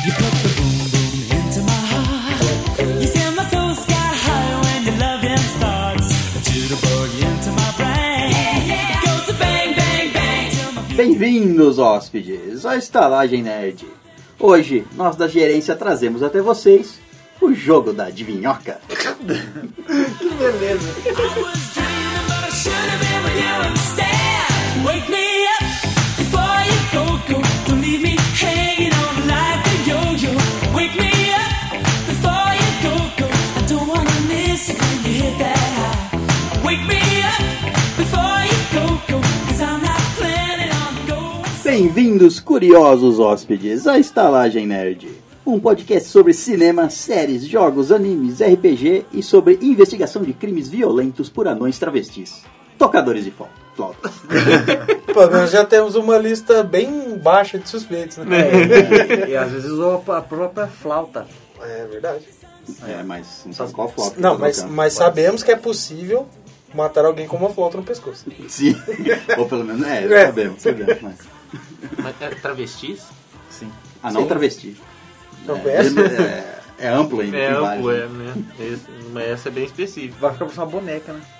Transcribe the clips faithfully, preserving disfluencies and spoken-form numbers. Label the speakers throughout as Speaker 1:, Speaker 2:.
Speaker 1: You put the boom boom into my heart. You send my soul sky high when your loving starts. To the bug into my brain. It goes to bang, bang, bang. till my-
Speaker 2: Bem-vindos, hóspedes, à Estalagem Nerd. Hoje, nós da gerência trazemos até vocês o jogo da adivinhoca.
Speaker 3: Que beleza.
Speaker 1: I was dreaming, but I should have been with you instead. Wake me up before you go, go. Don't leave me hanging on like a yo-yo. Wake me up before you go, go. I don't wanna miss it when you hit that high. Wake me up before you go, go. Cause I'm not planning on going.
Speaker 2: Bem-vindos, curiosos hóspedes, à Estalagem Nerd. Um podcast sobre cinema, séries, jogos, animes, R P G e sobre investigação de crimes violentos por anões travestis. Tocadores de flauta. flautas.
Speaker 3: Pelo menos já temos uma lista bem baixa de suspeitos, né?
Speaker 4: É, e, e às vezes usou a própria flauta.
Speaker 3: É verdade.
Speaker 2: É, mas não sabe qual flauta. que
Speaker 3: Não,
Speaker 2: tá
Speaker 3: mas,
Speaker 2: tocando.
Speaker 3: mas sabemos que é possível matar alguém com uma flauta no pescoço.
Speaker 2: Sim, ou pelo menos, é,
Speaker 3: É.
Speaker 2: sabemos, sabemos. Mas...
Speaker 5: Mas é travestis?
Speaker 4: Sim.
Speaker 2: Ah, não
Speaker 3: Sim.
Speaker 2: travesti.
Speaker 3: Não
Speaker 2: É,
Speaker 3: conhece?
Speaker 2: é, é amplo ainda,
Speaker 5: É
Speaker 2: tem
Speaker 5: amplo,
Speaker 2: vários,
Speaker 5: é,
Speaker 2: né?
Speaker 5: né? Esse, mas essa é bem específica.
Speaker 4: Vai ficar parecendo uma boneca, né?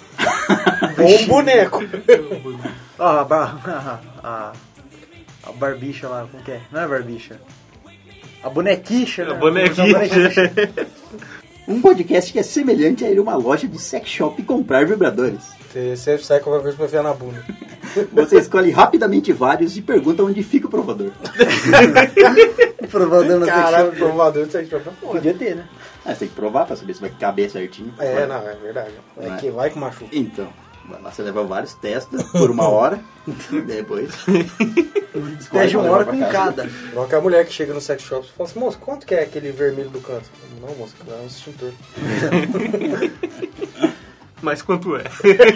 Speaker 3: Ou um boneco.
Speaker 4: Ó, a, bar- a, a, a barbicha lá, como que é? Não é barbicha. A bonequicha, né?
Speaker 5: A bonequicha.
Speaker 2: Um podcast que é semelhante a ir a uma loja de sex shop e comprar vibradores.
Speaker 3: Você sempre sai com alguma coisa pra enfiar na bunda.
Speaker 2: Você escolhe rapidamente vários e pergunta onde fica o provador.
Speaker 4: Provador na
Speaker 3: Caraca,
Speaker 4: secção.
Speaker 3: provador de sex shop é foda.
Speaker 4: Podia ter, né?
Speaker 2: Ah, você tem que provar pra saber se vai caber certinho.
Speaker 3: É,
Speaker 2: Vai.
Speaker 3: não, é verdade. É
Speaker 2: Vai.
Speaker 3: que vai com machuca.
Speaker 2: Então, vai lá, você leva vários, testa por uma hora, depois...
Speaker 4: Pede uma hora
Speaker 2: pra
Speaker 4: com
Speaker 2: casa.
Speaker 4: cada.
Speaker 3: Igual que a mulher que chega no sex shop e fala assim, moço, quanto que é aquele vermelho do canto? Não, moço, é um extintor.
Speaker 5: Mas quanto é?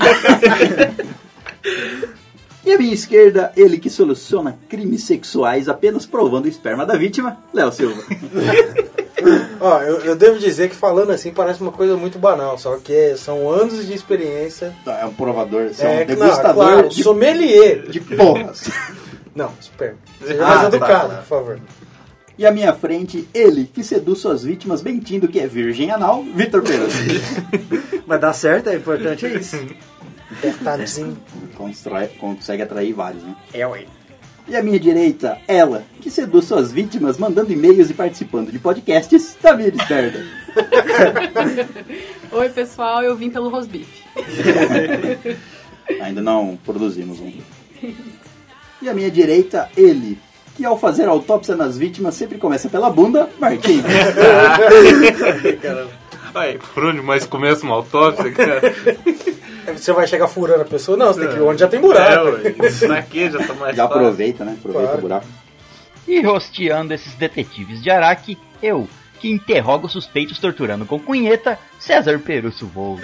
Speaker 2: E à minha esquerda, ele que soluciona crimes sexuais apenas provando o esperma da vítima, Léo Silva.
Speaker 3: Ó, eu, eu devo dizer que falando assim parece uma coisa muito banal, só que é- são anos de experiência.
Speaker 2: É um provador, você é um
Speaker 3: É, não,
Speaker 2: degustador
Speaker 3: claro,
Speaker 2: de,
Speaker 3: sommelier.
Speaker 2: de porras.
Speaker 3: Não, esperma. Seja
Speaker 2: Ah,
Speaker 3: mais
Speaker 2: tá,
Speaker 3: educado,
Speaker 2: tá.
Speaker 3: por favor.
Speaker 2: E à minha frente, ele que seduz suas vítimas mentindo que é virgem anal, Vitor Pereira.
Speaker 4: Vai dar certo, é importante, é isso.
Speaker 3: Apertadinho.
Speaker 2: Constrói- consegue atrair vários, né?
Speaker 4: É, ué.
Speaker 2: E à minha direita, ela, que seduz suas vítimas mandando e-mails e participando de podcasts, Tamires Berda.
Speaker 6: Oi pessoal, eu vim pelo rosbife.
Speaker 2: Ainda não produzimos um. E à minha direita, ele, que ao fazer autópsia nas vítimas sempre começa pela bunda, Marquinhos.
Speaker 5: Ai, por onde mais começa uma autópsia, cara?
Speaker 3: Você vai chegar furando a pessoa? Não, você tem que ir onde já tem buraco.
Speaker 5: É, ué, isso daqui já tá mais
Speaker 2: Já
Speaker 5: fácil.
Speaker 2: aproveita, né? Aproveita
Speaker 3: Claro.
Speaker 2: o buraco.
Speaker 7: E rosteando esses detetives de Araque, eu, que interrogo suspeitos torturando com cunheta, César Perusso Volga.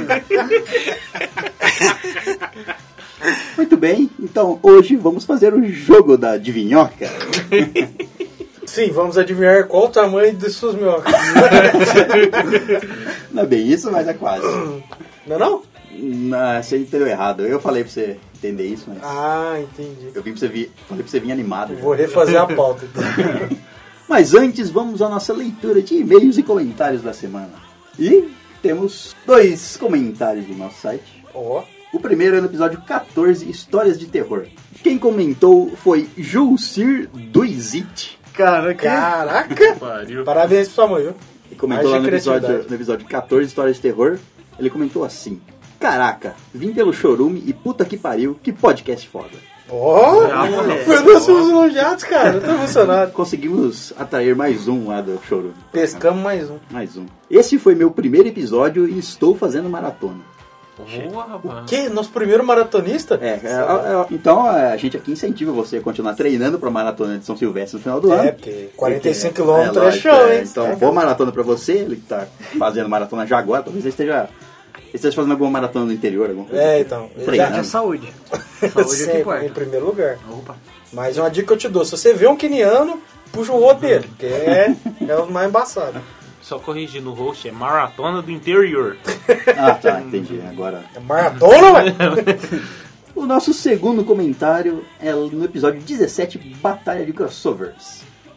Speaker 2: Muito bem, então hoje vamos fazer o jogo da adivinhoca.
Speaker 3: Sim, vamos adivinhar qual o tamanho de suas minhocas.
Speaker 2: Não é bem isso, mas é quase.
Speaker 3: Não é não?
Speaker 2: Não, você entendeu errado. Eu falei pra você entender isso, mas
Speaker 3: Ah, entendi.
Speaker 2: eu vim pra você vir, falei pra você vir animado.
Speaker 3: Vou refazer a pauta. Então.
Speaker 2: Mas antes, vamos à nossa leitura de e-mails e comentários da semana. E temos dois comentários do nosso site.
Speaker 3: Ó,
Speaker 2: O primeiro é no episódio catorze, Histórias de Terror. Quem comentou foi Julcir Duizit.
Speaker 4: Cara, que...
Speaker 3: caraca!
Speaker 5: Pariu.
Speaker 3: Parabéns pra sua mãe, viu?
Speaker 2: E comentou lá
Speaker 3: Haja
Speaker 2: no episódio,
Speaker 3: criatividade.
Speaker 2: no episódio catorze, Histórias de Terror. Ele comentou assim: Caraca, vim pelo chorume e puta que pariu, que podcast foda.
Speaker 3: Ó,
Speaker 5: Ah, moleque.
Speaker 3: foi nós fomos elogiados, cara. Eu tô emocionado.
Speaker 2: Conseguimos atrair mais um lá do chorume.
Speaker 3: Pescamos mais um.
Speaker 2: Mais um. Esse foi meu primeiro episódio e estou fazendo maratona.
Speaker 5: Boa, rapaz.
Speaker 3: Que? Nosso primeiro maratonista?
Speaker 2: É, é, é, então é, a gente aqui incentiva você a continuar treinando pra maratona de São Silvestre no final do ano.
Speaker 3: É, porque quarenta e cinco
Speaker 2: Porque,
Speaker 3: quilômetros é,
Speaker 2: lógico,
Speaker 3: show,
Speaker 2: é,
Speaker 3: hein?
Speaker 2: Então,
Speaker 3: É.
Speaker 2: boa maratona pra você, ele que tá fazendo maratona já agora, talvez ele esteja, ele esteja fazendo alguma maratona no interior, alguma coisa.
Speaker 3: É,
Speaker 2: assim.
Speaker 3: então.
Speaker 2: Treinando.
Speaker 4: É saúde. Saúde é que
Speaker 3: Sempre, em
Speaker 4: importa.
Speaker 3: primeiro lugar.
Speaker 4: Opa.
Speaker 3: Mas uma dica que eu te dou: se você vê um quiniano, puxa o outro dele, porque é, é o mais embaçado.
Speaker 5: Só corrigindo o host, é Maratona do Interior.
Speaker 2: Ah, tá, entendi. Agora.
Speaker 3: É maratona, ué?
Speaker 2: O nosso segundo comentário é no episódio dezessete, Batalha de Crossovers.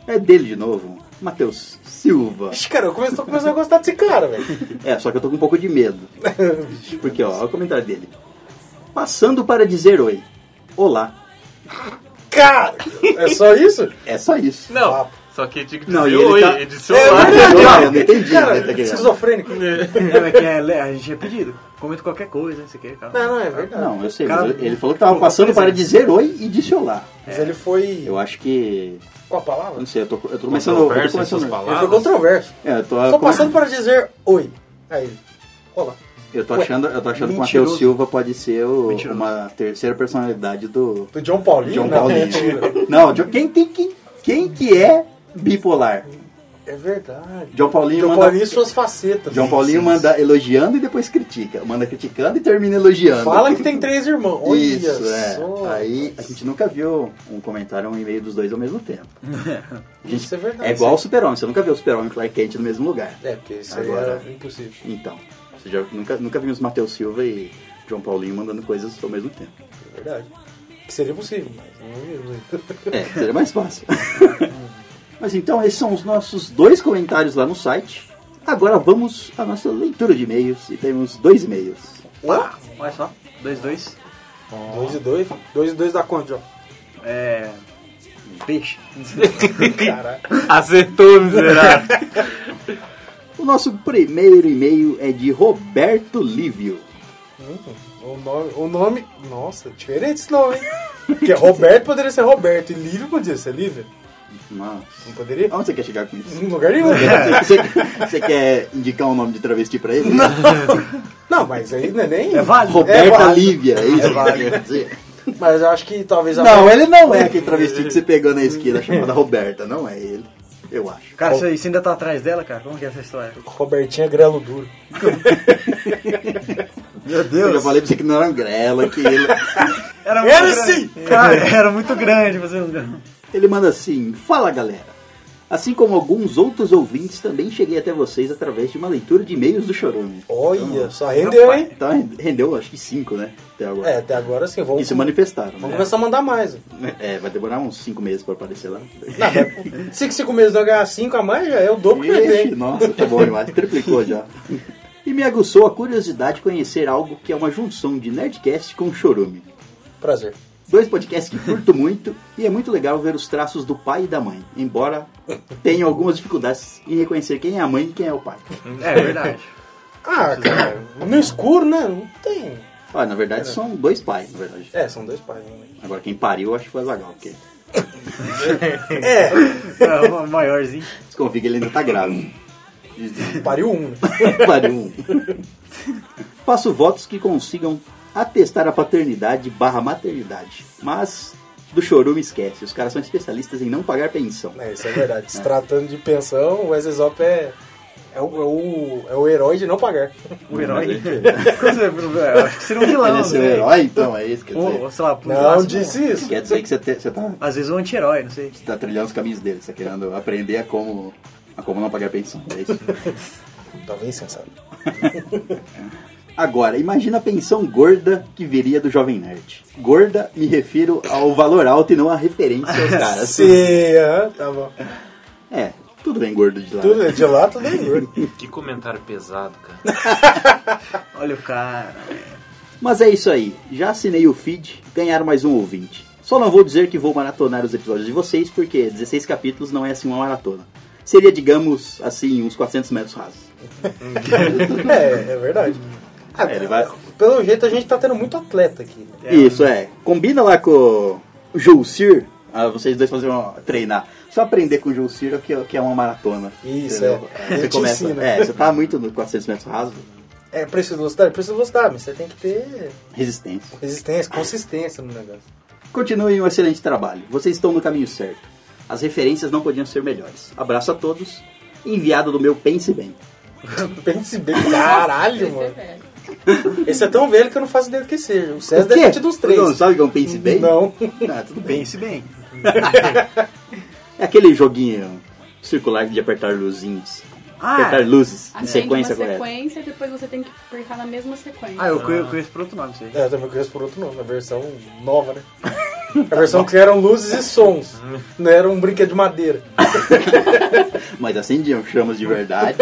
Speaker 2: é dele de novo, Matheus Silva.
Speaker 3: Ixi, cara, eu comecei, tô começando a gostar desse cara, velho.
Speaker 2: É, só que eu tô com um pouco de medo. Porque, ó, olha o comentário dele. Passando para dizer oi. Olá.
Speaker 3: Cara, é só isso?
Speaker 2: É só isso.
Speaker 5: Não, só que tinha que dizer
Speaker 2: Não, e ele
Speaker 5: oi,
Speaker 2: tá-
Speaker 5: ele disse olá.
Speaker 2: Ah, eu não entendi.
Speaker 3: Cara,
Speaker 2: né, tá querendo.
Speaker 3: esquizofrênico.
Speaker 4: É, mas que é, a gente é pedido. Comenta qualquer coisa, não sei o que. Cara.
Speaker 3: Não, não, é verdade.
Speaker 2: Não, eu sei.
Speaker 4: Cara,
Speaker 2: mas ele falou que tava passando para dizer oi e disse olá.
Speaker 3: Mas ele foi...
Speaker 2: Eu acho que...
Speaker 3: Qual a palavra?
Speaker 2: Não sei, eu tô, eu tô começando... Eu tô
Speaker 5: Controverso em suas
Speaker 2: começando...
Speaker 3: Ele foi
Speaker 5: palavras.
Speaker 3: controverso.
Speaker 2: É, eu tô,
Speaker 3: Só passando para dizer oi. Aí ele, olá.
Speaker 2: eu tô
Speaker 3: Ué,
Speaker 2: achando, eu tô achando que o
Speaker 4: mentiroso.
Speaker 2: Matheus Silva pode ser o-
Speaker 4: Mentiroso.
Speaker 2: uma terceira personalidade do
Speaker 3: Do John Paulinho?
Speaker 2: John
Speaker 3: Não,
Speaker 2: Paulinho.
Speaker 3: mentira.
Speaker 2: Não, John- quem, tem, quem, quem que é bipolar?
Speaker 3: É verdade.
Speaker 2: John Paulinho
Speaker 3: John
Speaker 2: manda...
Speaker 3: Paulinho e suas facetas.
Speaker 2: John Paulinho manda elogiando e depois critica. Manda criticando e termina elogiando.
Speaker 3: Fala que tem três irmãos. Olha
Speaker 2: Isso, é.
Speaker 3: só.
Speaker 2: Aí a gente nunca viu um comentário, um e-mail dos dois ao mesmo tempo. A gente-
Speaker 3: Isso é verdade.
Speaker 2: É igual o Super-Homem, você nunca viu o Super-Homem e o Clark Kent no mesmo lugar.
Speaker 3: É, porque isso aí
Speaker 2: Agora-
Speaker 3: era impossível.
Speaker 2: Então, você já, nunca, nunca vimos Matheus Silva e John Paulinho mandando coisas ao mesmo tempo.
Speaker 3: É verdade. Que seria possível, mas não vimos ainda.
Speaker 2: É, seria mais fácil. Mas então, esses são os nossos dois comentários lá no site. Agora vamos à nossa leitura de e-mails. E temos dois e-mails.
Speaker 4: Olha só, dois, dois.
Speaker 3: Dois e dois? Dois e dois dá quanto, João?
Speaker 4: É. Peixe.
Speaker 3: Caralho.
Speaker 5: Acertou, miserável.
Speaker 2: O nosso primeiro e-mail é de Roberto Lívio.
Speaker 3: O nome, o nome... Nossa, diferente esse nome, hein? Porque Roberto poderia ser Roberto e Lívio poderia ser Lívia.
Speaker 2: Nossa.
Speaker 3: Não poderia?
Speaker 2: Aonde você quer chegar com isso?
Speaker 3: Em lugar nenhum.
Speaker 2: Você, você quer indicar um nome de travesti pra ele?
Speaker 3: Não, mas aí não é nem...
Speaker 4: É válido.
Speaker 2: Roberta
Speaker 3: É válido.
Speaker 2: Lívia, é isso?
Speaker 3: É válido.
Speaker 2: que quer dizer?
Speaker 3: Mas eu acho que talvez... a-
Speaker 2: Não, ele não é aquele travesti que você pegou na esquina chamada Roberta. Não é ele. Eu acho.
Speaker 4: Cara, você, você ainda tá atrás dela, cara? Como que é essa história?
Speaker 3: Robertinha Grelo Duro.
Speaker 4: Meu
Speaker 2: Eu
Speaker 4: Deus.
Speaker 2: já falei pra você que não era um grela, que ele...
Speaker 4: Era, muito
Speaker 3: Era
Speaker 4: grande.
Speaker 3: sim!
Speaker 4: Cara, era muito grande. Você não...
Speaker 2: Ele manda assim: fala galera. Assim como alguns outros ouvintes, também cheguei até vocês através de uma leitura de e-mails do Chorume.
Speaker 3: Olha, só rendeu, hein?
Speaker 2: Então rendeu, acho que cinco, né? Até agora.
Speaker 3: É, até agora sim, vamos,
Speaker 2: E se manifestaram,
Speaker 3: vamos
Speaker 2: né?
Speaker 3: começar a mandar mais.
Speaker 2: É, vai demorar uns cinco meses pra aparecer lá.
Speaker 3: Não, mas cinco, cinco meses não ganhar cinco a mais, já é o dobro que ele
Speaker 2: Ixi,
Speaker 3: tem.
Speaker 2: nossa, tá bom demais, triplicou já. E me aguçou a curiosidade de conhecer algo que é uma junção de Nerdcast com Chorume.
Speaker 3: Prazer.
Speaker 2: Dois podcasts que curto muito e é muito legal ver os traços do pai e da mãe, embora tenha algumas dificuldades em reconhecer quem é a mãe e quem é o pai.
Speaker 4: É verdade.
Speaker 3: Ah, cara, no escuro, né? Não tem.
Speaker 2: Olha, na verdade são dois pais, na verdade.
Speaker 3: É, são dois pais. Né?
Speaker 2: Agora quem pariu acho que foi o Azaghal, porque
Speaker 3: É,
Speaker 4: É, o maiorzinho.
Speaker 2: desconfia que ele ainda tá grávido.
Speaker 3: pariu um. Né?
Speaker 2: Pariu um. Faço votos que consigam atestar a paternidade barra maternidade, mas do Chorume esquece, os caras são especialistas em não pagar pensão.
Speaker 3: É, isso é verdade. Se tratando de pensão, o Wesley Zop é, é, o, é, o, é o herói de não pagar.
Speaker 4: O herói. Eu acho que seria um vilão.
Speaker 2: Ele é seu
Speaker 4: né?
Speaker 2: herói, então, é isso que quer
Speaker 4: Ou,
Speaker 2: dizer?
Speaker 4: ou, sei lá, um
Speaker 3: Não
Speaker 4: máximo,
Speaker 3: disse isso.
Speaker 2: Quer dizer que você, te- você tá
Speaker 4: Às vezes um anti-herói, não sei.
Speaker 2: Você tá trilhando os caminhos dele, você tá querendo aprender a como, a como não pagar pensão, é isso?
Speaker 3: Talvez sensato.
Speaker 2: Agora, imagina a pensão gorda que viria do Jovem Nerd. Gorda, me refiro ao valor alto e não à referência aos caras.
Speaker 3: Sim, aham, tá bom.
Speaker 2: É, tudo bem gordo de lá.
Speaker 3: Tudo é de lá, tudo é gordo.
Speaker 5: Que comentário pesado, cara.
Speaker 4: Olha o cara.
Speaker 2: Mas é isso aí, já assinei o feed, ganharam mais um ouvinte. Só não vou dizer que vou maratonar os episódios de vocês, porque dezesseis capítulos não é assim uma maratona. Seria, digamos, assim, uns quatrocentos metros rasos.
Speaker 3: É, é verdade. Ah,
Speaker 2: É, ele vai-
Speaker 3: Pelo jeito a gente tá tendo muito atleta aqui. Né?
Speaker 2: Isso, é. Combina lá com o Julcir, ah, vocês dois fazem uma, treinar. Só aprender com o Julcir que, que é uma maratona.
Speaker 3: Isso,
Speaker 2: entendeu?
Speaker 3: é.
Speaker 2: Aí
Speaker 3: Ele
Speaker 2: Você
Speaker 3: te
Speaker 2: começa,
Speaker 3: ensina.
Speaker 2: é, você tá muito no quatrocentos metros rasos,
Speaker 3: É, precisa de velocidade? Precisa de velocidade, mas você tem que ter
Speaker 2: resistência.
Speaker 3: resistência, consistência no negócio.
Speaker 2: Continuem um excelente trabalho. Vocês estão no caminho certo. As referências não podiam ser melhores. Abraço a todos. Enviado do meu Pense Bem.
Speaker 3: Pense bem, caralho,
Speaker 6: Esse é
Speaker 3: mano.
Speaker 6: velho.
Speaker 3: Esse é tão velho que eu não faço ideia do que seja. O César
Speaker 2: O
Speaker 3: deve
Speaker 2: quê?
Speaker 3: ter tido uns três.
Speaker 2: Não sabe o que é um Pense Bem?
Speaker 3: Não.
Speaker 2: Ah, tudo bem.
Speaker 4: Pense bem.
Speaker 2: É aquele joguinho circular de apertar luzinhas.
Speaker 4: Ah,
Speaker 2: apertar luzes em
Speaker 6: Acende
Speaker 2: sequência
Speaker 6: uma
Speaker 2: correta.
Speaker 6: sequência e depois você tem que apertar na mesma sequência.
Speaker 4: ah eu conheço, conheço por outro nome, sei.
Speaker 3: É, eu também conheço por outro nome, a versão nova, né? A versão que eram luzes e sons. Não era um brinquedo de madeira.
Speaker 2: Mas acendiam chamas de verdade.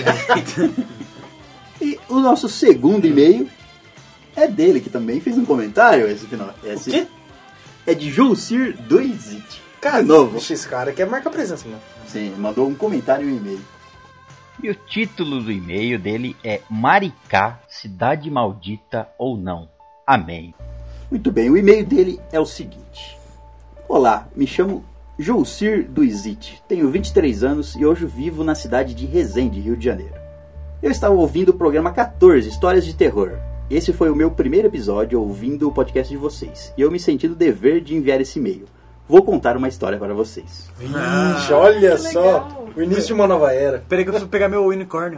Speaker 2: E o nosso segundo e-mail é dele, que também fez um comentário esse final. Esse
Speaker 3: O quê?
Speaker 2: É de Julcir Doizit.
Speaker 3: Cara,
Speaker 2: novo.
Speaker 3: Vixe, esse cara quer marcar presença, mano.
Speaker 2: Sim, mandou um comentário e um e-mail.
Speaker 7: E o título do e-mail dele é Maricá, cidade maldita ou não? Amém.
Speaker 2: Muito bem, o e-mail dele é o seguinte. Olá, me chamo Julcir Doizit, tenho vinte e três anos e hoje vivo na cidade de Resende, Rio de Janeiro. Eu estava ouvindo o programa catorze, Histórias de Terror. Esse foi o meu primeiro episódio ouvindo o podcast de vocês. E eu me senti no dever de enviar esse e-mail. Vou contar uma história para vocês.
Speaker 3: Vixe, olha
Speaker 6: que
Speaker 3: só.
Speaker 6: legal.
Speaker 3: O início de uma nova era.
Speaker 4: Peraí que eu preciso pegar meu unicórnio.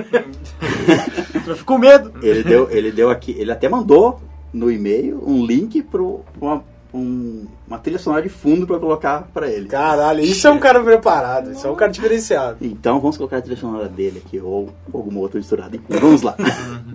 Speaker 4: Eu fico com medo.
Speaker 2: Ele deu, ele deu aqui, ele até mandou no e-mail um link para uma, um, uma trilha sonora de fundo para colocar para ele.
Speaker 3: Caralho, isso é um cara preparado. Isso é um cara diferenciado.
Speaker 2: Então vamos colocar a trilha sonora dele aqui, ou alguma outra misturada. Enfim, vamos lá.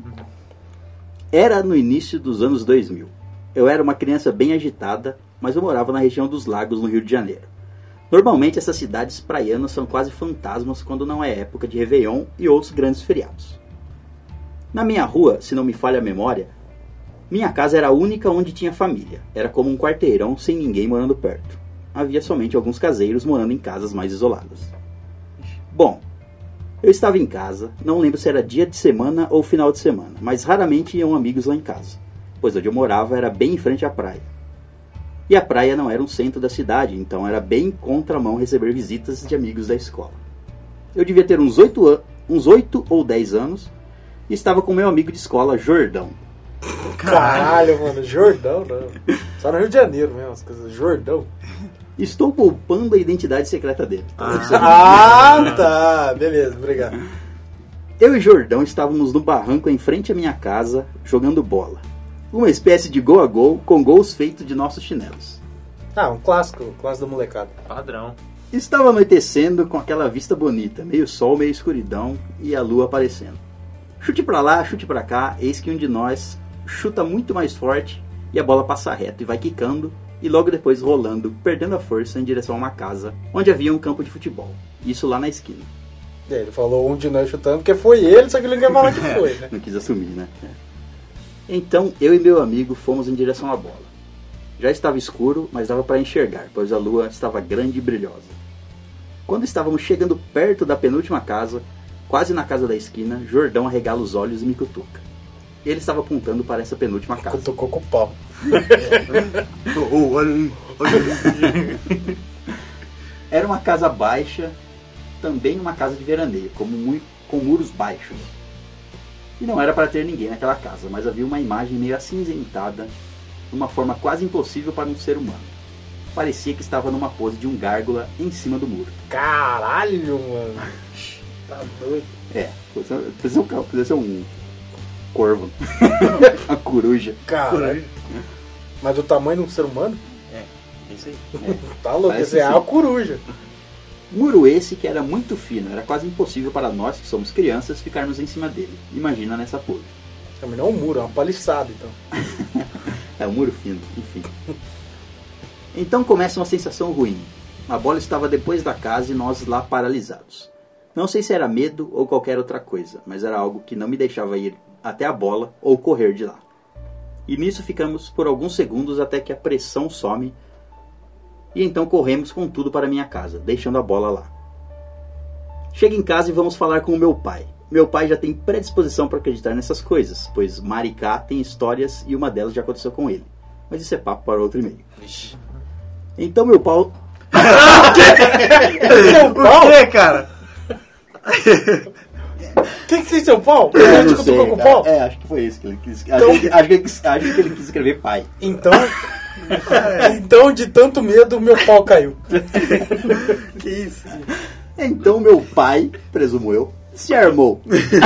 Speaker 2: Era no início dos anos dois mil. Eu era uma criança bem agitada, mas eu morava na região dos Lagos, no Rio de Janeiro. Normalmente essas cidades praianas são quase fantasmas quando não é época de Réveillon e outros grandes feriados. Na minha rua, se não me falha a memória, minha casa era a única onde tinha família. Era como um quarteirão sem ninguém morando perto. Havia somente alguns caseiros morando em casas mais isoladas. Bom, eu estava em casa, não lembro se era dia de semana ou final de semana, mas raramente iam amigos lá em casa, pois onde eu morava era bem em frente à praia. E a praia não era um centro da cidade, então era bem contramão receber visitas de amigos da escola. Eu devia ter uns oito an- uns oito ou dez anos e estava com meu amigo de escola, Jordão.
Speaker 3: Caralho, mano. Jordão, não. Só no Rio de Janeiro mesmo, as coisas. Jordão.
Speaker 2: Estou poupando a identidade secreta dele.
Speaker 3: Ah, tá. Beleza, obrigado.
Speaker 2: Eu e Jordão estávamos no barranco em frente à minha casa, jogando bola. Uma espécie de gol a gol, com gols feitos de nossos chinelos.
Speaker 3: Ah, um clássico. Clássico da molecada.
Speaker 5: Padrão.
Speaker 2: Estava anoitecendo com aquela vista bonita, meio sol, meio escuridão e a lua aparecendo. Chute pra lá, chute pra cá, eis que um de nós chuta muito mais forte e a bola passa reto e vai quicando e logo depois rolando, perdendo a força em direção a uma casa onde havia um campo de futebol. Isso lá na esquina.
Speaker 3: E aí, ele falou um de nós chutando, porque foi ele, só que ele não quer falar que foi, né?
Speaker 2: Não quis assumir, né? É. Então eu e meu amigo fomos em direção à bola. Já estava escuro, mas dava para enxergar, pois a lua estava grande e brilhosa. Quando estávamos chegando perto da penúltima casa, quase na casa da esquina, Jordão arregala os olhos e me cutuca. Ele estava apontando para essa penúltima casa.
Speaker 3: Tocou com o pau.
Speaker 2: Era uma casa baixa, também uma casa de veraneio, como mu- com muros baixos. E não era para ter ninguém naquela casa, mas havia uma imagem meio acinzentada, de uma forma quase impossível para um ser humano. Parecia que estava numa pose de um gárgula em cima do muro.
Speaker 3: Caralho, mano. Tá doido.
Speaker 2: É, podia ser um, podia ser um corvo, uma coruja.
Speaker 3: Caralho. Mas do tamanho de um ser humano?
Speaker 4: É isso aí.
Speaker 3: Tá louco,
Speaker 2: Parece
Speaker 3: esse é
Speaker 2: sim.
Speaker 3: a coruja.
Speaker 2: Muro esse que era muito fino, era quase impossível para nós que somos crianças ficarmos em cima dele. Imagina nessa pose.
Speaker 3: Também não é um muro, é uma paliçada, então.
Speaker 2: É um muro fino, enfim. Então começa uma sensação ruim. A bola estava depois da casa e nós lá paralisados. Não sei se era medo ou qualquer outra coisa, mas era algo que não me deixava ir até a bola ou correr de lá. E nisso ficamos por alguns segundos até que a pressão some e então corremos com tudo para minha casa, deixando a bola lá. Chego em casa e vamos falar com o meu pai. Meu pai já tem predisposição para acreditar nessas coisas, pois Maricá tem histórias e uma delas já aconteceu com ele. Mas isso é papo para outro e-mail. Então meu pau...
Speaker 3: Seu pau?
Speaker 4: O que, cara?
Speaker 3: Quem que tem seu pau?
Speaker 2: Eu
Speaker 3: Ele
Speaker 2: não
Speaker 3: te
Speaker 2: sei,
Speaker 3: cutucou com o
Speaker 2: cara.
Speaker 3: pau?
Speaker 2: É, acho que foi isso que ele quis.
Speaker 3: Então-
Speaker 2: Acho, que, acho, que ele quis acho que ele quis escrever pai.
Speaker 3: Então... Então, de tanto medo, meu pau caiu.
Speaker 4: Que isso?
Speaker 2: Então meu pai, presumo eu, se armou.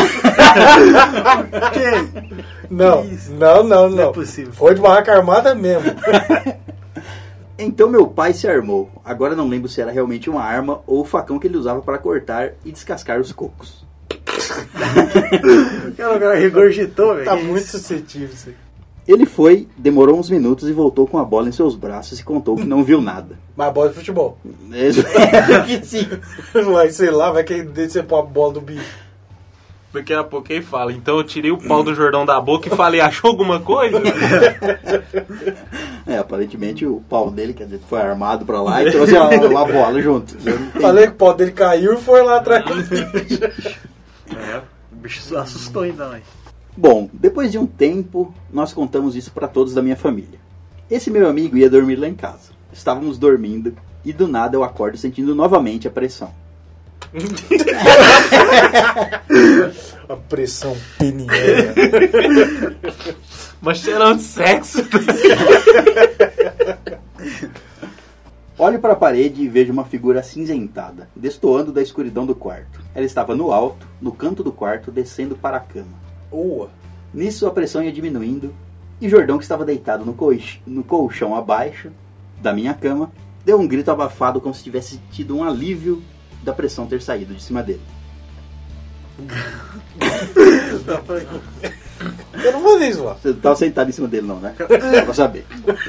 Speaker 4: Quem?
Speaker 3: Não,
Speaker 4: Isso.
Speaker 3: não, não, não.
Speaker 4: Não é possível.
Speaker 3: Foi de barraca armada mesmo.
Speaker 2: Então meu pai se armou. Agora não lembro se era realmente uma arma ou o facão que ele usava para cortar e descascar os cocos.
Speaker 4: O cara, o cara regurgitou, velho.
Speaker 3: Tá
Speaker 4: Que
Speaker 3: muito
Speaker 4: isso?
Speaker 3: suscetível isso aí.
Speaker 2: Ele foi, demorou uns minutos e voltou com a bola em seus braços e contou que não viu nada.
Speaker 3: Mas bola de futebol.
Speaker 2: Que sim.
Speaker 3: Vai, sei lá, vai que você pôr a bola do bicho.
Speaker 5: Daqui a pouco ele fala, então eu tirei o pau do Jordão da boca e falei, achou alguma coisa?
Speaker 2: É, aparentemente o pau dele, quer dizer, foi armado pra lá e trouxe uma, uma bola junto. Eu não entendi.
Speaker 3: Falei que o pau dele caiu e foi lá atrás.
Speaker 4: É, o bicho assustou então, hein?
Speaker 2: Bom, depois de um tempo, nós contamos isso pra todos da minha família. Esse meu amigo ia dormir lá em casa. Estávamos dormindo e do nada eu acordo sentindo novamente a pressão.
Speaker 3: A pressão peniana.
Speaker 5: Mas cheirando de sexo.
Speaker 2: Olho para a parede e vejo uma figura acinzentada, destoando da escuridão do quarto. Ela estava no alto, no canto do quarto, descendo para a cama.
Speaker 3: Boa.
Speaker 2: Nisso a pressão ia diminuindo e Jordão, que estava deitado no, colch- no colchão abaixo da minha cama, deu um grito abafado como se tivesse tido um alívio da pressão ter saído de cima dele.
Speaker 3: Eu não vou fazer isso lá.
Speaker 2: Você não estava sentado em cima dele não, né? Só pra saber.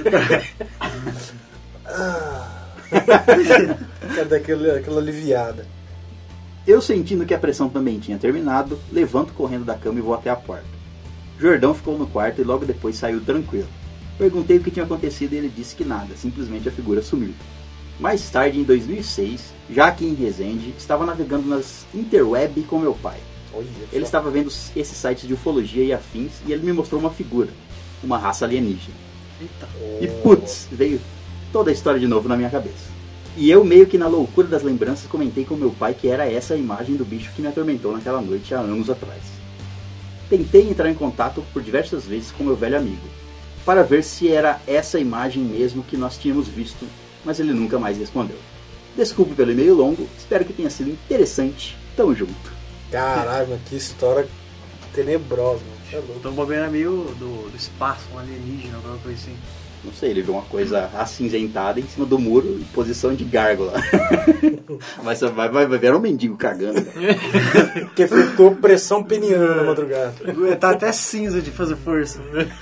Speaker 3: Cadê aquela, aquela aliviada?
Speaker 2: Eu, sentindo que a pressão também tinha terminado, levanto correndo da cama e vou até a porta. Jordão ficou no quarto e logo depois saiu tranquilo. Perguntei o que tinha acontecido e ele disse que nada, simplesmente a figura sumiu. Mais tarde, em dois mil e seis, já aqui em Resende, estava navegando nas interweb com meu pai.
Speaker 3: Olha
Speaker 2: Ele
Speaker 3: só.
Speaker 2: estava vendo esses sites de ufologia e afins e ele me mostrou uma figura, uma raça alienígena.
Speaker 4: Eita.
Speaker 2: E putz, veio toda a história de novo na minha cabeça. E eu, meio que na loucura das lembranças, comentei com meu pai que era essa a imagem do bicho que me atormentou naquela noite há anos atrás. Tentei entrar em contato por diversas vezes com meu velho amigo, para ver se era essa imagem mesmo que nós tínhamos visto, mas ele nunca mais respondeu. Desculpe pelo e-mail longo, espero que tenha sido interessante. Tamo junto.
Speaker 3: Caralho, mas que história tenebrosa, mano. É louco.
Speaker 4: Então o bagulho era meio do, do espaço, um alienígena, alguma coisa assim.
Speaker 2: Não sei, ele viu uma coisa acinzentada em cima do muro em posição de gárgula. Mas vai, vai, vai ver um mendigo cagando.
Speaker 3: Que efetuou pressão peniana na madrugada.
Speaker 4: Tá até cinza de fazer força.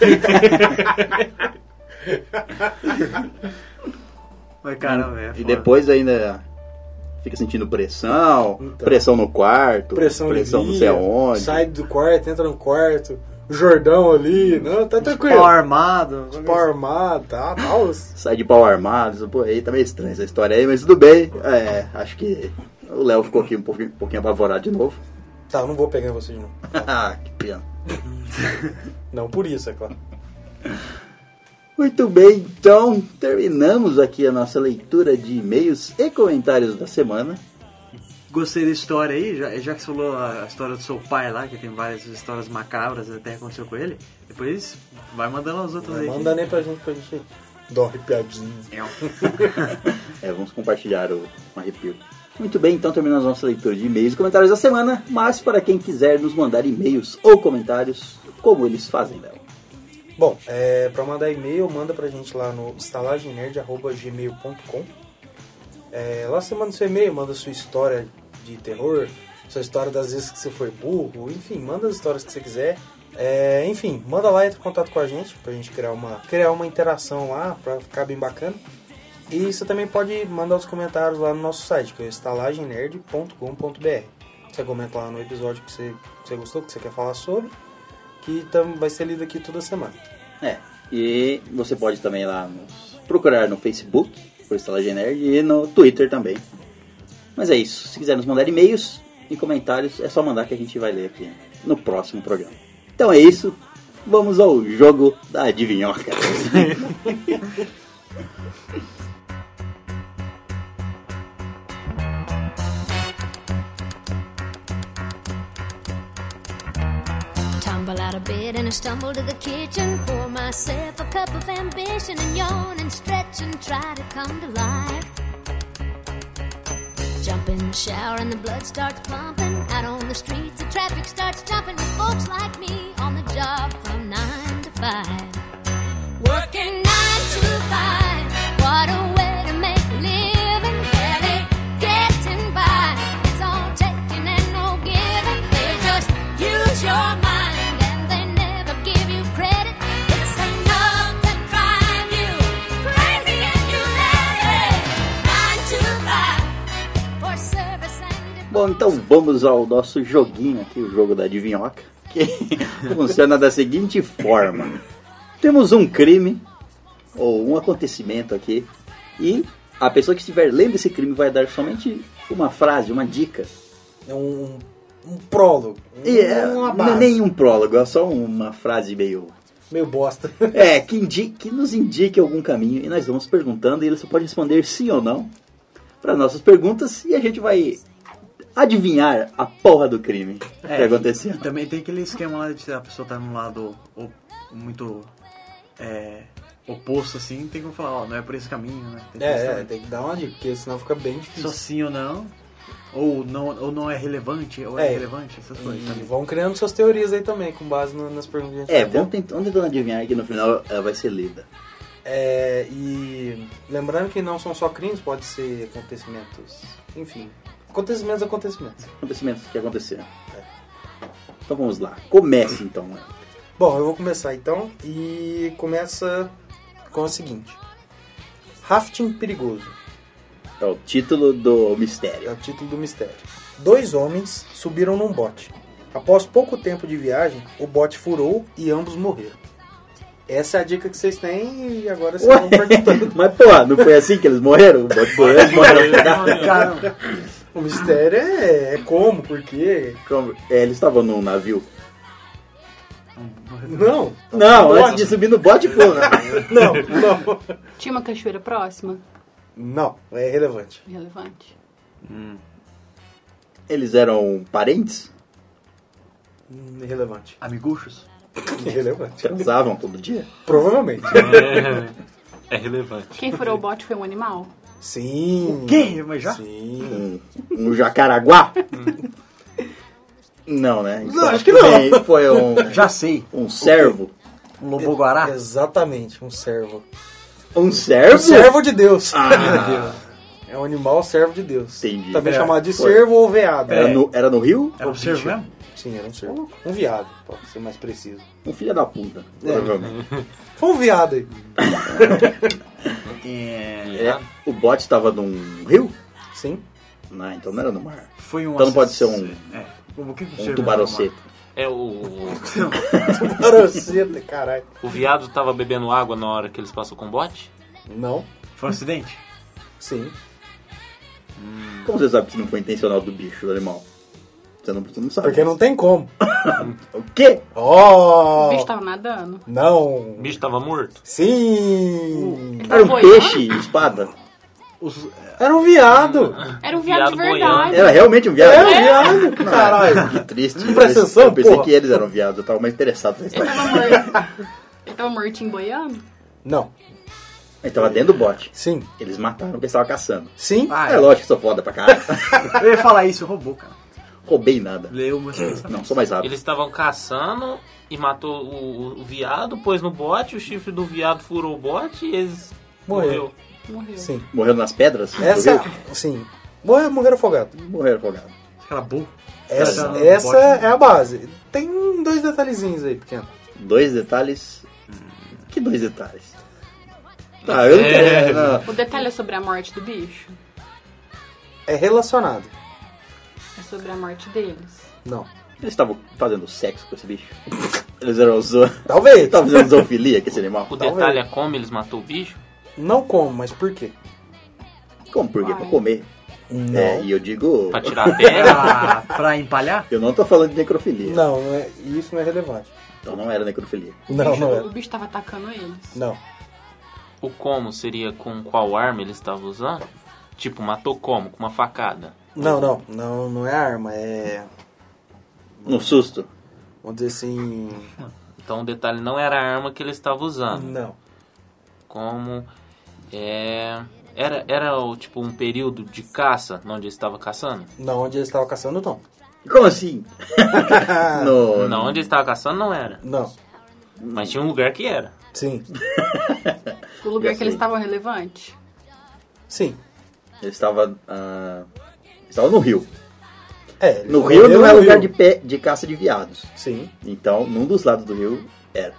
Speaker 4: Mas caramba, é
Speaker 2: E
Speaker 4: foda.
Speaker 2: depois ainda fica sentindo pressão,
Speaker 3: Então.
Speaker 2: pressão no quarto,
Speaker 3: Pressão,
Speaker 2: pressão não
Speaker 3: alivia,
Speaker 2: sei aonde.
Speaker 3: sai do quarto, entra no quarto. O Jordão ali. Não, tá tranquilo.
Speaker 4: Pau armado.
Speaker 3: Pau armado, tá, tá. os-
Speaker 2: Sai de pau armado, pô, aí tá meio estranha essa história aí, mas tudo bem. É, acho que o Léo ficou aqui um pouquinho, um pouquinho apavorado de novo.
Speaker 3: Tá, eu não vou pegar você de novo.
Speaker 2: Ah, que pena.
Speaker 3: Não por isso, é claro.
Speaker 2: Muito bem, então terminamos aqui a nossa leitura de e-mails e comentários da semana.
Speaker 4: Gostei da história aí, já, já que você falou a história do seu pai lá, que tem várias histórias macabras até que aconteceu com ele. Depois vai mandando as outras aí.
Speaker 3: Manda nem pra gente, pra gente dar uma arrepiadinha.
Speaker 2: É, vamos compartilhar o um arrepio. Muito bem, então terminamos a nossa leitura de e-mails e comentários da semana, mas para quem quiser nos mandar e-mails ou comentários, como eles fazem, Léo?
Speaker 3: Bom, é, pra mandar e-mail, manda pra gente lá no estalagemnerd arroba gmail ponto com. É, lá você manda seu e-mail, manda sua história de terror, sua história das vezes que você foi burro, enfim, manda as histórias que você quiser. É, enfim, manda lá, entra em contato com a gente, pra gente criar uma, criar uma interação lá, pra ficar bem bacana. E você também pode mandar os comentários lá no nosso site, que é estalagemnerd ponto com ponto b r. Você comenta lá no episódio que você, que você gostou, que você quer falar sobre, que tam, vai ser lido aqui toda semana.
Speaker 2: É, e você pode também lá nos procurar no Facebook, por Estalagem Nerd, e no Twitter também. Mas é isso, se quiser nos mandar e-mails e comentários, é só mandar que a gente vai ler aqui no próximo programa. Então é isso, vamos ao jogo da adivinhoca.
Speaker 8: Tumble out of bed and I stumble to the kitchen. Pour myself a cup of ambition and yawn and stretch and try to come to life. Jump in the shower and the blood starts pumping. Out on the streets the traffic starts jumping with folks like me on the job from nine to five. Working nine to five. What a way to make a living. Barely getting by. It's all taking and no giving. They just use your mind. It's a
Speaker 2: Bom, então vamos ao nosso joguinho aqui, o jogo da adivinhoca, que funciona da seguinte forma. Temos um crime, ou um acontecimento aqui, e a pessoa que estiver lendo esse crime vai dar somente uma frase, uma dica.
Speaker 3: É um, um prólogo. Um,
Speaker 2: E é,
Speaker 3: uma
Speaker 2: não é
Speaker 3: base.
Speaker 2: nem um prólogo, é só uma frase meio...
Speaker 3: Meio bosta.
Speaker 2: É, que, indique, que nos indique algum caminho, e nós vamos perguntando, e ele só pode responder sim ou não para nossas perguntas, e a gente vai adivinhar a porra do crime que aconteceu.
Speaker 4: E também tem aquele esquema lá de se a pessoa tá num lado o- muito é, oposto assim, tem como falar, ó, não é por esse caminho, né? Tem que
Speaker 3: É,
Speaker 4: pensar,
Speaker 3: é, tem que dar uma dica, porque senão fica bem
Speaker 4: só
Speaker 3: difícil.
Speaker 4: sim ou não, ou não, ou não é relevante, ou é,
Speaker 3: É.
Speaker 4: relevante, essas coisas.
Speaker 3: E
Speaker 4: sabe?
Speaker 3: vão criando suas teorias aí também, com base no- nas perguntas que a gente
Speaker 2: É,
Speaker 3: vai
Speaker 2: vamos,
Speaker 3: tendo.
Speaker 2: tent, vamos tentando adivinhar que no final ela vai ser lida.
Speaker 3: É, e lembrando que não são só crimes, pode ser acontecimentos, enfim, acontecimentos, acontecimentos.
Speaker 2: Acontecimentos que aconteceram. Então vamos lá. Comece então. né?
Speaker 3: Bom, eu vou começar então, e começa com o seguinte. Rafting perigoso.
Speaker 2: É o título do
Speaker 3: É
Speaker 2: mistério.
Speaker 3: o título do mistério. Dois homens subiram num bote. Após pouco tempo de viagem, o bote furou e ambos morreram. Essa é a dica que vocês têm e agora vocês vão perguntando.
Speaker 2: Mas pô, não foi assim que eles morreram? O bote foi, eles morreram.
Speaker 4: Caramba,
Speaker 3: O mistério é, é como, por quê?
Speaker 2: Como- é, eles estavam num navio.
Speaker 3: Não,
Speaker 2: Não,
Speaker 3: bote.
Speaker 2: antes de subir no bote, porra.
Speaker 3: não, não.
Speaker 6: Tinha uma cachoeira próxima?
Speaker 3: Não, é irrelevante.
Speaker 6: Relevante.
Speaker 2: Eles eram parentes?
Speaker 3: Hum, Irrelevante.
Speaker 4: amiguchos.
Speaker 3: Irrelevante.
Speaker 2: Transavam todo dia?
Speaker 3: Provavelmente.
Speaker 5: É, é relevante.
Speaker 6: Quem furou o bote foi um animal?
Speaker 3: Sim.
Speaker 4: O quê? Mas já?
Speaker 3: Sim.
Speaker 2: Um, um jacaraguá? Não, né?
Speaker 3: Não, acho que não.
Speaker 2: Bem, foi um,
Speaker 4: Já sei,
Speaker 2: um servo.
Speaker 4: um lobo-guará.
Speaker 3: Exatamente, um servo.
Speaker 2: Um servo?
Speaker 3: Um servo de Deus.
Speaker 2: Ah,
Speaker 3: É um animal servo de Deus.
Speaker 2: Entendi.
Speaker 3: Também
Speaker 2: É,
Speaker 3: chamado de
Speaker 2: foi.
Speaker 3: servo ou veado.
Speaker 2: era,
Speaker 3: É.
Speaker 2: no, era no rio?
Speaker 4: Era um servo mesmo?
Speaker 3: Sim, era um servo. Um viado, pode ser mais preciso.
Speaker 2: Um filho da puta, provavelmente.
Speaker 3: Foi um viado aí.
Speaker 4: É,
Speaker 2: É, o bote estava num rio?
Speaker 3: Sim.
Speaker 2: Não, então não era no mar.
Speaker 4: foi um
Speaker 2: Então não pode
Speaker 4: assass-
Speaker 2: ser um-
Speaker 4: É. O que que o
Speaker 2: Um
Speaker 4: servo
Speaker 2: tubaroceta.
Speaker 5: É o.
Speaker 3: Paroceta, caralho.
Speaker 5: O viado tava bebendo água na hora que eles passam com o bote?
Speaker 3: Não.
Speaker 4: Foi um acidente?
Speaker 3: Sim.
Speaker 2: Como você sabe que não foi intencional do bicho, do animal? Você não, você não sabe.
Speaker 3: Porque não tem como.
Speaker 2: O quê?
Speaker 3: Oh!
Speaker 6: O bicho tava nadando.
Speaker 3: Não.
Speaker 5: O bicho tava morto?
Speaker 3: Sim.
Speaker 2: Era um
Speaker 6: Foi,
Speaker 2: peixe, espada?
Speaker 4: Os,
Speaker 3: Era um viado.
Speaker 6: Era um viado,
Speaker 5: Viado
Speaker 6: de verdade.
Speaker 2: Era realmente um viado?
Speaker 3: Era um viado. Caralho.
Speaker 2: Que triste.
Speaker 3: Não presta atenção,
Speaker 2: Eu pensei
Speaker 3: porra.
Speaker 2: que eles eram viados, eu tava mais interessado nessa
Speaker 6: Ele
Speaker 2: história.
Speaker 6: tava morto. Ele tava mortinho boiando?
Speaker 3: Não.
Speaker 2: Ele tava dentro do bote.
Speaker 3: Sim.
Speaker 2: Eles mataram porque estavam caçando.
Speaker 3: Sim.
Speaker 4: Ah,
Speaker 2: É lógico que sou foda pra caralho.
Speaker 4: eu ia falar isso, roubou, cara.
Speaker 2: Roubei nada.
Speaker 4: Leu meus pensamentos.
Speaker 2: Não, sou mais rápido.
Speaker 5: Eles estavam caçando e matou o, o viado, pôs no bote, o chifre do viado furou o bote e eles
Speaker 3: Morreu.
Speaker 5: morreu.
Speaker 6: Morreu.
Speaker 3: Sim.
Speaker 2: Morreram nas pedras? do
Speaker 3: Essa.
Speaker 2: rio?
Speaker 3: Sim. Morreram, morreram afogados.
Speaker 2: Morreram afogados.
Speaker 4: Aquela burro.
Speaker 3: Essa,
Speaker 4: Cara, tá no
Speaker 3: essa
Speaker 4: bote, né?
Speaker 3: é a base. Tem dois detalhezinhos aí, pequeno.
Speaker 2: Dois detalhes. Que dois detalhes? Ah, eu não
Speaker 5: É.
Speaker 2: quero. Não.
Speaker 6: O detalhe é sobre a morte do bicho?
Speaker 3: É relacionado.
Speaker 6: É sobre a morte deles?
Speaker 3: Não.
Speaker 2: Eles estavam fazendo sexo com esse bicho. Eles eram zo...
Speaker 3: Talvez.
Speaker 2: estavam fazendo zoofilia com esse animal.
Speaker 5: O
Speaker 3: Talvez.
Speaker 5: detalhe é como eles matou o bicho?
Speaker 3: Não como, mas por quê?
Speaker 2: Como? Por quê? Pra comer.
Speaker 3: Não.
Speaker 2: É, e eu digo.
Speaker 5: Pra tirar a pele?
Speaker 4: Pra, pra empalhar?
Speaker 2: Eu não tô falando de necrofilia.
Speaker 3: Não, não é, isso não é relevante.
Speaker 2: Então não era necrofilia.
Speaker 3: Não,
Speaker 6: bicho,
Speaker 3: não
Speaker 6: O
Speaker 3: é.
Speaker 6: bicho tava atacando eles.
Speaker 3: Não.
Speaker 5: O como seria com qual arma ele estava usando? Tipo, matou como? Com uma facada?
Speaker 3: Não, não. Não, não é arma, é.
Speaker 2: No susto.
Speaker 3: Vamos dizer assim.
Speaker 5: Então o detalhe não era a arma que ele estava usando.
Speaker 3: Não.
Speaker 5: Como é... Era, era o, tipo um período de caça, onde ele estava caçando?
Speaker 3: Não, onde ele estava caçando, não.
Speaker 2: Como assim? no,
Speaker 5: Não, onde ele estava caçando não era.
Speaker 3: Não.
Speaker 5: Mas tinha um lugar que era.
Speaker 3: Sim.
Speaker 6: O lugar
Speaker 2: Já
Speaker 6: que eles
Speaker 2: sei.
Speaker 6: estavam relevante?
Speaker 3: Sim.
Speaker 2: Ele estava. ah, estava no rio.
Speaker 3: É, ele
Speaker 2: No
Speaker 3: morreu
Speaker 2: rio não é
Speaker 3: no
Speaker 2: lugar
Speaker 3: rio.
Speaker 2: de, pé, de caça de viados.
Speaker 3: Sim.
Speaker 2: Então, num dos lados do rio era.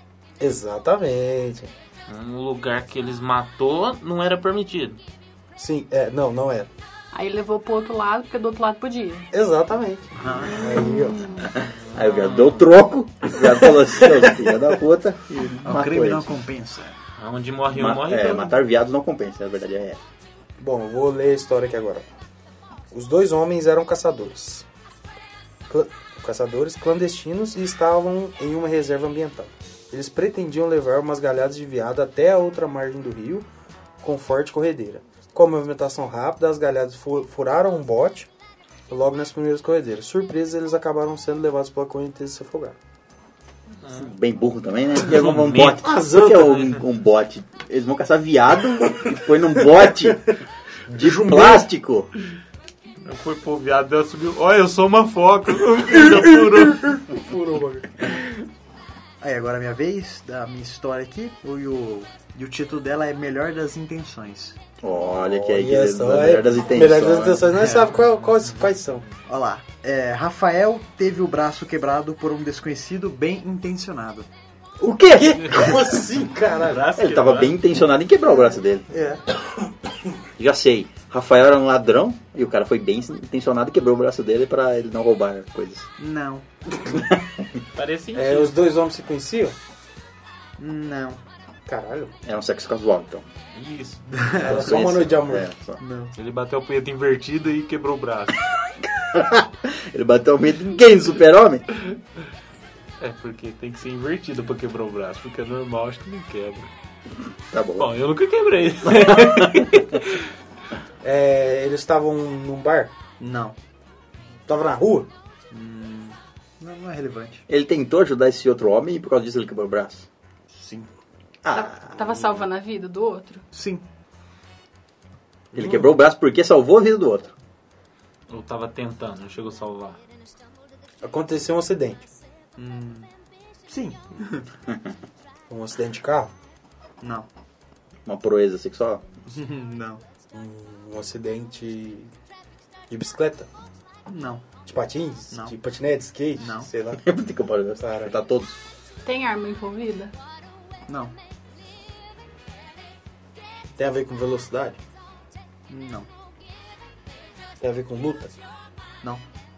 Speaker 3: Exatamente.
Speaker 5: Um lugar que eles matou não era permitido.
Speaker 3: Sim, é, não, não era.
Speaker 6: Aí levou pro outro lado, porque do outro lado podia.
Speaker 3: Exatamente. Aí, ó.
Speaker 2: Aí o viado deu troco, o viado falou assim, seus filha da puta, e
Speaker 4: O
Speaker 2: matou
Speaker 4: crime não
Speaker 2: eles.
Speaker 4: compensa.
Speaker 5: Onde morre um,
Speaker 2: Ma-
Speaker 5: morre
Speaker 2: é,
Speaker 5: todo.
Speaker 2: matar viados não compensa, na verdade é essa.
Speaker 3: Bom, eu vou ler a história aqui agora. Os dois homens eram caçadores. Cla- caçadores clandestinos e estavam em uma reserva ambiental. Eles pretendiam levar umas galhadas de veado até a outra margem do rio com forte corredeira. Com a movimentação rápida, as galhadas fu- furaram um bote logo nas primeiras corredeiras. Surpresos, eles acabaram sendo levados pela correnteza e se afogaram.
Speaker 2: Bem burro também, né? Porque é um, um
Speaker 5: Jumento.
Speaker 2: bote. O que é um, um bote? Eles vão caçar viado e põe num bote de plástico.
Speaker 5: Eu fui pro viado, Deus subiu. Olha, eu sou uma foca. Já furou.
Speaker 3: Furou o bagulho.
Speaker 4: Aí, agora é a minha vez, da minha história aqui. E o, e o título dela é Melhor das Intenções.
Speaker 2: Olha que aí, que
Speaker 3: Olha
Speaker 2: é
Speaker 3: só,
Speaker 2: a melhor das intenções.
Speaker 3: Melhor das intenções, nós sabemos qual, quais, quais são.
Speaker 4: Olha lá. É, Rafael teve o braço quebrado por um desconhecido bem intencionado.
Speaker 2: O quê?
Speaker 3: Como assim, caralho?
Speaker 2: Ele tava bem intencionado em quebrar o braço dele.
Speaker 4: É.
Speaker 2: Já sei. Rafael era um ladrão e o cara foi bem intencionado e quebrou o braço dele pra ele não roubar coisas.
Speaker 4: Não.
Speaker 5: Parecia.
Speaker 3: É, os dois homens se conheciam?
Speaker 4: Não.
Speaker 3: Caralho.
Speaker 2: Era um sexo casual, então.
Speaker 5: Isso.
Speaker 3: Era só uma noite de amor.
Speaker 2: É, só.
Speaker 4: Não.
Speaker 5: Ele bateu o punheta invertido e quebrou o braço.
Speaker 2: Ele bateu o medo em quem? Super-Homem?
Speaker 5: É, porque tem que ser invertido pra quebrar o braço, porque é normal, acho que não quebra.
Speaker 2: Tá bom.
Speaker 5: Bom, eu nunca quebrei.
Speaker 3: É, eles estavam num bar?
Speaker 4: Não.
Speaker 3: Estavam na rua?
Speaker 4: Não, não é relevante.
Speaker 2: Ele tentou ajudar esse outro homem e por causa disso ele quebrou o braço.
Speaker 4: Sim.
Speaker 2: Ah,
Speaker 6: Tava salvando a vida do outro?
Speaker 4: Sim.
Speaker 2: ele quebrou o braço porque salvou a vida do outro.
Speaker 5: Eu tava tentando, não chegou a salvar.
Speaker 3: Aconteceu um acidente.
Speaker 4: Sim.
Speaker 3: Um acidente de carro?
Speaker 4: Não.
Speaker 2: Uma proeza sexual.
Speaker 4: Não.
Speaker 3: Um acidente de bicicleta?
Speaker 4: Não.
Speaker 3: De patins?
Speaker 4: Não.
Speaker 3: De patinete, skate?
Speaker 4: Não.
Speaker 3: Sei lá.
Speaker 2: Tem que comparar,
Speaker 3: Caralho.
Speaker 2: tá todos.
Speaker 6: Tem arma envolvida?
Speaker 4: Não.
Speaker 3: Tem a ver com velocidade?
Speaker 4: Não.
Speaker 3: Tem a ver com luta?
Speaker 4: Não.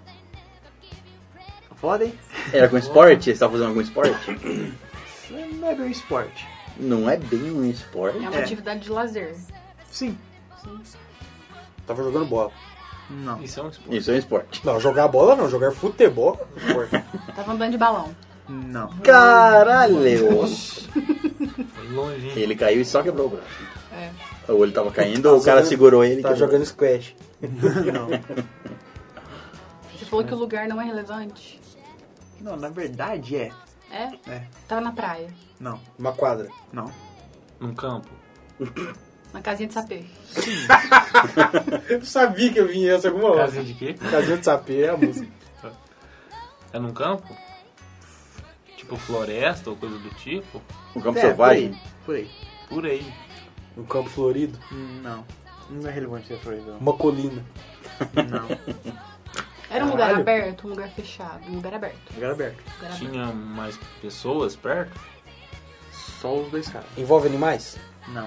Speaker 4: Podem?
Speaker 2: Era com esporte? Você estava fazendo algum esporte?
Speaker 4: Não é bem um esporte.
Speaker 2: Não é bem um esporte.
Speaker 6: É uma
Speaker 4: É.
Speaker 6: atividade de lazer.
Speaker 4: Sim.
Speaker 3: Tava jogando bola.
Speaker 4: Não.
Speaker 5: Isso é um esporte.
Speaker 2: Isso é um esporte.
Speaker 3: Não, jogar bola não, jogar futebol.
Speaker 6: Tava andando de balão.
Speaker 4: Não.
Speaker 2: Caralho!
Speaker 5: Foi longe, hein?
Speaker 2: Ele caiu e só quebrou o braço.
Speaker 6: É.
Speaker 2: Ou ele tava caindo,
Speaker 3: Tá
Speaker 2: ou o cara
Speaker 3: jogando-
Speaker 2: segurou ele e
Speaker 3: Tá
Speaker 2: quebrou.
Speaker 3: jogando squash.
Speaker 4: Não.
Speaker 6: Você falou que o lugar não é relevante.
Speaker 4: Não, na verdade é.
Speaker 6: É?
Speaker 4: É.
Speaker 6: Tava na praia.
Speaker 4: Não.
Speaker 3: Uma quadra.
Speaker 4: Não.
Speaker 5: Num campo.
Speaker 6: Na casinha de sapê.
Speaker 3: Eu sabia que eu vinha essa alguma hora.
Speaker 5: Casinha de quê?
Speaker 3: Casinha de sapê é a música.
Speaker 5: É num campo? Tipo floresta ou coisa do tipo?
Speaker 2: Um campo
Speaker 4: É,
Speaker 2: selvagem.
Speaker 4: Por aí.
Speaker 5: Por aí.
Speaker 3: Um campo florido.
Speaker 4: Por aí. Não. Não é relevante ser florido.
Speaker 3: Uma colina.
Speaker 4: Não.
Speaker 6: Era um lugar
Speaker 3: Caralho.
Speaker 6: aberto, um lugar fechado. Um lugar aberto.
Speaker 4: Lugar aberto.
Speaker 6: Um lugar aberto.
Speaker 5: Tinha mais pessoas perto?
Speaker 4: Só os dois caras.
Speaker 3: Envolve animais?
Speaker 4: Não.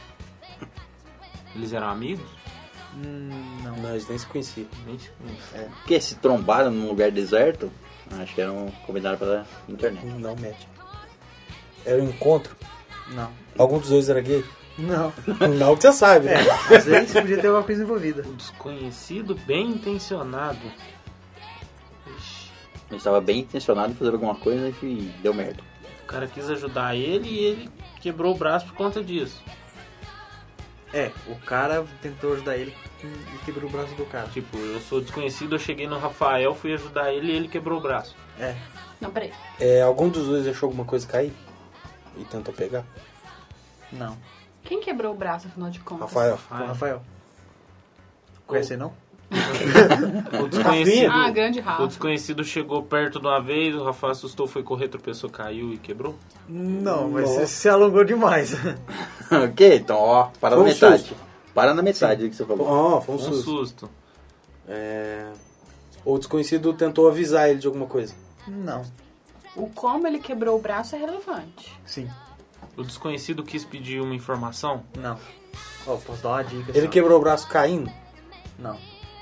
Speaker 5: Eles eram amigos?
Speaker 4: Hum, não.
Speaker 3: Não, eles nem se conheciam.
Speaker 5: Nem se conheciam.
Speaker 2: Porque se trombaram num lugar deserto, acho que eram combinados pela internet.
Speaker 3: Não mete. Era um encontro?
Speaker 4: Não.
Speaker 3: Algum dos dois era gay?
Speaker 4: Não.
Speaker 3: Não que você sabe, né?
Speaker 4: É, às vezes podia ter alguma coisa envolvida.
Speaker 5: Um desconhecido bem intencionado. Ixi,
Speaker 2: Ele estava bem intencionado em fazer alguma coisa e deu merda.
Speaker 5: o cara quis ajudar ele e ele quebrou o braço por conta disso.
Speaker 4: É, o cara tentou ajudar ele e quebrou o braço do cara.
Speaker 5: Tipo, eu sou desconhecido, eu cheguei no Rafael, fui ajudar ele e ele quebrou o braço.
Speaker 4: É.
Speaker 6: Não, peraí.
Speaker 3: É, algum dos dois deixou alguma coisa cair? E tentou pegar?
Speaker 4: Não.
Speaker 6: Quem quebrou o braço, afinal de contas?
Speaker 3: Rafael.
Speaker 4: Foi o Rafael. Conhece ele não?
Speaker 5: O desconhecido,
Speaker 6: Ah, grande
Speaker 5: o
Speaker 6: Rafa.
Speaker 5: desconhecido chegou perto de uma vez, o Rafael assustou, foi correr, tropeçou, caiu e quebrou.
Speaker 4: Não, mas
Speaker 3: Nossa.
Speaker 4: você se alongou demais.
Speaker 2: Ok, então ó, para
Speaker 3: Foi
Speaker 2: na
Speaker 3: um
Speaker 2: metade.
Speaker 3: susto.
Speaker 2: Para na metade do que você falou.
Speaker 3: Ó, foi um
Speaker 5: Um
Speaker 3: susto.
Speaker 5: susto.
Speaker 3: É... O desconhecido tentou avisar ele de alguma coisa.
Speaker 4: Não.
Speaker 6: O como ele quebrou o braço é relevante.
Speaker 4: Sim.
Speaker 5: O desconhecido quis pedir uma informação.
Speaker 4: Não. Ó, posso dar uma dica?
Speaker 3: Ele
Speaker 4: só.
Speaker 3: quebrou o braço caindo?
Speaker 4: Não.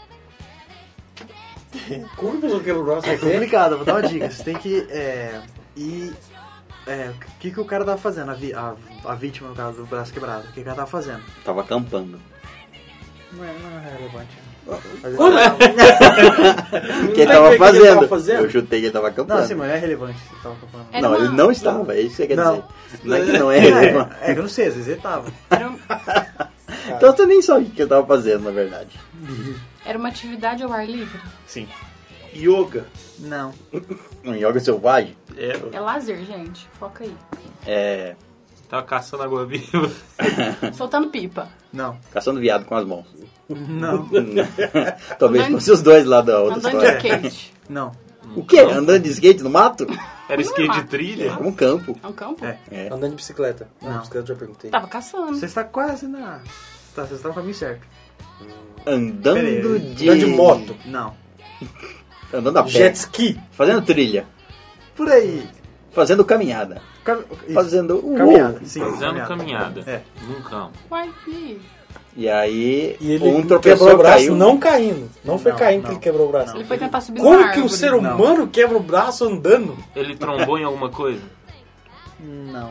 Speaker 3: Como a pessoa quebra o braço?
Speaker 4: É
Speaker 3: a pé?
Speaker 4: complicado, vou dar uma dica. Você tem que é, ir... É, o que, que o cara tava fazendo? A, vi, a, a vítima, no caso, do braço quebrado. O que, que ela tava fazendo?
Speaker 2: Tava acampando.
Speaker 4: Não é, não é relevante.
Speaker 3: Como é?
Speaker 2: O que ele
Speaker 3: Aí, o que
Speaker 2: tava
Speaker 3: que ele
Speaker 2: fazendo?
Speaker 3: tava fazendo?
Speaker 2: Eu chutei que ele tava acampando.
Speaker 4: Não, assim, mas não é relevante. Você tava falando.
Speaker 6: Era
Speaker 2: Não,
Speaker 6: uma-
Speaker 2: ele não estava, é isso que você quer
Speaker 4: Não.
Speaker 2: dizer. Não é que não é relevante.
Speaker 4: É, é que eu não sei, às vezes ele tava.
Speaker 6: Era, um-
Speaker 2: Então você nem sabe o que ele tava fazendo, na verdade.
Speaker 6: era uma atividade ao ar livre.
Speaker 4: Sim.
Speaker 3: Yoga.
Speaker 4: Não.
Speaker 2: Um yoga selvagem
Speaker 6: É lazer, gente. Foca aí.
Speaker 2: é
Speaker 5: Tava caçando água viva.
Speaker 6: Soltando pipa.
Speaker 4: Não.
Speaker 2: caçando viado com as mãos.
Speaker 4: Não.
Speaker 2: Talvez
Speaker 6: Andando-
Speaker 2: fosse os dois lá da outra
Speaker 6: Andando de
Speaker 2: história.
Speaker 6: skate.
Speaker 4: Não.
Speaker 2: O quê? Andando de skate no mato?
Speaker 5: Era skate
Speaker 6: Não,
Speaker 5: de trilha?
Speaker 2: É um campo.
Speaker 6: É um campo?
Speaker 4: É.
Speaker 2: É.
Speaker 3: Andando de bicicleta. Não,
Speaker 4: Não.
Speaker 3: bicicleta eu já perguntei.
Speaker 6: Tava caçando.
Speaker 4: Você está quase na... Tá, você está no caminho certo.
Speaker 2: Andando
Speaker 4: Peraí,
Speaker 2: de...
Speaker 3: Andando de moto.
Speaker 4: Não.
Speaker 2: Andando a pé.
Speaker 3: Jet ski.
Speaker 2: Fazendo trilha.
Speaker 4: Por aí.
Speaker 2: Fazendo caminhada.
Speaker 4: Cam... isso.
Speaker 2: Fazendo... uh,
Speaker 4: Caminhada. Sim,
Speaker 5: Fazendo caminhada.
Speaker 4: É.
Speaker 5: Num campo.
Speaker 6: Uai, e
Speaker 2: E aí,
Speaker 3: E ele
Speaker 2: um
Speaker 3: quebrou
Speaker 2: tropeçou,
Speaker 3: o braço
Speaker 2: caiu.
Speaker 3: não caindo. Não foi
Speaker 4: Não,
Speaker 3: caindo
Speaker 4: não.
Speaker 3: que ele quebrou o braço.
Speaker 6: ele foi tentar subir
Speaker 3: Como
Speaker 6: numa
Speaker 3: que o
Speaker 6: árvore.
Speaker 3: ser
Speaker 4: Não.
Speaker 3: humano quebra o braço andando?
Speaker 5: Ele trombou em alguma coisa?
Speaker 4: Não.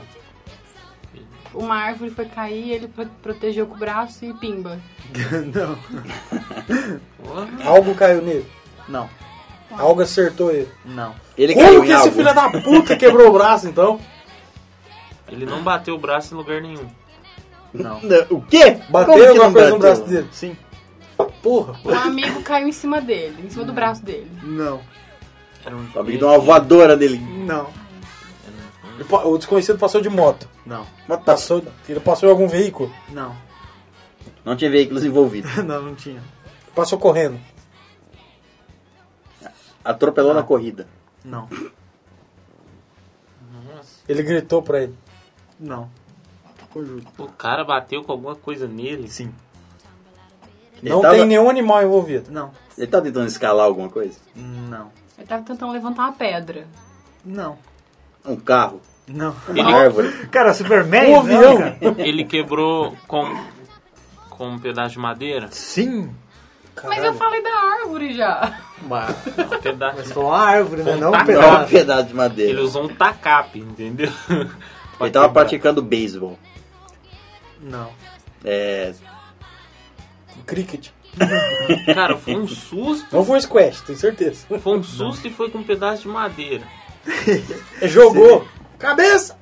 Speaker 6: Uma árvore foi cair, ele pro- protegeu com o braço e pimba.
Speaker 4: Não.
Speaker 5: Porra.
Speaker 3: Algo caiu nele.
Speaker 4: Não.
Speaker 3: Algo acertou ele.
Speaker 4: Não.
Speaker 2: Ele caiu
Speaker 3: Como
Speaker 2: em
Speaker 3: que esse
Speaker 2: algo.
Speaker 3: filho da puta quebrou o braço, então?
Speaker 5: Ele não bateu o braço em lugar nenhum.
Speaker 4: Não.
Speaker 2: Não, o quê?
Speaker 3: Bateu
Speaker 2: Como que
Speaker 3: alguma
Speaker 2: não
Speaker 3: coisa no
Speaker 2: bateu?
Speaker 3: braço dele?
Speaker 4: Sim.
Speaker 3: Porra.
Speaker 6: Um amigo caiu em cima dele, em cima do braço dele.
Speaker 4: Não.
Speaker 5: Era um
Speaker 2: O amigo deu uma voadora nele.
Speaker 4: Não.
Speaker 3: Ele pa- O desconhecido passou de moto.
Speaker 4: Não.
Speaker 3: Passou, ele passou em algum veículo.
Speaker 4: Não.
Speaker 2: Não tinha veículos envolvidos.
Speaker 4: Não, não tinha.
Speaker 3: Passou correndo.
Speaker 2: Atropelou na corrida.
Speaker 4: Não.
Speaker 3: Ele gritou pra ele.
Speaker 4: Não.
Speaker 5: O cara bateu com alguma coisa nele.
Speaker 4: Sim.
Speaker 2: Ele
Speaker 3: Não
Speaker 2: tava-
Speaker 3: tem nenhum animal envolvido.
Speaker 4: Não.
Speaker 2: Ele tá tentando escalar alguma coisa?
Speaker 4: Não.
Speaker 6: Ele tava tentando levantar uma pedra.
Speaker 4: Não.
Speaker 2: Um carro?
Speaker 4: Não.
Speaker 2: Uma árvore?
Speaker 4: Cara, Superman?
Speaker 3: Um
Speaker 4: não,
Speaker 3: avião.
Speaker 4: cara.
Speaker 5: Ele quebrou com, com um pedaço de madeira.
Speaker 4: Sim.
Speaker 6: Mas eu falei da árvore já.
Speaker 4: Mas
Speaker 5: Um pedaço
Speaker 4: mas
Speaker 5: de...
Speaker 4: foi uma árvore, né?
Speaker 5: Foi um
Speaker 4: Não um
Speaker 5: tacape.
Speaker 2: Não, um
Speaker 4: pedaço.
Speaker 2: pedaço de madeira.
Speaker 5: Ele usou um tacape, entendeu?
Speaker 2: Ele tava praticando beisebol.
Speaker 4: Não.
Speaker 2: É...
Speaker 3: Cricket.
Speaker 5: Cara, foi um susto.
Speaker 3: Não foi squash, tenho certeza.
Speaker 5: Foi um susto e foi com um pedaço de madeira.
Speaker 3: Ele jogou. Cabeça!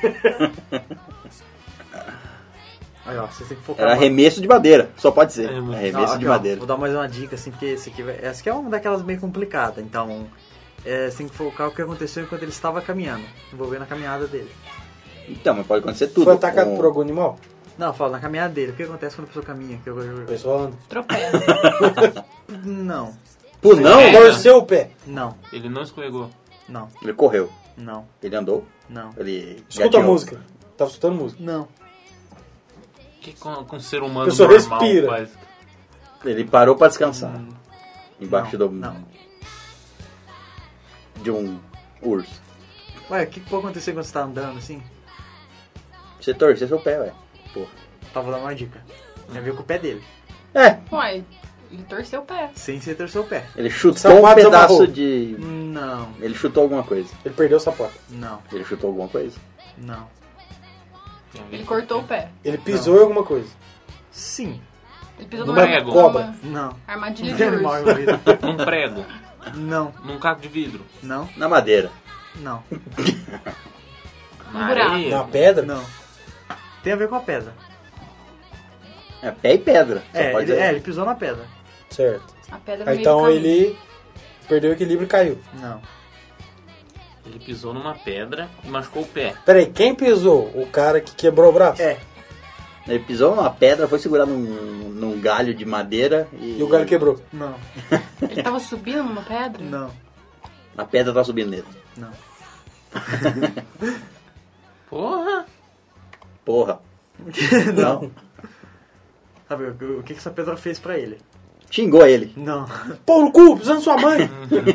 Speaker 4: Aí, ó, vocês têm que focar.
Speaker 2: Era
Speaker 4: mais.
Speaker 2: arremesso de madeira. Só pode ser.
Speaker 5: É, mas-
Speaker 2: Arremesso
Speaker 4: Não,
Speaker 2: de
Speaker 4: aqui, ó,
Speaker 2: madeira.
Speaker 4: Vou dar mais uma dica, assim, porque esse aqui, vai- essa aqui é uma daquelas meio complicada. Então, é, você tem que focar o que aconteceu enquanto ele estava caminhando, envolvendo a caminhada dele.
Speaker 2: Então, mas pode acontecer tudo.
Speaker 3: Foi atacado
Speaker 2: Com-
Speaker 3: por algum animal?
Speaker 4: Não, eu falo na caminhada dele. O que acontece quando a pessoa caminha? Que eu- eu-
Speaker 3: O
Speaker 4: eu-
Speaker 3: pessoal anda.
Speaker 6: Tropeça.
Speaker 4: Não,
Speaker 2: Por não,
Speaker 5: É.
Speaker 3: Torceu o pé.
Speaker 4: não,
Speaker 5: Ele não escorregou.
Speaker 4: não,
Speaker 2: ele correu.
Speaker 4: não,
Speaker 2: Ele andou.
Speaker 4: não,
Speaker 2: Ele
Speaker 3: Escuta a
Speaker 2: gateou.
Speaker 3: música. Tava escutando música.
Speaker 4: não,
Speaker 5: O que com, com um ser humano
Speaker 3: A pessoa
Speaker 5: normal
Speaker 3: respira.
Speaker 5: faz?
Speaker 2: Ele parou pra descansar. Embaixo
Speaker 4: não,
Speaker 2: do...
Speaker 4: não.
Speaker 2: de um urso.
Speaker 4: Ué, o que que pode acontecer quando você tá andando assim?
Speaker 2: Você torceu seu pé, ué. Porra.
Speaker 4: Tava dando uma dica. Tem a ver com o pé dele.
Speaker 2: É,
Speaker 6: Uai, ele torceu o pé.
Speaker 4: Sem você torcer o pé.
Speaker 2: ele chutou
Speaker 3: Sapato
Speaker 2: um pedaço
Speaker 3: amarrou.
Speaker 2: de...
Speaker 4: Não,
Speaker 2: Ele chutou alguma coisa.
Speaker 3: Ele perdeu o sapato.
Speaker 4: não,
Speaker 2: Ele chutou alguma coisa?
Speaker 4: não.
Speaker 6: Ele cortou o pé.
Speaker 3: Ele pisou em alguma coisa.
Speaker 4: Sim,
Speaker 6: Ele pisou
Speaker 5: Numa
Speaker 6: numa
Speaker 5: prego.
Speaker 3: cobra.
Speaker 4: não.
Speaker 6: armadilha
Speaker 4: Não
Speaker 6: de
Speaker 4: tem animal
Speaker 6: urso.
Speaker 4: envolvido.
Speaker 5: Num prego.
Speaker 4: Não,
Speaker 5: Num caco de vidro.
Speaker 4: não,
Speaker 2: Na madeira.
Speaker 4: não,
Speaker 5: Na
Speaker 6: Um buraco.
Speaker 5: areia.
Speaker 3: Na pedra?
Speaker 4: não. Tem a ver com a pedra.
Speaker 2: É pé e pedra. Só
Speaker 4: É
Speaker 2: pode
Speaker 4: ele,
Speaker 2: dizer.
Speaker 4: é, ele pisou na pedra.
Speaker 3: Certo.
Speaker 6: A pedra no
Speaker 3: Aí,
Speaker 6: meio
Speaker 3: então
Speaker 6: do caminho.
Speaker 3: ele perdeu o equilíbrio e caiu.
Speaker 4: Não.
Speaker 5: Ele pisou numa pedra e machucou o pé.
Speaker 3: Peraí, quem pisou? O cara que quebrou o braço?
Speaker 4: É,
Speaker 2: Ele pisou numa pedra, foi segurar num, num galho de madeira e...
Speaker 3: E o galho quebrou.
Speaker 4: não,
Speaker 6: Ele tava subindo numa pedra?
Speaker 4: não,
Speaker 2: A pedra tá subindo nele.
Speaker 4: não.
Speaker 5: Porra!
Speaker 2: Porra.
Speaker 4: Não. Sabe, o, o que que essa pedra fez pra ele?
Speaker 2: Xingou ele.
Speaker 4: Não.
Speaker 3: Pô no cu, pisando sua mãe!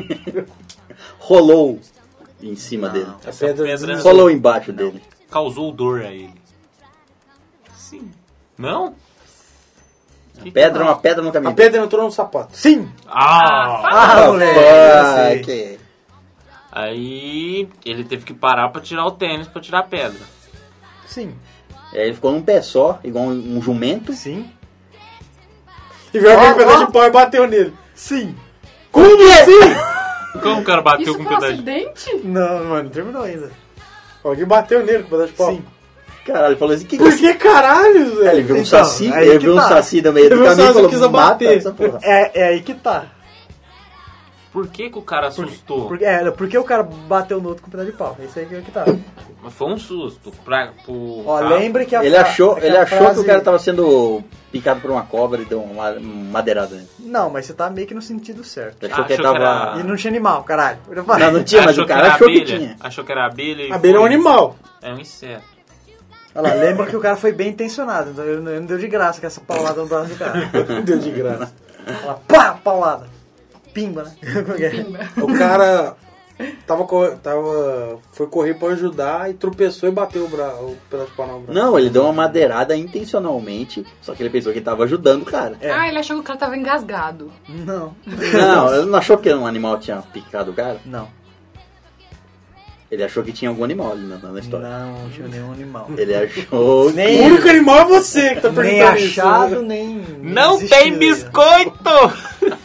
Speaker 2: Rolou em cima
Speaker 4: Não.
Speaker 2: dele.
Speaker 3: A
Speaker 5: Essa
Speaker 3: pedra
Speaker 5: pedra-
Speaker 3: deslizou.
Speaker 2: Rolou embaixo dele.
Speaker 5: Causou dor a ele. Sim. Não?
Speaker 2: A pedra, uma pedra no
Speaker 3: A
Speaker 2: caminho.
Speaker 3: pedra entrou no sapato.
Speaker 7: Sim!
Speaker 5: Ah!
Speaker 7: Ah, moleque!
Speaker 2: Ah,
Speaker 7: eu sei.
Speaker 2: que...
Speaker 5: Aí ele teve que parar pra tirar o tênis, pra tirar a pedra.
Speaker 7: Sim.
Speaker 2: Aí ele ficou num pé só, igual um jumento.
Speaker 7: Sim.
Speaker 3: E veio
Speaker 7: Ó,
Speaker 3: aquele pedaço
Speaker 7: ó.
Speaker 3: de pau e bateu nele.
Speaker 7: Sim.
Speaker 3: Como assim?
Speaker 5: Como o cara bateu
Speaker 6: Isso
Speaker 5: com um
Speaker 6: foi um
Speaker 5: pedaço de...
Speaker 6: acidente?
Speaker 7: Não, mano, não terminou ainda.
Speaker 3: Alguém bateu nele com o pedaço de pau.
Speaker 7: Sim.
Speaker 2: Caralho, ele falou assim, que
Speaker 3: Por que caralho,
Speaker 2: É, ele
Speaker 3: velho?
Speaker 2: viu um
Speaker 7: Então,
Speaker 2: saci,
Speaker 7: aí
Speaker 2: ele
Speaker 7: que
Speaker 2: viu um
Speaker 7: tá.
Speaker 2: saci no meio
Speaker 3: Ele
Speaker 2: do
Speaker 3: viu um
Speaker 2: caminho e
Speaker 3: saci,
Speaker 2: falou,
Speaker 3: quis
Speaker 2: mata
Speaker 3: abater.
Speaker 2: essa porra.
Speaker 7: É, é aí que tá.
Speaker 5: Por que que o cara assustou?
Speaker 7: Porque, é, porque o cara bateu no outro com um pedaço de pau. Isso aí que é que tá.
Speaker 5: Mas foi um susto. Pra, pro
Speaker 7: Ó,
Speaker 5: cara.
Speaker 7: lembre que a
Speaker 2: Ele
Speaker 7: fra-
Speaker 2: achou,
Speaker 7: que
Speaker 2: ele
Speaker 7: a
Speaker 2: achou
Speaker 7: frase-
Speaker 2: que o cara tava sendo picado por uma cobra e deu uma madeirada nele.
Speaker 7: Não, mas você tá meio que no sentido certo.
Speaker 2: Ele achou que ele
Speaker 5: Achou que
Speaker 2: tava...
Speaker 5: era-
Speaker 7: E não tinha animal, caralho. Eu já falei.
Speaker 2: Não, não tinha, mas
Speaker 5: Achou
Speaker 2: o cara
Speaker 5: era
Speaker 2: achou que
Speaker 5: abelha.
Speaker 2: tinha.
Speaker 5: Achou que era abelha e
Speaker 3: A abelha é um
Speaker 5: foi-
Speaker 3: animal.
Speaker 5: É um inseto.
Speaker 7: Olha lá, lembra que o cara foi bem intencionado. Então ele não ele não deu de graça com essa paulada no braço do cara.
Speaker 3: Deu de graça.
Speaker 7: Olha lá, pá, paulada. Pimba, né? Como é que é?
Speaker 6: Pimba.
Speaker 3: O cara tava, cor- tava, foi correr pra ajudar e tropeçou e bateu o, bra... o pedaço de pau no braço.
Speaker 2: Não, ele deu uma madeirada intencionalmente, só que ele pensou que ele tava ajudando o cara.
Speaker 7: É.
Speaker 6: Ah, ele achou que o cara tava engasgado.
Speaker 7: Não.
Speaker 2: Não, ele não achou que um animal tinha picado o cara.
Speaker 7: Não.
Speaker 2: Ele achou que tinha algum animal ali na, na história.
Speaker 7: Não, não tinha nenhum animal.
Speaker 2: Ele achou que...
Speaker 7: Nem-
Speaker 3: O único animal é você que tá perguntando
Speaker 7: Nem
Speaker 3: isso.
Speaker 7: achado, nem. nem
Speaker 5: Não
Speaker 7: existiu,
Speaker 5: tem
Speaker 7: né?
Speaker 5: biscoito!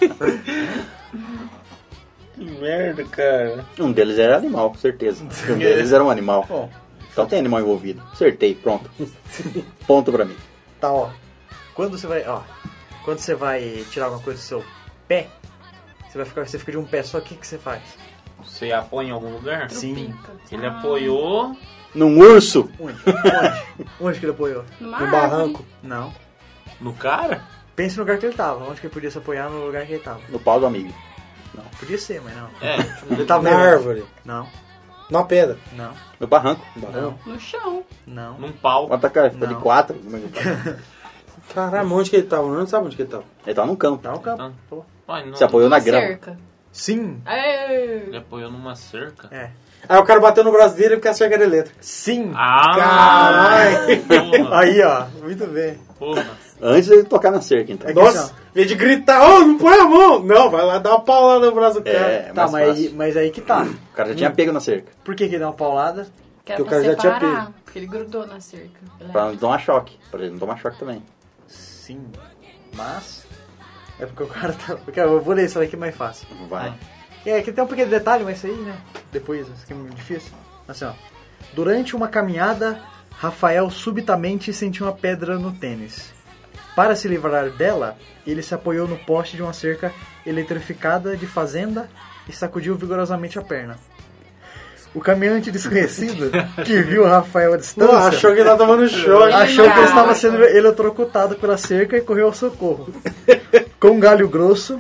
Speaker 5: Que merda, cara.
Speaker 2: Um deles era animal, com certeza. Um deles era um animal.
Speaker 7: Bom,
Speaker 2: Então tem animal envolvido. Acertei, pronto. Ponto pra mim.
Speaker 7: tá, ó. Quando você vai, ó. Quando você vai tirar alguma coisa do seu pé, você vai ficar, você fica de um pé só, o que que você faz?
Speaker 5: Você apoia em algum lugar?
Speaker 7: Sim.
Speaker 5: Ele apoiou.
Speaker 2: Num urso?
Speaker 7: Onde? Onde? Onde que ele apoiou?
Speaker 6: Numa
Speaker 3: No
Speaker 6: árvore.
Speaker 3: barranco.
Speaker 7: Não.
Speaker 5: No cara?
Speaker 7: Pense no lugar que ele tava. Onde que ele podia se apoiar no lugar que ele tava?
Speaker 2: No pau do amigo.
Speaker 7: Podia ser, mas não.
Speaker 5: É.
Speaker 7: Ele tava
Speaker 3: Na
Speaker 7: meio-
Speaker 3: árvore.
Speaker 7: Não,
Speaker 3: Na pedra.
Speaker 7: não,
Speaker 2: No barranco.
Speaker 7: não,
Speaker 6: No chão.
Speaker 7: não.
Speaker 5: Num pau.
Speaker 2: Quanto cara? Ficou de
Speaker 7: Não.
Speaker 2: quatro? Como é que tá?
Speaker 3: Caralho, onde que ele tava? Não sabe onde que ele tava.
Speaker 2: Ele tava num campo.
Speaker 7: Tá no campo.
Speaker 5: Não.
Speaker 7: Pô.
Speaker 5: Ué, não.
Speaker 2: Se apoiou na
Speaker 6: Numa
Speaker 2: grama.
Speaker 6: cerca.
Speaker 7: Sim.
Speaker 6: Ei.
Speaker 5: Ele apoiou numa cerca.
Speaker 7: É.
Speaker 3: Aí o cara bateu no braço dele porque a cerca era elétrica.
Speaker 7: Sim.
Speaker 5: Ah!
Speaker 3: Caralho.
Speaker 5: Porra,
Speaker 7: Aí, ó. Muito bem.
Speaker 5: porra.
Speaker 2: Antes de ele tocar na cerca, então.
Speaker 7: É que
Speaker 3: Nossa,
Speaker 7: assim,
Speaker 3: em vez de gritar, ô, não põe a mão. Não, vai lá dar uma paulada no braço do cara.
Speaker 2: É,
Speaker 7: tá,
Speaker 2: mais
Speaker 7: mas,
Speaker 2: fácil.
Speaker 7: aí- mas aí que tá.
Speaker 2: O cara já tinha pego na cerca.
Speaker 7: Por que que ele deu uma paulada?
Speaker 6: Que era
Speaker 3: Que o
Speaker 6: pra
Speaker 3: cara já tinha
Speaker 6: separar.
Speaker 3: pego.
Speaker 6: Porque ele grudou na cerca.
Speaker 2: Pra não tomar choque. Pra ele não tomar choque também.
Speaker 7: Sim. Mas... É porque o cara tá... Porque eu vou ler isso aqui mais fácil.
Speaker 2: Vai.
Speaker 7: É, que tem um pequeno detalhe, mas isso aí, né? Depois, isso aqui é muito difícil. Assim, ó. Durante uma caminhada, Rafael subitamente sentiu uma pedra no tênis. Para se livrar dela, ele se apoiou no poste de uma cerca eletrificada de fazenda e sacudiu vigorosamente a perna. O caminhante desconhecido, que viu Rafael à distância,
Speaker 3: Não, achou que ele tava tomando choque.
Speaker 7: achou que ele
Speaker 6: Não.
Speaker 7: estava sendo eletrocutado pela cerca e correu ao socorro. Com um galho grosso,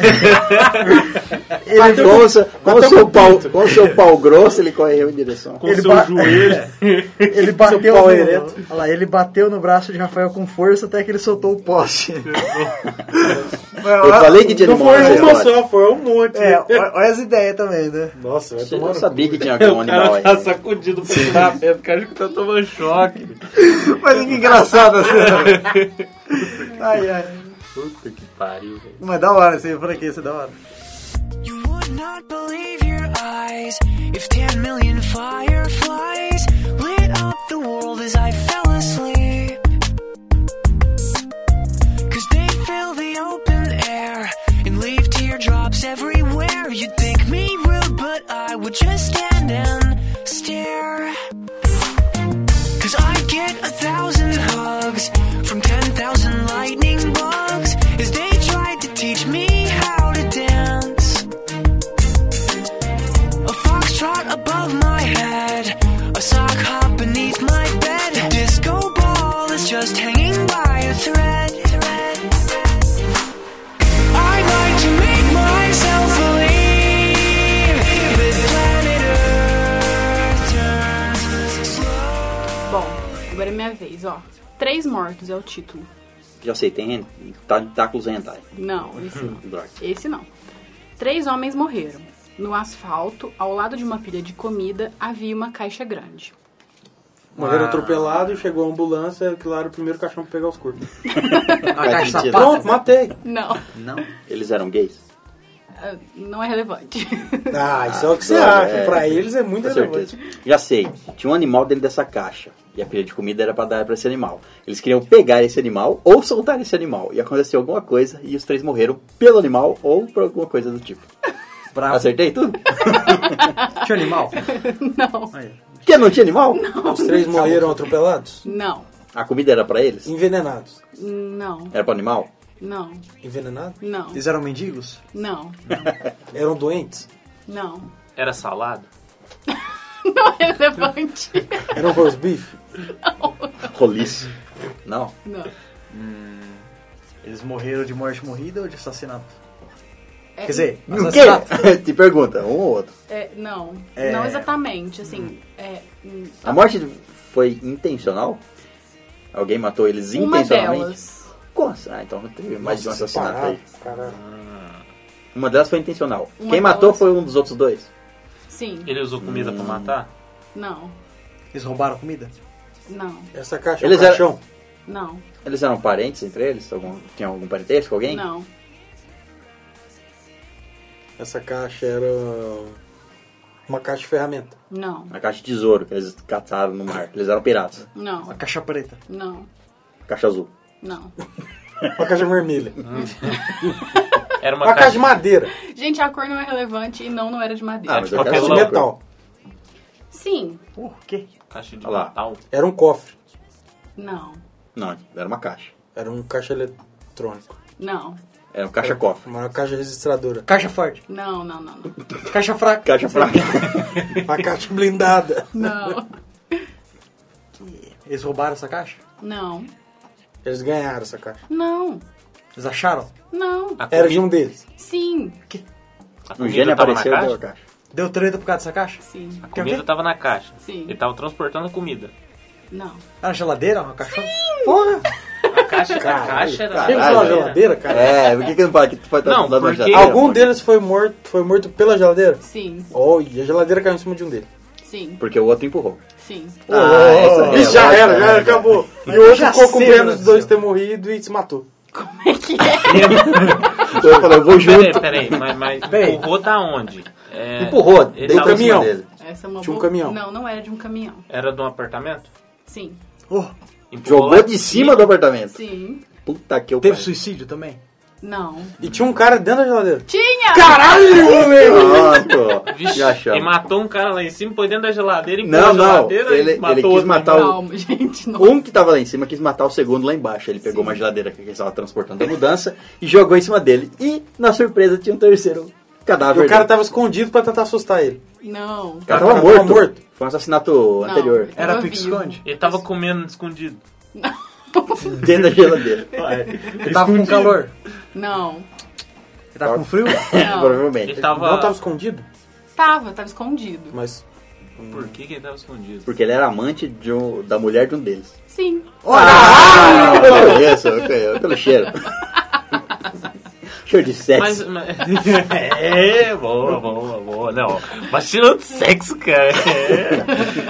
Speaker 7: ele
Speaker 2: Com o seu, com o
Speaker 3: bateu
Speaker 2: seu
Speaker 3: com o
Speaker 2: pau,
Speaker 3: pinto.
Speaker 2: com o seu pau grosso, ele correu em direção.
Speaker 5: Com
Speaker 7: Ele
Speaker 5: seu
Speaker 7: ba-
Speaker 5: joelho.
Speaker 7: Ele bateu,
Speaker 3: Seu pau
Speaker 7: no,
Speaker 3: ereto.
Speaker 7: olha lá, ele bateu no braço de Rafael com força até que ele soltou o poste.
Speaker 2: Eu falei que tinha
Speaker 3: Não
Speaker 2: animal
Speaker 3: foi
Speaker 2: nessa
Speaker 3: uma
Speaker 2: história.
Speaker 3: só, foi um monte.
Speaker 7: É, olha olha as ideias também, né?
Speaker 3: Nossa, vai
Speaker 2: Eu
Speaker 3: tomar
Speaker 2: não
Speaker 3: no
Speaker 2: sabia
Speaker 3: cu.
Speaker 2: que tinha algum
Speaker 5: O
Speaker 2: animal
Speaker 5: cara
Speaker 2: aí.
Speaker 5: tá sacudido por trás, o cara acha que tá tomando choque.
Speaker 7: Mas que engraçado assim. Ai, ai.
Speaker 5: Puta que pariu, velho.
Speaker 7: Mas da hora, assim, por aqui, isso é da hora.
Speaker 1: You would not believe your eyes if ten million fireflies lit up the world as I fell asleep. Cause they fill the open air and leave teardrops everywhere. You'd think me rude, but I would just stand and stare. Cause I get a thousand hugs from ten thousand lightning bugs as they tried to teach me how to dance. A foxtrot above my head, a sock hop beneath my bed. A disco ball is just hanging by a thread. I like to make myself believe that planet Earth turns slow.
Speaker 6: Bom, agora é minha vez, ó. Três mortos é o título.
Speaker 2: Já sei, tem tá, Tacos Hentai.
Speaker 6: Não, esse não.
Speaker 2: Droga.
Speaker 6: Esse não. Três homens morreram. No asfalto, ao lado de uma pilha de comida, havia uma caixa grande.
Speaker 3: Morreram
Speaker 7: Ah.
Speaker 3: atropelados, chegou a ambulância, que lá era o primeiro caixão pra pegar os corpos.
Speaker 7: A
Speaker 2: Faz
Speaker 7: caixa de
Speaker 2: sentido.
Speaker 7: sapato.
Speaker 3: Pronto, matei.
Speaker 6: Não,
Speaker 7: Não.
Speaker 2: Eles eram gays?
Speaker 6: ah, não é relevante.
Speaker 3: Ah, isso é o que você
Speaker 2: droga,
Speaker 3: acha.
Speaker 2: é.
Speaker 3: Pra eles é muito
Speaker 2: Com
Speaker 3: relevante.
Speaker 2: certeza. Já sei, tinha um animal dentro dessa caixa. E a pilha de comida era pra dar pra esse animal. Eles queriam pegar esse animal ou soltar esse animal. E aconteceu alguma coisa e os três morreram pelo animal ou por alguma coisa do tipo.
Speaker 7: Bravo.
Speaker 2: Acertei tudo?
Speaker 7: Tinha animal?
Speaker 6: Não,
Speaker 7: Aí.
Speaker 2: Que não tinha animal?
Speaker 3: Os três morreram atropelados?
Speaker 6: não,
Speaker 2: A comida era pra eles?
Speaker 3: Envenenados.
Speaker 6: não,
Speaker 2: Era pro animal?
Speaker 6: não,
Speaker 3: Envenenados?
Speaker 6: não,
Speaker 7: Eles eram mendigos?
Speaker 6: não,
Speaker 3: Eram doentes?
Speaker 6: não.
Speaker 5: Era salado?
Speaker 6: Não é relevante.
Speaker 3: Eram roast beef?
Speaker 2: Roliço? Não.
Speaker 6: Não.
Speaker 7: Eles morreram de morte morrida ou de assassinato?
Speaker 6: É,
Speaker 7: Quer dizer,
Speaker 2: O
Speaker 7: assassinato.
Speaker 2: quê? Te pergunta, um ou outro.
Speaker 6: é, não,
Speaker 7: É.
Speaker 6: não exatamente, assim, é, hum,
Speaker 2: A morte foi intencional? Alguém matou eles
Speaker 6: uma
Speaker 2: intencionalmente?
Speaker 6: delas,
Speaker 2: Como? Ah, então teve mais de um
Speaker 3: Nossa,
Speaker 2: assassinato
Speaker 3: separado.
Speaker 2: aí.
Speaker 3: Caralho.
Speaker 2: Uma delas foi intencional.
Speaker 6: Uma
Speaker 2: Quem matou
Speaker 6: delas-
Speaker 2: foi um dos outros dois?
Speaker 6: sim,
Speaker 5: Ele usou comida pra matar?
Speaker 6: não,
Speaker 7: Eles roubaram comida?
Speaker 6: não,
Speaker 3: Essa caixa
Speaker 2: Eles
Speaker 3: é um caixão?
Speaker 6: não,
Speaker 2: Eles eram parentes entre eles? Algum, tinha algum parentesco com alguém?
Speaker 6: não,
Speaker 3: Essa caixa era uma caixa de ferramenta.
Speaker 6: não,
Speaker 2: A caixa de tesouro que eles cataram no mar. Eles eram piratas.
Speaker 6: não,
Speaker 7: Uma caixa preta.
Speaker 6: não,
Speaker 2: Caixa azul.
Speaker 6: não.
Speaker 3: Uma caixa vermelha.
Speaker 5: Era uma,
Speaker 3: Uma caixa de madeira.
Speaker 6: Gente, a cor não é relevante e não, não era de madeira.
Speaker 2: Ah, mas eu
Speaker 5: tipo
Speaker 2: quero
Speaker 3: De
Speaker 5: aquela-
Speaker 2: saber.
Speaker 3: metal.
Speaker 6: Sim,
Speaker 7: Por quê?
Speaker 5: caixa de
Speaker 2: Olha lá.
Speaker 5: metal.
Speaker 3: Era um cofre.
Speaker 6: não,
Speaker 2: Não, era uma caixa.
Speaker 3: Era um caixa eletrônico.
Speaker 6: não,
Speaker 2: Era um caixa cofre.
Speaker 3: Uma caixa registradora.
Speaker 7: Caixa forte.
Speaker 6: não, não, não, não,
Speaker 7: Caixa fraca.
Speaker 2: Caixa fraca.
Speaker 3: Uma caixa blindada.
Speaker 6: não,
Speaker 7: Eles roubaram essa caixa?
Speaker 6: não,
Speaker 3: Eles ganharam essa caixa.
Speaker 6: não,
Speaker 7: Eles acharam?
Speaker 6: não,
Speaker 5: A
Speaker 3: Era
Speaker 5: comida,
Speaker 3: de um deles.
Speaker 6: sim,
Speaker 5: a
Speaker 2: Um
Speaker 5: comida
Speaker 2: gênio
Speaker 5: tava
Speaker 2: apareceu e
Speaker 5: na
Speaker 2: deu a
Speaker 5: caixa?
Speaker 2: caixa.
Speaker 7: Deu treta por causa dessa caixa?
Speaker 6: sim,
Speaker 5: A
Speaker 7: Que o
Speaker 5: comida
Speaker 7: quê?
Speaker 5: tava na caixa.
Speaker 6: Sim.
Speaker 5: Ele tava transportando a comida.
Speaker 6: não,
Speaker 7: Ah, na geladeira? Uma caixa? Porra!
Speaker 5: A caixa, a
Speaker 3: Caralho,
Speaker 5: caixa era...
Speaker 3: Tem que
Speaker 2: Caralho,
Speaker 3: falar
Speaker 2: velho.
Speaker 3: geladeira, cara?
Speaker 2: É, por que que não fala que tu foi
Speaker 5: Não,
Speaker 2: dando uma
Speaker 5: porque-
Speaker 2: geladeira?
Speaker 3: Algum
Speaker 2: pô?
Speaker 3: deles foi morto, foi morto pela geladeira?
Speaker 6: sim,
Speaker 3: Olha, a geladeira caiu em cima de um deles.
Speaker 6: sim,
Speaker 2: Porque o outro empurrou.
Speaker 6: sim,
Speaker 2: Ah, essa é,
Speaker 3: Isso já
Speaker 2: lógico,
Speaker 3: era, já
Speaker 2: né?
Speaker 3: era, acabou. E o outro
Speaker 7: Já
Speaker 3: ficou com
Speaker 7: sei,
Speaker 3: pena
Speaker 7: meu
Speaker 3: dos dois
Speaker 7: Deus.
Speaker 3: ter morrido e se matou.
Speaker 6: como é que é?
Speaker 2: Então eu falei, eu vou
Speaker 5: Peraí,
Speaker 2: junto.
Speaker 5: peraí, mas, mas
Speaker 7: Peraí.
Speaker 5: empurrou da onde? É,
Speaker 2: Empurrou,
Speaker 5: ele
Speaker 2: deitou
Speaker 5: tava-
Speaker 2: em cima
Speaker 3: caminhão.
Speaker 2: dele.
Speaker 6: Essa é uma
Speaker 3: Tinha um
Speaker 6: boa-
Speaker 3: caminhão.
Speaker 6: Não, não era de um caminhão,
Speaker 5: Era de um apartamento?
Speaker 6: sim,
Speaker 7: Oh,
Speaker 5: Empurrou
Speaker 2: Jogou
Speaker 5: lá
Speaker 2: de cima do apartamento.
Speaker 6: sim,
Speaker 2: Puta que eu
Speaker 7: teve
Speaker 2: pariu.
Speaker 7: suicídio também?
Speaker 6: não,
Speaker 3: E tinha um cara dentro da geladeira.
Speaker 6: tinha!
Speaker 3: Caralho, meu!
Speaker 2: Pronto.
Speaker 5: Vixe,
Speaker 2: Já achamos.
Speaker 5: e matou um cara lá em cima, pôs dentro da geladeira e
Speaker 2: Não,
Speaker 5: pôs
Speaker 2: não,
Speaker 5: na geladeira
Speaker 2: ele-
Speaker 5: e matou
Speaker 2: ele quis
Speaker 5: outro.
Speaker 2: matar o-
Speaker 6: Calma, gente, não.
Speaker 2: Um que tava lá em cima quis matar o segundo lá embaixo. Ele pegou uma geladeira que ele estava transportando da mudança e jogou em cima dele. E, na surpresa, tinha um terceiro cadáver
Speaker 3: E o cara
Speaker 2: dele.
Speaker 3: tava escondido pra tentar assustar ele.
Speaker 6: Não,
Speaker 2: O cara
Speaker 3: o
Speaker 2: tava
Speaker 3: cara
Speaker 2: morto.
Speaker 3: tava morto.
Speaker 2: Foi um assassinato
Speaker 6: Não.
Speaker 2: anterior.
Speaker 7: Era
Speaker 6: Tava
Speaker 7: pique-esconde?
Speaker 5: Ele tava comendo escondido.
Speaker 2: Dentro da geladeira.
Speaker 7: Ele tava com calor?
Speaker 6: não,
Speaker 7: Ele tava com frio?
Speaker 6: não,
Speaker 2: Provavelmente.
Speaker 5: Ele tava...
Speaker 3: Não tava escondido,
Speaker 6: tava, tava escondido,
Speaker 3: mas...
Speaker 5: Por que, que ele tava escondido?
Speaker 2: Porque ele era amante de um- da mulher de um deles.
Speaker 6: sim,
Speaker 2: Ah, eu conheço, eu conheço, pelo cheiro. Cheiro de sexo.
Speaker 5: Mas, mas... É, boa, boa, boa. Não, mas cheiro de sexo, cara. É.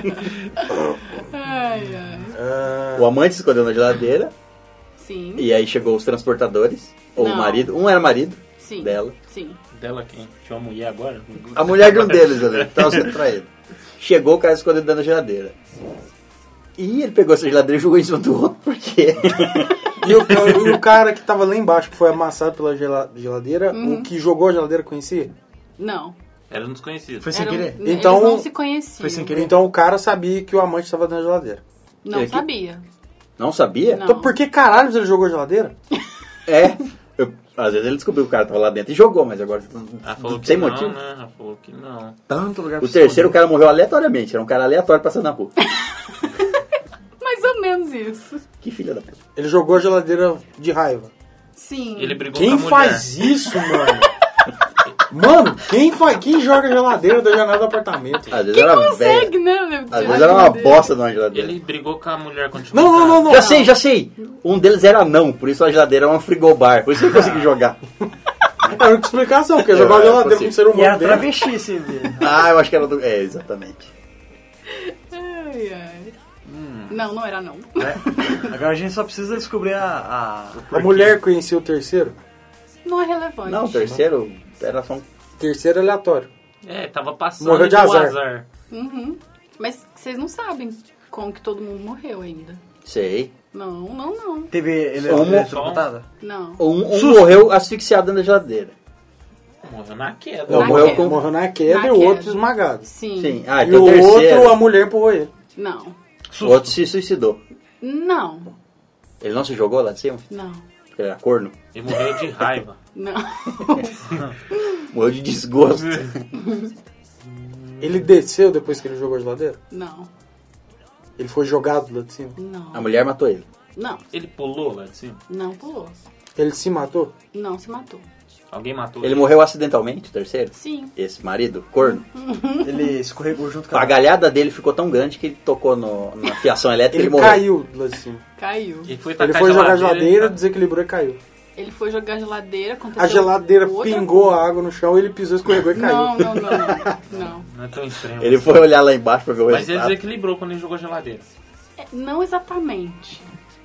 Speaker 6: ai, ai,
Speaker 3: ah,
Speaker 2: O amante se escondeu na geladeira.
Speaker 6: sim,
Speaker 2: E aí chegou os transportadores. Ou
Speaker 6: Não.
Speaker 2: o marido. Um era marido
Speaker 6: sim,
Speaker 2: dela.
Speaker 6: sim,
Speaker 5: Dela quem? Tinha uma mulher agora?
Speaker 2: A mulher de um deles ali, que tava sendo traído. Chegou, o cara se escondeu dentro da geladeira. E ele pegou essa geladeira e jogou em cima do outro, por quê?
Speaker 3: e, o, e o cara que tava lá embaixo, que foi amassado pela gela- geladeira, o que jogou a geladeira conhecia?
Speaker 6: não.
Speaker 5: Era um desconhecido.
Speaker 7: Foi sem
Speaker 6: Eram-
Speaker 7: querer?
Speaker 3: Então-
Speaker 6: eles não se conheciam.
Speaker 7: Foi sem querer?
Speaker 3: Então o cara sabia que o amante estava dentro da geladeira.
Speaker 6: Não
Speaker 2: Ele que-
Speaker 6: sabia.
Speaker 2: Não sabia?
Speaker 6: Não.
Speaker 3: Então por que caralho ele jogou a geladeira?
Speaker 2: É. Eu- às vezes ele descobriu que o cara tava lá dentro e jogou, mas agora
Speaker 5: Ela falou que
Speaker 2: sem
Speaker 5: não,
Speaker 2: motivo.
Speaker 5: né? Ela falou que não.
Speaker 7: Tanto lugar
Speaker 2: O
Speaker 7: pra se
Speaker 2: terceiro
Speaker 7: esconder.
Speaker 2: cara morreu aleatoriamente, era um cara aleatório passando na rua.
Speaker 6: Mais ou menos isso.
Speaker 2: Que filha da puta.
Speaker 3: Ele jogou a geladeira de raiva.
Speaker 6: Sim.
Speaker 5: Ele brigou
Speaker 3: Quem
Speaker 5: com a mulher.
Speaker 3: faz isso, mano? Mano, quem, faz, quem joga a geladeira da janela do apartamento?
Speaker 2: Às vezes
Speaker 6: Quem
Speaker 2: era
Speaker 6: consegue,
Speaker 2: velho.
Speaker 6: né?
Speaker 2: Às vezes era uma bosta de uma geladeira.
Speaker 5: Ele brigou com a mulher quando chegou
Speaker 3: Não,
Speaker 5: em
Speaker 3: não,
Speaker 5: casa.
Speaker 3: não, não.
Speaker 2: Já sei, já sei. Um deles era não, por isso a geladeira era uma frigobar. Por isso ele conseguiu jogar.
Speaker 3: É a única explicação, porque
Speaker 2: Eu-
Speaker 3: jogar a
Speaker 2: eu
Speaker 3: geladeira com
Speaker 2: consigo.
Speaker 3: um ser
Speaker 7: E
Speaker 3: humano
Speaker 7: era
Speaker 3: dentro.
Speaker 7: travesti esse vídeo.
Speaker 2: Ah, eu acho que era do... É, exatamente.
Speaker 6: Ai, ai. Não, não era não.
Speaker 7: É. Agora a gente só precisa descobrir a... a...
Speaker 3: A mulher conhecia o terceiro?
Speaker 6: Não é relevante.
Speaker 2: Não, o terceiro era só um...
Speaker 3: Terceiro aleatório.
Speaker 5: É, tava passando
Speaker 3: Morreu de
Speaker 5: e deu
Speaker 3: azar.
Speaker 5: azar.
Speaker 6: Uhum. Mas vocês não sabem como que todo mundo morreu ainda.
Speaker 2: Sei.
Speaker 6: Não, não, não.
Speaker 7: Teve ele
Speaker 2: Só um-
Speaker 7: eletrocutada?
Speaker 6: Não.
Speaker 2: Um, um morreu asfixiado dentro da geladeira.
Speaker 5: Morreu na queda.
Speaker 2: Não,
Speaker 6: Na
Speaker 2: morreu
Speaker 6: queda.
Speaker 2: com...
Speaker 3: Morreu na queda
Speaker 6: Na
Speaker 3: e o
Speaker 6: queda.
Speaker 3: outro esmagado.
Speaker 6: Sim.
Speaker 2: Sim. Ah,
Speaker 3: E
Speaker 2: então
Speaker 3: o
Speaker 2: o terceiro...
Speaker 3: outro, a mulher empurrou ele.
Speaker 6: Não.
Speaker 2: O outro se suicidou.
Speaker 6: Não.
Speaker 2: Ele não se jogou lá de cima?
Speaker 6: Não.
Speaker 2: Porque ele era corno.
Speaker 5: Ele morreu de raiva.
Speaker 6: Não.
Speaker 2: Morreu de desgosto.
Speaker 3: Ele desceu depois que ele jogou a geladeira?
Speaker 6: Não.
Speaker 3: Ele foi jogado lá de cima?
Speaker 6: Não.
Speaker 2: A mulher matou ele.
Speaker 6: Não.
Speaker 5: Ele pulou lá de cima.
Speaker 6: Não pulou.
Speaker 3: Ele se matou?
Speaker 6: Não se matou.
Speaker 5: Alguém matou
Speaker 2: Ele morreu acidentalmente, o terceiro?
Speaker 6: Sim.
Speaker 2: Esse marido, corno.
Speaker 7: Ele escorregou junto com
Speaker 2: A galhada dele ficou tão grande que ele tocou no, na fiação elétrica e
Speaker 3: Ele
Speaker 2: ele morreu.
Speaker 3: caiu lá de cima.
Speaker 6: Caiu.
Speaker 5: Ele foi,
Speaker 3: Ele
Speaker 5: tacar
Speaker 3: foi jogar a
Speaker 5: geladeira,
Speaker 3: geladeira,
Speaker 5: ele-
Speaker 3: desequilibrou e caiu.
Speaker 6: Ele foi jogar a geladeira, aconteceu
Speaker 3: A geladeira
Speaker 6: outra
Speaker 3: pingou
Speaker 6: coisa.
Speaker 3: a água no chão, ele pisou, escorregou e caiu.
Speaker 6: Não, não, não, não. Não.
Speaker 5: Não é tão extremo.
Speaker 2: Ele foi olhar lá embaixo pra ver o
Speaker 5: Mas ele
Speaker 2: resultado.
Speaker 5: desequilibrou quando ele jogou a geladeira.
Speaker 6: É, não exatamente.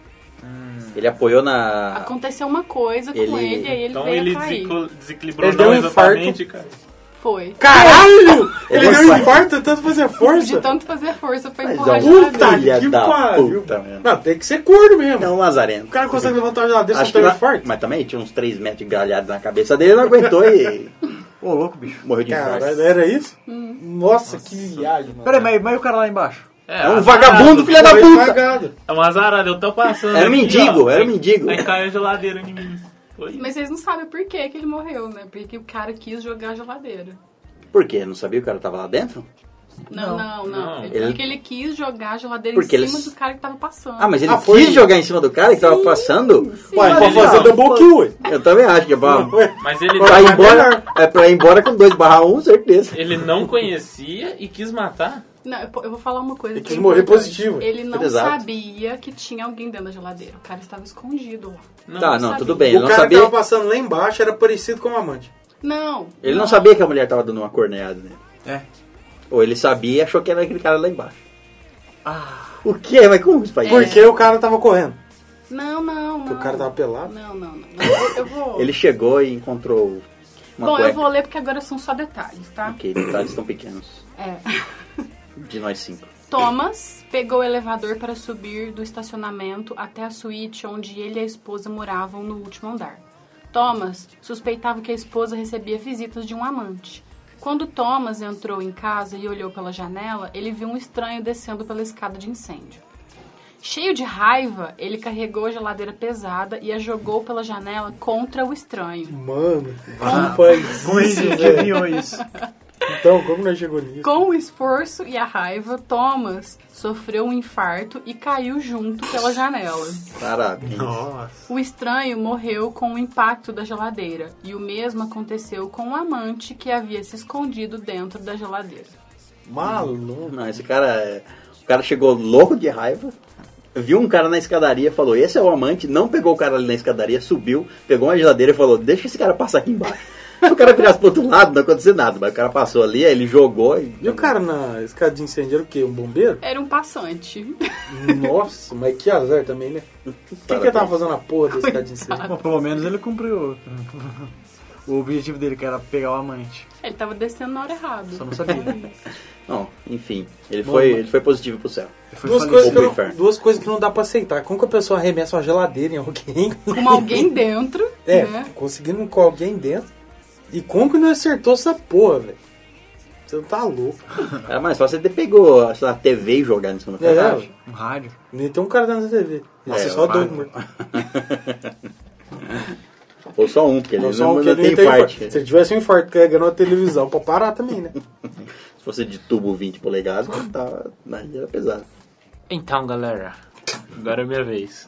Speaker 2: Ele apoiou na...
Speaker 6: Aconteceu uma coisa com
Speaker 2: Ele-
Speaker 6: ele, aí ele
Speaker 5: Então
Speaker 6: veio
Speaker 5: ele
Speaker 6: a cair.
Speaker 5: desequil- desequilibrou
Speaker 3: Ele
Speaker 5: não
Speaker 3: deu um
Speaker 5: exatamente, cara.
Speaker 6: Foi.
Speaker 3: Caralho! Ele
Speaker 2: Ele
Speaker 3: deu um
Speaker 2: foi-
Speaker 3: infarto, tanto fazer força.
Speaker 6: De tanto fazer força pra
Speaker 2: Mas
Speaker 6: empurrar a
Speaker 2: é um
Speaker 6: geladeira.
Speaker 3: Puta
Speaker 2: filha
Speaker 3: que
Speaker 2: da
Speaker 3: pariu.
Speaker 2: puta, mesmo.
Speaker 3: Não, tem que ser corno mesmo.
Speaker 2: É um lazareno.
Speaker 3: O cara consegue levantar a geladeira
Speaker 2: Acho
Speaker 3: sem
Speaker 2: que
Speaker 3: ter um
Speaker 2: não-
Speaker 3: infarto.
Speaker 2: Mas também tinha uns três metros de galhada na cabeça dele, não aguentou e
Speaker 7: Ô, louco, bicho.
Speaker 2: morreu de infarto.
Speaker 3: Caralho, era isso? Nossa, que viagem, mano.
Speaker 7: Peraí, mas, mas e o cara lá embaixo?
Speaker 2: É um
Speaker 5: azarado.
Speaker 2: vagabundo, filha da
Speaker 3: Foi
Speaker 2: puta!
Speaker 3: esmagado.
Speaker 5: É um azarado, eu tô passando.
Speaker 2: Era um
Speaker 5: aqui,
Speaker 2: mendigo,
Speaker 5: ó.
Speaker 2: era um
Speaker 5: Aí-
Speaker 2: mendigo.
Speaker 5: Aí caiu a geladeira em mim. Foi.
Speaker 6: Mas vocês não sabem por que que ele morreu, né? Porque o cara quis jogar a geladeira.
Speaker 2: Por quê? Não sabia que o cara tava lá dentro?
Speaker 6: Não, não, não.
Speaker 5: Não.
Speaker 6: Ele,
Speaker 2: Ele-
Speaker 6: Porque ele quis jogar a geladeira
Speaker 2: Porque
Speaker 6: em
Speaker 2: ele-
Speaker 6: cima do cara que tava passando.
Speaker 2: Ah, mas ele
Speaker 3: Ah, foi
Speaker 2: quis
Speaker 3: isso?
Speaker 2: jogar em cima do cara que tava passando?
Speaker 6: Sim.
Speaker 3: Ué,
Speaker 5: Mas
Speaker 3: pra
Speaker 5: ele-
Speaker 3: fazer
Speaker 5: não,
Speaker 3: double kill, ué.
Speaker 2: Eu também acho que é pra,
Speaker 3: Ué,
Speaker 5: Mas ele,
Speaker 2: pra ir
Speaker 3: Mas
Speaker 2: embora,
Speaker 3: melhor.
Speaker 2: é pra ir embora com dois barra um, certeza.
Speaker 5: ele não conhecia e quis matar.
Speaker 6: Não, eu, eu vou falar uma coisa.
Speaker 3: Ele
Speaker 6: que
Speaker 3: quis
Speaker 6: é
Speaker 3: morrer
Speaker 6: importante.
Speaker 3: positivo.
Speaker 6: Ele não
Speaker 2: Exato.
Speaker 6: sabia que tinha alguém dentro da geladeira. O cara estava escondido lá.
Speaker 5: Não,
Speaker 2: Tá, não,
Speaker 6: sabia.
Speaker 2: tudo bem. Ele
Speaker 3: O
Speaker 2: não
Speaker 3: cara
Speaker 2: sabia,
Speaker 3: que tava passando lá embaixo era parecido com o amante.
Speaker 6: Não.
Speaker 2: ele não sabia que a mulher tava dando uma corneada nele.
Speaker 7: É.
Speaker 2: Ou ele sabia e achou que era aquele cara lá embaixo. Ah. O quê? Mas como isso faz?
Speaker 3: Porque o cara tava correndo.
Speaker 6: Não, não, não.
Speaker 3: Porque o cara tava pelado.
Speaker 6: Não, não, não. não. Eu, eu vou...
Speaker 2: Ele chegou e encontrou uma
Speaker 6: Bom,
Speaker 2: cueca.
Speaker 6: eu vou ler porque agora são só detalhes, tá?
Speaker 2: Ok, detalhes tão pequenos.
Speaker 6: É.
Speaker 2: De nós cinco.
Speaker 6: Thomas pegou o elevador para subir do estacionamento até a suíte onde ele e a esposa moravam no último andar. Thomas suspeitava que a esposa recebia visitas de um amante. Quando Thomas entrou em casa e olhou pela janela, ele viu um estranho descendo pela escada de incêndio. Cheio de raiva, ele carregou a geladeira pesada e a jogou pela janela contra o estranho.
Speaker 3: Mano, como faz
Speaker 7: Como a
Speaker 3: isso,
Speaker 7: gente
Speaker 3: velho?
Speaker 7: adivinhou isso?
Speaker 3: Então, como nós chegou nisso?
Speaker 6: Com o esforço e a raiva, Thomas sofreu um infarto e caiu junto pela janela.
Speaker 2: Parabéns.
Speaker 7: Nossa.
Speaker 6: O estranho morreu com o impacto da geladeira, e o mesmo aconteceu com o amante que havia se escondido dentro da geladeira.
Speaker 3: Maluco.
Speaker 2: Não, esse cara... é- O cara chegou louco de raiva, viu um cara na escadaria, falou, esse é o amante, não pegou o cara ali na escadaria, subiu, pegou uma geladeira e falou, deixa esse cara passar aqui embaixo. Se o cara virasse pro outro lado, não aconteceu nada, mas o cara passou ali, aí ele jogou e...
Speaker 3: E o cara na escada de incêndio era o quê? Um bombeiro?
Speaker 6: Era um passante.
Speaker 3: Nossa, mas que azar também, né? O que, que ele tava fazendo na porra da escada de incêndio?
Speaker 7: Bom, pelo menos ele cumpriu o objetivo dele, que era pegar o amante.
Speaker 6: Ele tava descendo na hora errada.
Speaker 7: Só não sabia.
Speaker 2: Não, enfim, ele foi, ele foi positivo pro céu.
Speaker 7: Ele foi
Speaker 3: Duas
Speaker 7: falido.
Speaker 3: coisas, que
Speaker 2: pro
Speaker 3: eu não,
Speaker 2: inferno.
Speaker 3: duas coisas que não dá pra aceitar. Como que a pessoa arremessa uma geladeira em alguém?
Speaker 6: Com alguém dentro,
Speaker 3: É,
Speaker 6: né?
Speaker 3: conseguindo com alguém dentro. E como que não acertou essa porra, velho? Você não tá louco.
Speaker 2: Era mais fácil ele ter pegou a T V e jogar em cima da
Speaker 3: É,
Speaker 2: caixa.
Speaker 7: Um rádio.
Speaker 3: nem tem um cara dentro da T V. Nossa,
Speaker 2: É,
Speaker 3: só
Speaker 2: o
Speaker 3: dois,
Speaker 2: Marco.
Speaker 3: mano.
Speaker 2: Ou só um, porque ele
Speaker 3: Não,
Speaker 2: não,
Speaker 3: só um
Speaker 2: não,
Speaker 3: que ele
Speaker 2: tem
Speaker 3: nem tem
Speaker 2: infarto.
Speaker 3: infarto. Se ele tivesse um infarto carregando uma televisão pra parar também, né?
Speaker 2: Se fosse de tubo vinte polegadas, tava, aí era pesado.
Speaker 5: Então, galera, agora é minha vez.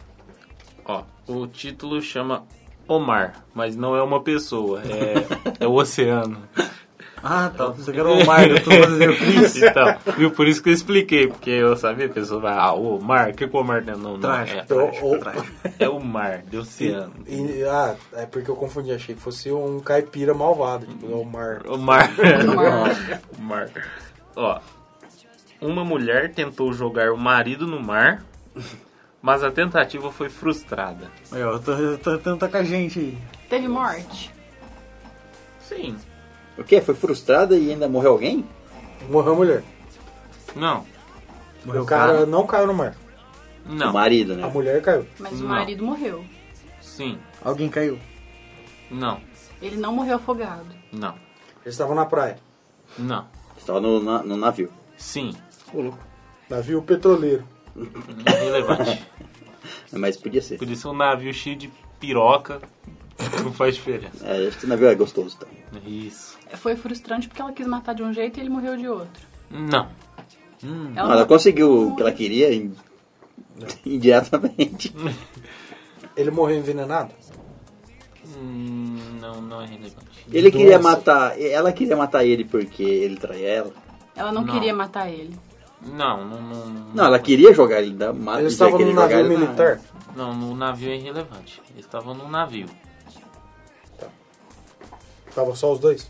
Speaker 5: Ó, o título chama Omar, mas não é uma pessoa, é, é o oceano.
Speaker 7: Ah, tá. Você quer o mar do Todo Cris?
Speaker 5: Então, viu? Por isso que eu expliquei, porque eu sabia, a pessoa vai, ah, o mar, o que, que o mar tem? Não, não,
Speaker 7: Trágico,
Speaker 5: é,
Speaker 7: trágico,
Speaker 3: o-
Speaker 7: trágico.
Speaker 5: é o mar, de oceano.
Speaker 3: E, ah, é porque eu confundi. Achei que fosse um caipira malvado. Tipo, é o mar.
Speaker 5: O mar.
Speaker 6: O mar.
Speaker 5: O mar. Ó, Uma mulher tentou jogar o marido no mar, mas a tentativa foi frustrada.
Speaker 7: Aí, ó, eu tô, eu tô tentando tá com a gente aí.
Speaker 6: Teve morte?
Speaker 5: Sim.
Speaker 2: O quê? Foi frustrada e ainda morreu alguém?
Speaker 3: Morreu a mulher.
Speaker 5: Não.
Speaker 3: O cara não caiu no mar.
Speaker 2: O
Speaker 5: Não.
Speaker 2: marido,
Speaker 3: A
Speaker 2: né?
Speaker 3: mulher caiu.
Speaker 6: Mas o
Speaker 5: Não.
Speaker 6: marido morreu.
Speaker 5: Sim.
Speaker 7: Alguém caiu.
Speaker 5: Não.
Speaker 6: Ele não morreu afogado.
Speaker 5: Não.
Speaker 3: Eles estavam na praia.
Speaker 5: Não.
Speaker 2: Estava no, na- no navio.
Speaker 5: Sim.
Speaker 3: Navio petroleiro.
Speaker 5: Irrelevante.
Speaker 2: Mas podia ser.
Speaker 5: Podia ser um navio cheio de piroca. Não faz diferença.
Speaker 2: É, esse navio é gostoso, tá?
Speaker 5: Isso.
Speaker 6: Foi frustrante porque ela quis matar de um jeito e ele morreu de outro.
Speaker 5: Não.
Speaker 6: Ela
Speaker 2: Ela conseguiu o que ela queria in- indiretamente.
Speaker 3: Ele morreu envenenado?
Speaker 5: Hum, não, não é relevante.
Speaker 2: Ele queria
Speaker 3: Doença.
Speaker 2: matar... Ela queria matar ele porque ele traía ela.
Speaker 6: Ela não,
Speaker 5: Não.
Speaker 6: queria matar ele.
Speaker 5: Não, não, não.
Speaker 2: Não, ela queria jogar ele da mata.
Speaker 3: Eles estavam no navio militar?
Speaker 5: Não, no navio é irrelevante. Eles estavam no navio.
Speaker 3: Tava só os dois?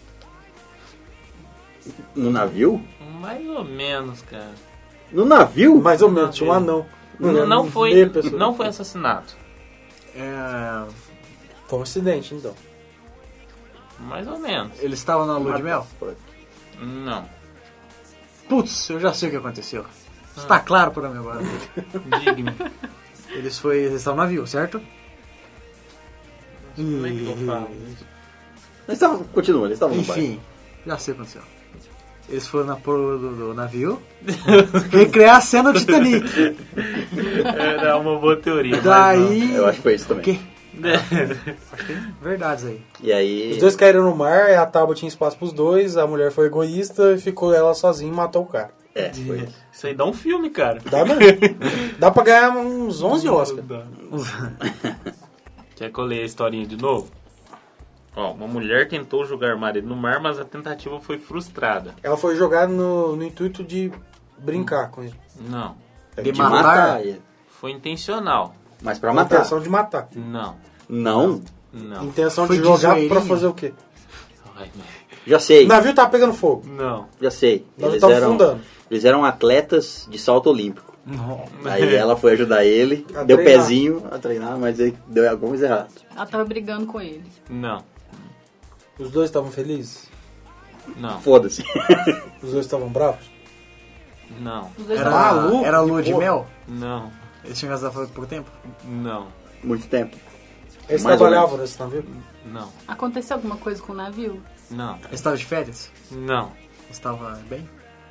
Speaker 2: No navio?
Speaker 5: Mais ou menos, cara.
Speaker 2: No navio?
Speaker 3: Mais ou menos, tinha um anão.
Speaker 5: Não, não foi,
Speaker 3: Meia pessoa.
Speaker 5: não foi assassinato.
Speaker 7: É,
Speaker 3: Foi um acidente, então.
Speaker 5: Mais ou menos.
Speaker 7: eles estavam na lua de mel?
Speaker 5: Não.
Speaker 7: Putz, eu já sei o que aconteceu. Está claro para mim agora.
Speaker 5: Digne.
Speaker 7: Eles, foi, eles estavam no navio, certo?
Speaker 5: Como é que eu falo?
Speaker 2: Eles estavam... Continua, eles estavam no bar.
Speaker 7: Enfim, já sei o que aconteceu. Eles foram na proa do, do navio recriar a cena do Titanic.
Speaker 5: Era uma boa teoria. mas
Speaker 7: Daí...
Speaker 2: Eu acho que foi isso também.
Speaker 7: O quê?
Speaker 5: não.
Speaker 7: Verdades aí.
Speaker 2: E aí...
Speaker 3: Os dois caíram no mar, a tábua tinha espaço pros dois, a mulher foi egoísta e ficou ela sozinha e matou o cara.
Speaker 2: É, foi isso.
Speaker 5: Isso aí dá um filme, cara.
Speaker 3: Dá mesmo. Dá pra ganhar uns onze Oscars.
Speaker 5: Quer que eu leia a historinha de novo? Ó, uma mulher tentou jogar o marido no mar, mas a tentativa foi frustrada.
Speaker 3: Ela foi jogada no, no intuito de brincar com ele.
Speaker 5: Não.
Speaker 7: De
Speaker 2: De
Speaker 7: matar?
Speaker 2: matar ele.
Speaker 5: Foi intencional.
Speaker 2: Mas pra
Speaker 3: Com a
Speaker 2: matar.
Speaker 3: intenção de matar.
Speaker 5: Não.
Speaker 2: Não.
Speaker 5: Não.
Speaker 3: Intenção
Speaker 7: Foi
Speaker 3: de
Speaker 7: de
Speaker 3: jogar
Speaker 7: zoeirinha?
Speaker 3: pra fazer o quê?
Speaker 5: Ai,
Speaker 2: Já sei.
Speaker 3: O navio tava pegando fogo.
Speaker 5: não.
Speaker 2: Já sei.
Speaker 3: O navio
Speaker 2: Eles
Speaker 3: tava
Speaker 2: eram,
Speaker 3: afundando.
Speaker 2: eles eram atletas de salto olímpico. Aí ela foi ajudar ele,
Speaker 3: A
Speaker 2: deu
Speaker 3: treinar.
Speaker 2: pezinho a treinar, mas aí deu alguma coisa errada.
Speaker 6: Ela tava brigando com ele.
Speaker 5: Não.
Speaker 3: Os dois estavam felizes?
Speaker 5: Não.
Speaker 2: Foda-se.
Speaker 3: Os dois estavam bravos?
Speaker 5: Não.
Speaker 6: Os dois
Speaker 7: Era,
Speaker 6: estavam-
Speaker 3: Maluco,
Speaker 7: era lua de
Speaker 3: porra.
Speaker 7: mel?
Speaker 5: Não.
Speaker 7: Eles tinham casado faz pouco tempo?
Speaker 5: Não.
Speaker 2: Muito tempo.
Speaker 3: Eles
Speaker 2: Mais ou
Speaker 3: trabalhavam nesse navio?
Speaker 5: Não.
Speaker 6: Aconteceu alguma coisa com o navio?
Speaker 5: Não.
Speaker 7: Eles estavam de férias?
Speaker 5: Não.
Speaker 7: Estava bem?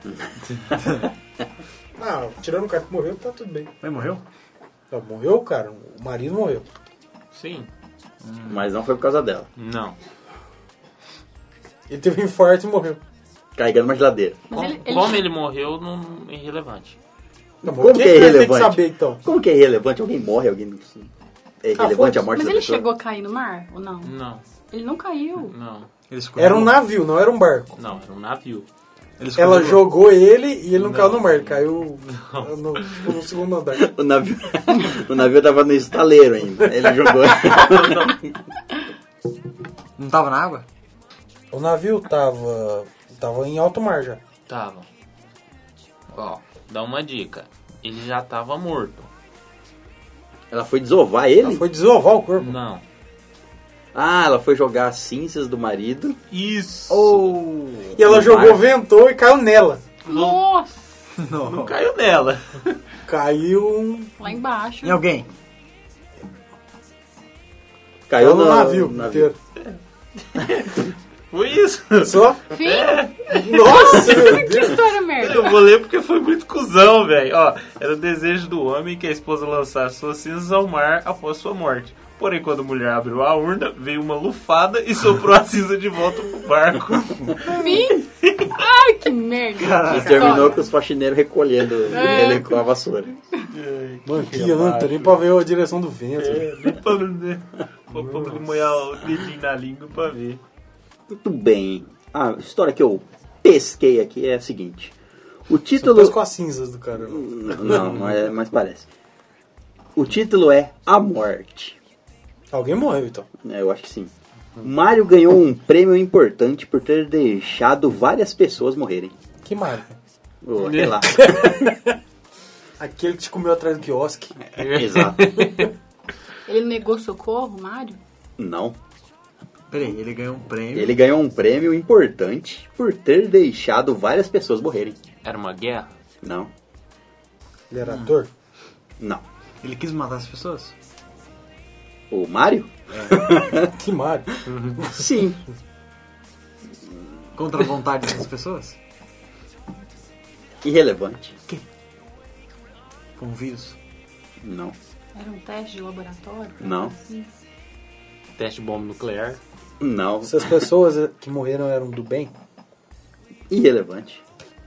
Speaker 3: Não, tirando o cara que morreu, tá tudo bem.
Speaker 7: Mas morreu?
Speaker 3: Não, morreu o cara, o marido morreu.
Speaker 5: Sim.
Speaker 2: Mas não foi por causa dela.
Speaker 5: Não.
Speaker 3: Ele teve um infarto e morreu.
Speaker 2: Carregando uma geladeira.
Speaker 6: Mas
Speaker 5: Com-
Speaker 6: ele, ele-
Speaker 5: Como ele morreu, não é irrelevante.
Speaker 3: Não, mas
Speaker 2: Como
Speaker 3: o que,
Speaker 2: que é
Speaker 3: que ele tem que
Speaker 2: irrelevante?
Speaker 3: saber então?
Speaker 2: Como que é irrelevante? Alguém morre, alguém não... É irrelevante
Speaker 3: foda-se.
Speaker 2: a morte
Speaker 6: Mas
Speaker 2: da
Speaker 6: ele
Speaker 2: pessoa?
Speaker 6: chegou a cair no mar ou não?
Speaker 5: Não.
Speaker 6: Ele não caiu.
Speaker 5: Não.
Speaker 7: Eles
Speaker 3: Era um navio, não era um barco.
Speaker 5: Não, era um navio.
Speaker 7: Eles
Speaker 3: Ela
Speaker 7: escorregou.
Speaker 3: jogou ele e ele não,
Speaker 5: Não.
Speaker 3: caiu no mar, ele caiu no, tipo, no segundo andar.
Speaker 2: O navio, o navio tava no estaleiro ainda. Ele jogou.
Speaker 7: Não tava na água?
Speaker 3: O navio tava, tava em alto mar já.
Speaker 5: Tava. Ó, dá uma dica. Ele já tava morto.
Speaker 2: Ela foi desovar
Speaker 3: Ela
Speaker 2: ele?
Speaker 3: foi desovar o corpo.
Speaker 5: Não.
Speaker 2: Ah, ela foi jogar as cinzas do marido.
Speaker 5: Isso.
Speaker 7: Ou...
Speaker 3: E ela
Speaker 2: No
Speaker 3: jogou,
Speaker 2: mar.
Speaker 3: ventou e caiu nela.
Speaker 6: Nossa!
Speaker 5: Não caiu nela.
Speaker 3: Caiu um...
Speaker 6: Lá embaixo.
Speaker 7: Em alguém?
Speaker 2: Caiu
Speaker 3: no
Speaker 2: no
Speaker 3: navio,
Speaker 2: navio.
Speaker 3: inteiro.
Speaker 5: Foi isso.
Speaker 3: Só?
Speaker 6: Fim?
Speaker 3: Nossa, meu
Speaker 6: Que
Speaker 3: Deus.
Speaker 6: história merda.
Speaker 5: Eu vou ler porque foi muito cuzão, velho. Ó, era o desejo do homem que a esposa lançasse suas cinzas ao mar após sua morte. Porém, quando a mulher abriu a urna, veio uma lufada e soprou a cinza de volta pro barco.
Speaker 6: Fim? Ai, que merda.
Speaker 2: E terminou com os faxineiros recolhendo
Speaker 6: É.
Speaker 2: ele com a vassoura.
Speaker 3: Mano, que anta, nem pra ver a direção do vento.
Speaker 5: É, nem pra, né, pra, pra molhar o dedinho na língua pra ver.
Speaker 2: Muito bem. A história que eu pesquei aqui é a seguinte. O
Speaker 3: Só
Speaker 2: título...
Speaker 3: fez com as cinzas do cara.
Speaker 2: Não, não é, mas parece. O título é A Morte.
Speaker 3: Alguém morreu, então.
Speaker 2: É, eu acho que sim. Mario ganhou um prêmio importante por ter deixado várias pessoas morrerem.
Speaker 3: Que Mario?
Speaker 2: Ou aquele lá.
Speaker 3: Aquele que te comeu atrás do quiosque.
Speaker 2: Exato.
Speaker 6: Ele negou socorro, Mário?
Speaker 2: Não.
Speaker 7: Peraí, ele ganhou um prêmio.
Speaker 2: Ele ganhou um prêmio importante por ter deixado várias pessoas morrerem.
Speaker 5: Era uma guerra?
Speaker 2: Não.
Speaker 3: Ele era ator?
Speaker 2: Não.
Speaker 7: Ele quis matar as pessoas?
Speaker 2: O Mário?
Speaker 3: Que Mário.
Speaker 2: Sim.
Speaker 7: Contra a vontade das pessoas?
Speaker 2: Irrelevante.
Speaker 7: Com um vírus?
Speaker 2: Não.
Speaker 6: Era um teste de laboratório?
Speaker 2: Não.
Speaker 6: Assim.
Speaker 5: Teste de bomba nuclear?
Speaker 2: Não.
Speaker 3: Essas pessoas que morreram eram do bem?
Speaker 2: Irrelevante.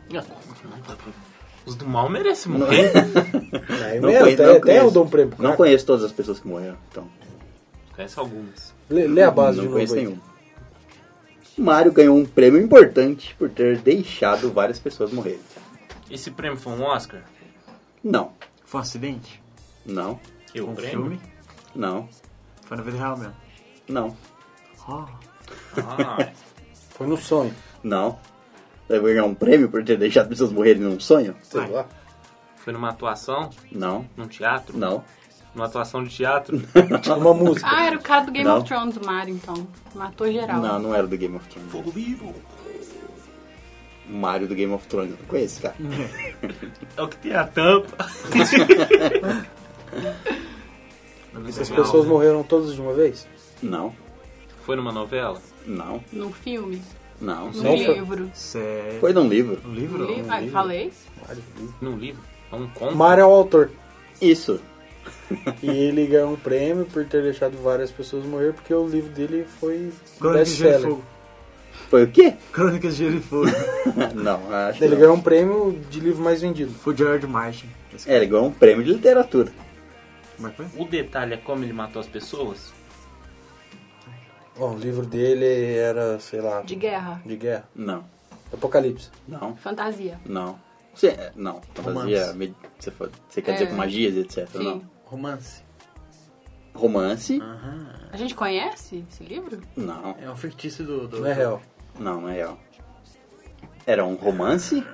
Speaker 5: Os do mal merecem morrer.
Speaker 3: Não,
Speaker 2: Não
Speaker 3: mesmo,
Speaker 2: conheço,
Speaker 3: até,
Speaker 2: não
Speaker 3: até
Speaker 2: conheço.
Speaker 3: eu dou um prêmio pro
Speaker 2: Não
Speaker 3: cara.
Speaker 2: conheço todas as pessoas que morreram, então.
Speaker 5: Conhece algumas.
Speaker 3: Lê, lê a base
Speaker 2: Não
Speaker 3: de novo
Speaker 2: conheço
Speaker 3: aí.
Speaker 2: nenhum. Mário ganhou um prêmio importante por ter deixado várias pessoas morrerem.
Speaker 5: Esse prêmio foi um Oscar?
Speaker 2: Não.
Speaker 7: Foi um acidente?
Speaker 2: Não.
Speaker 5: E o
Speaker 7: Um
Speaker 5: prêmio?
Speaker 7: filme?
Speaker 2: Não.
Speaker 7: Foi na vida real mesmo?
Speaker 2: Não.
Speaker 7: Oh.
Speaker 5: Ah,
Speaker 3: Foi no sonho.
Speaker 2: Não. Vai ganhar um prêmio por ter deixado pessoas morrerem num sonho?
Speaker 3: Sei
Speaker 7: Vai.
Speaker 3: lá.
Speaker 5: foi numa atuação?
Speaker 2: Não.
Speaker 5: Num teatro?
Speaker 2: Não.
Speaker 5: Numa atuação de teatro?
Speaker 3: Uma música.
Speaker 6: Ah, era o cara do Game
Speaker 2: Não.
Speaker 6: of Thrones, o Mário, então. Matou geral.
Speaker 2: Não, não era do Game of Thrones.
Speaker 5: Fogo vivo.
Speaker 2: O Mário do Game of Thrones. Não conheço, cara.
Speaker 5: É o que tem a tampa.
Speaker 3: Essas pessoas morreram todas de uma vez?
Speaker 2: Não.
Speaker 5: Foi numa novela?
Speaker 2: Não.
Speaker 6: Num filme?
Speaker 2: Não.
Speaker 6: Num
Speaker 3: Não foi-
Speaker 6: livro?
Speaker 7: Sério?
Speaker 2: Foi num livro.
Speaker 7: Um livro?
Speaker 6: Num livro? Ah,
Speaker 7: livro?
Speaker 6: falei?
Speaker 5: Num livro? É um conto?
Speaker 3: Mário é o autor.
Speaker 2: Isso.
Speaker 3: E ele ganhou um prêmio por ter deixado várias pessoas morrer porque o livro dele foi
Speaker 7: Crônicas de Gelo e
Speaker 3: best-seller.
Speaker 7: Fogo.
Speaker 2: Foi o quê?
Speaker 7: Crônicas de Gelo e Fogo.
Speaker 2: Não, acho que
Speaker 3: Ele
Speaker 2: não.
Speaker 3: ganhou um prêmio de livro mais vendido.
Speaker 7: Foi o George Martin. Esse
Speaker 2: É, ele ganhou um prêmio de literatura.
Speaker 7: Como é que foi?
Speaker 5: O detalhe é como ele matou as pessoas?
Speaker 3: Ó, o livro dele era, sei lá,
Speaker 6: De guerra?
Speaker 3: de guerra.
Speaker 2: Não.
Speaker 3: Apocalipse.
Speaker 2: Não.
Speaker 6: Fantasia?
Speaker 2: Não. Você, é, não. Fantasia.
Speaker 7: Romance.
Speaker 2: me- Você, fa- você quer
Speaker 6: É.
Speaker 2: dizer com magias, etcétera.
Speaker 6: Sim.
Speaker 2: Não.
Speaker 7: Romance.
Speaker 2: Romance?
Speaker 7: Aham.
Speaker 6: A gente conhece esse livro?
Speaker 2: Não.
Speaker 7: É um fictício do... do
Speaker 3: Não é real.
Speaker 2: Não, não é real. Era um romance?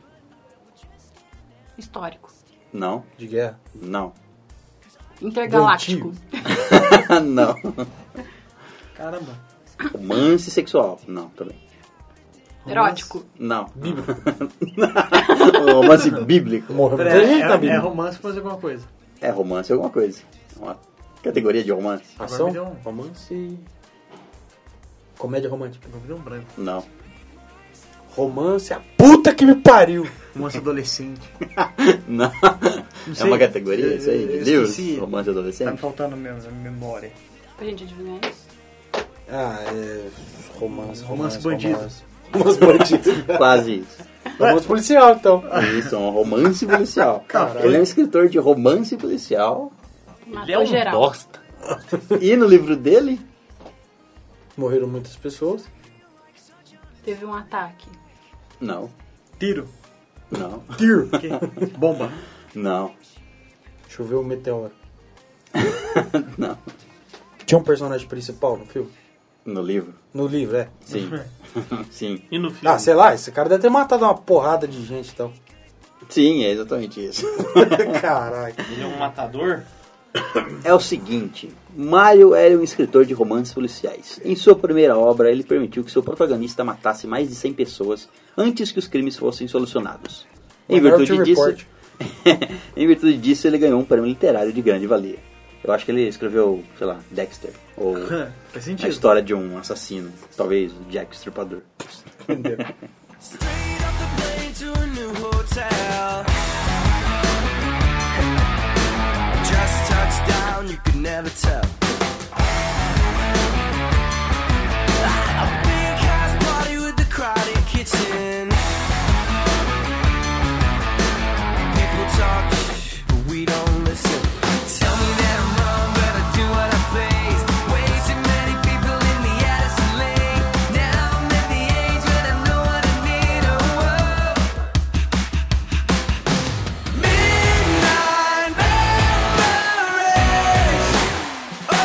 Speaker 6: Histórico.
Speaker 2: Não.
Speaker 3: De guerra.
Speaker 2: Não.
Speaker 6: Intergaláctico.
Speaker 2: não.
Speaker 7: Caramba.
Speaker 2: Romance sexual? Não, também.
Speaker 6: Erótico.
Speaker 2: Não. Bíblico. Romance bíblico.
Speaker 3: Morreu
Speaker 7: Pera,
Speaker 3: muita
Speaker 7: é,
Speaker 3: gente na
Speaker 7: é, é
Speaker 3: Bíblia.
Speaker 7: romance fazer alguma coisa.
Speaker 2: É romance alguma coisa. Uma categoria de romance?
Speaker 3: Ação,
Speaker 7: Agora me deu um-
Speaker 3: romance... Comédia romântica.
Speaker 7: Agora me deu um branco.
Speaker 2: Não.
Speaker 3: Romance, a puta que me pariu.
Speaker 7: Romance adolescente.
Speaker 2: Não.
Speaker 7: Não
Speaker 2: É
Speaker 7: sei.
Speaker 2: uma categoria
Speaker 7: Eu-
Speaker 2: isso aí?
Speaker 7: eu
Speaker 2: De livros?
Speaker 7: esqueci.
Speaker 2: Romance
Speaker 7: Tá me
Speaker 2: adolescente?
Speaker 7: faltando mesmo na minha memória.
Speaker 6: Pra gente adivinhar isso.
Speaker 3: Ah, é... Romance,
Speaker 7: Romance
Speaker 3: romance,
Speaker 7: bandido.
Speaker 3: Romance, romance bandido.
Speaker 2: Quase isso.
Speaker 3: Romance policial, então.
Speaker 2: Isso, um romance policial.
Speaker 3: Caralho.
Speaker 2: Ele é um escritor de romance policial.
Speaker 5: Ele
Speaker 6: Matou
Speaker 5: é um
Speaker 6: geral.
Speaker 5: bosta.
Speaker 2: E no livro dele,
Speaker 3: Morreram muitas pessoas.
Speaker 6: Teve um ataque.
Speaker 2: não.
Speaker 7: Tiro.
Speaker 2: Não.
Speaker 3: Tiro.
Speaker 7: Que? Bomba.
Speaker 2: Não.
Speaker 3: Choveu um meteoro.
Speaker 2: Não.
Speaker 3: Tinha um personagem principal no filme?
Speaker 2: No livro?
Speaker 3: No livro, é.
Speaker 2: Sim. Sim.
Speaker 5: E no filme?
Speaker 3: Ah, sei lá, esse cara deve ter matado uma porrada de gente, então.
Speaker 2: Sim, é exatamente isso.
Speaker 3: Caralho.
Speaker 5: Ele é um matador?
Speaker 2: É o seguinte, Mário era um escritor de romances policiais. Em sua primeira obra, ele permitiu que seu protagonista matasse mais de cem pessoas antes que os crimes fossem solucionados. Em
Speaker 3: Minority
Speaker 2: virtude disso,
Speaker 3: Report.
Speaker 2: em virtude disso, ele ganhou um prêmio literário de grande valia. Eu acho que ele escreveu, sei lá, Dexter, ou
Speaker 7: Faz
Speaker 2: a
Speaker 7: sentido.
Speaker 2: história de um assassino, talvez o Jack o Estripador.
Speaker 3: Entendeu?
Speaker 1: Straight off the plane to a new hotel. Just touched down, you could never tell. A big house party with the crowded kitchen. People talk, but we don't listen. Tell me that I'm wrong, but I do what I please. Way too many people in the Addison Lane. Now I'm at the age when I know what I need. Oh, whoa. Midnight memories. Oh,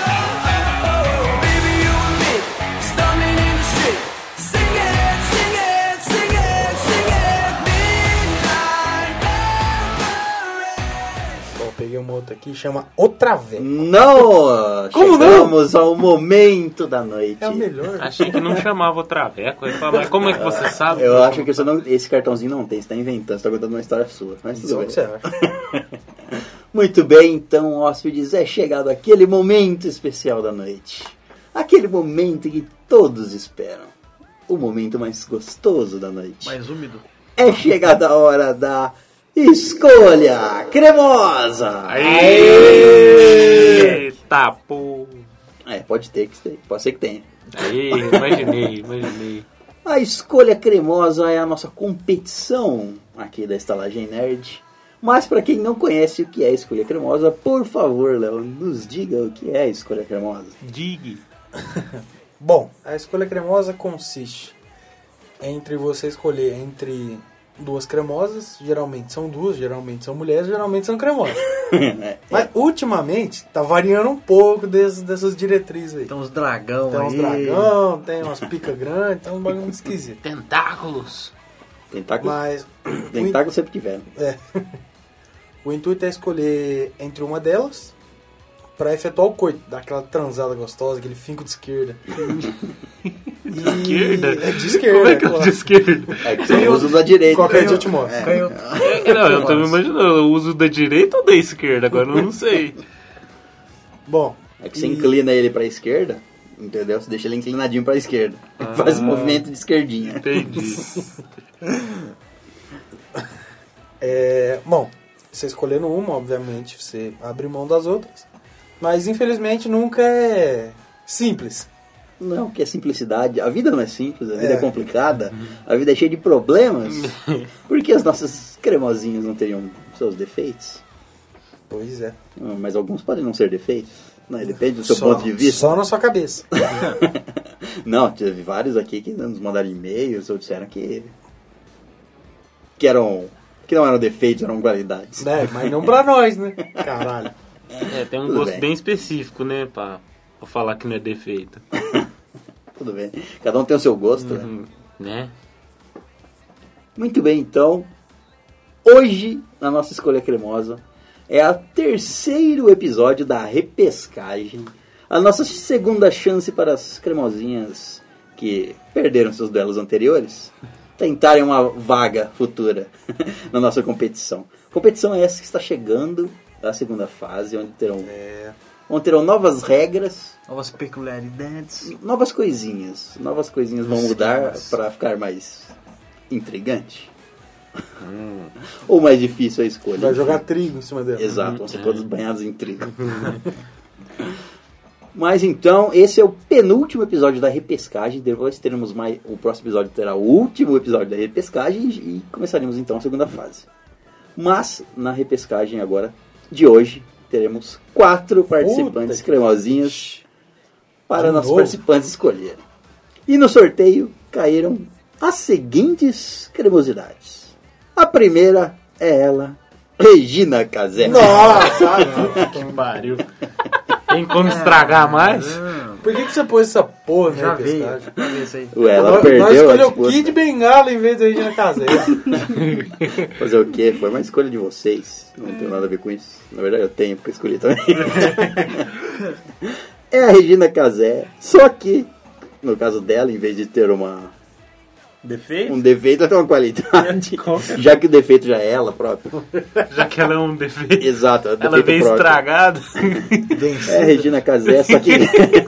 Speaker 3: peguei uma outra aqui, chama O Traveco.
Speaker 2: Não!
Speaker 3: Como
Speaker 2: Chegamos ao momento da noite.
Speaker 3: É o melhor.
Speaker 5: Achei que não chamava o Traveco. Eu falei, mas como é que você sabe?
Speaker 2: Eu acho que você não, esse cartãozinho não tem, você tá inventando, você tá contando uma história sua. Mas tudo
Speaker 3: Só o
Speaker 2: bem.
Speaker 3: que você acha.
Speaker 2: Muito bem, então, hóspedes, é chegado aquele momento especial da noite. Aquele momento que todos esperam. O momento mais gostoso da noite.
Speaker 7: Mais úmido.
Speaker 2: É chegada a hora da escolha cremosa.
Speaker 5: Eita, pô.
Speaker 2: É, pode ter que ter, pode ser que tenha.
Speaker 5: Aí, imaginei, imaginei.
Speaker 2: A escolha cremosa é a nossa competição aqui da Estalagem Nerd. Mas para quem não conhece o que é a escolha cremosa, por favor, Léo, nos diga o que é a escolha cremosa.
Speaker 5: Digue.
Speaker 3: Bom, a escolha cremosa consiste entre você escolher entre duas cremosas, geralmente são duas, geralmente são mulheres, geralmente são cremosas.
Speaker 2: É,
Speaker 3: Mas ultimamente tá variando um pouco desses, dessas diretrizes aí.
Speaker 7: Tem uns dragão
Speaker 3: Tem uns
Speaker 7: aí.
Speaker 3: dragão, tem umas pica grandes, tem uns bagulho muito esquisito.
Speaker 5: Tentáculos.
Speaker 2: tentáculo,
Speaker 3: Mas
Speaker 2: tentáculo sempre tiveram.
Speaker 3: é, o intuito é escolher entre uma delas pra efetuar o coito, dar aquela transada gostosa, aquele finco de esquerda.
Speaker 5: De esquerda?
Speaker 3: É de esquerda.
Speaker 5: Como é que é o
Speaker 3: claro.
Speaker 5: de esquerda?
Speaker 2: É que você usa da direita.
Speaker 3: Qualquer dia eu te mostro.
Speaker 2: É.
Speaker 5: É, não, eu tô me imaginando, eu uso da direita ou da esquerda? Agora eu não sei.
Speaker 3: Bom,
Speaker 2: É que você
Speaker 3: e-
Speaker 2: inclina ele pra esquerda, entendeu? Você deixa ele inclinadinho pra esquerda. Faz o movimento de esquerdinha.
Speaker 5: Entendi.
Speaker 3: É, bom, você escolhendo uma, obviamente, você abre mão das outras. Mas, infelizmente, nunca é simples.
Speaker 2: Não, que é simplicidade. A vida não é simples, a vida é,
Speaker 3: É.
Speaker 2: complicada, a vida é cheia de problemas. Por que as nossas cremosinhas não teriam seus defeitos?
Speaker 3: Pois é.
Speaker 2: Ah, Mas alguns podem não ser defeitos. Né? Depende do seu
Speaker 3: Só-
Speaker 2: ponto de vista.
Speaker 3: Só na sua cabeça.
Speaker 2: Não, teve vários aqui que nos mandaram e-mails ou disseram que que eram que não eram defeitos, eram qualidades.
Speaker 3: Né? Mas não pra nós, né? Caralho.
Speaker 5: É, tem um
Speaker 2: Tudo
Speaker 5: gosto
Speaker 2: bem.
Speaker 5: bem. específico, né, pra, pra falar que não é defeito.
Speaker 2: Tudo bem. Cada um tem o seu gosto. né?
Speaker 5: Uhum, né?
Speaker 2: Muito bem, então. Hoje, na nossa escolha cremosa, é o terceiro episódio da repescagem. A nossa segunda chance para as cremosinhas que perderam seus duelos anteriores tentarem uma vaga futura na nossa competição. Competição é essa que está chegando da segunda fase, onde terão,
Speaker 3: É.
Speaker 2: onde terão novas regras,
Speaker 7: Novas peculiaridades.
Speaker 2: novas coisinhas. Novas coisinhas vão mudar
Speaker 7: Esquemas.
Speaker 2: para ficar mais intrigante. Ou mais difícil a escolha.
Speaker 3: Vai jogar trigo em cima dela.
Speaker 2: Exato, vão ser todos banhados em trigo. Mas então, esse é o penúltimo episódio da repescagem. Depois teremos mais. O próximo episódio terá o último episódio da repescagem e começaremos então a segunda fase. Mas, na repescagem agora de hoje, teremos quatro participantes
Speaker 3: que
Speaker 2: cremosinhas para
Speaker 3: De
Speaker 2: nossos
Speaker 3: novo?
Speaker 2: participantes escolherem. E no sorteio caíram as seguintes cremosidades. A primeira é ela, Regina Casé.
Speaker 3: Nossa!
Speaker 5: Que pariu. Tem como estragar mais?
Speaker 3: Por que, que você pôs essa porra
Speaker 7: Já
Speaker 3: na
Speaker 7: veio.
Speaker 3: repescagem?
Speaker 7: Já veio isso aí.
Speaker 2: Ué, ela
Speaker 3: nós,
Speaker 2: perdeu
Speaker 3: nós
Speaker 2: a
Speaker 3: escolheu o
Speaker 2: disputa.
Speaker 3: Kid Bengala em vez da Regina Caseira.
Speaker 2: Fazer o quê? Foi uma escolha de vocês. Não tenho nada a ver com isso. Na verdade eu tenho, porque eu escolhi também. É a Regina Casé. Só que, no caso dela, em vez de ter uma,
Speaker 5: Defeito?
Speaker 2: um defeito, ela tem uma qualidade. Já que o defeito já é ela própria.
Speaker 5: Já que ela é um defeito.
Speaker 2: Exato, é o
Speaker 5: Ela
Speaker 2: defeito
Speaker 5: veio
Speaker 2: próprio.
Speaker 5: estragada.
Speaker 2: É a Regina Casé, só que...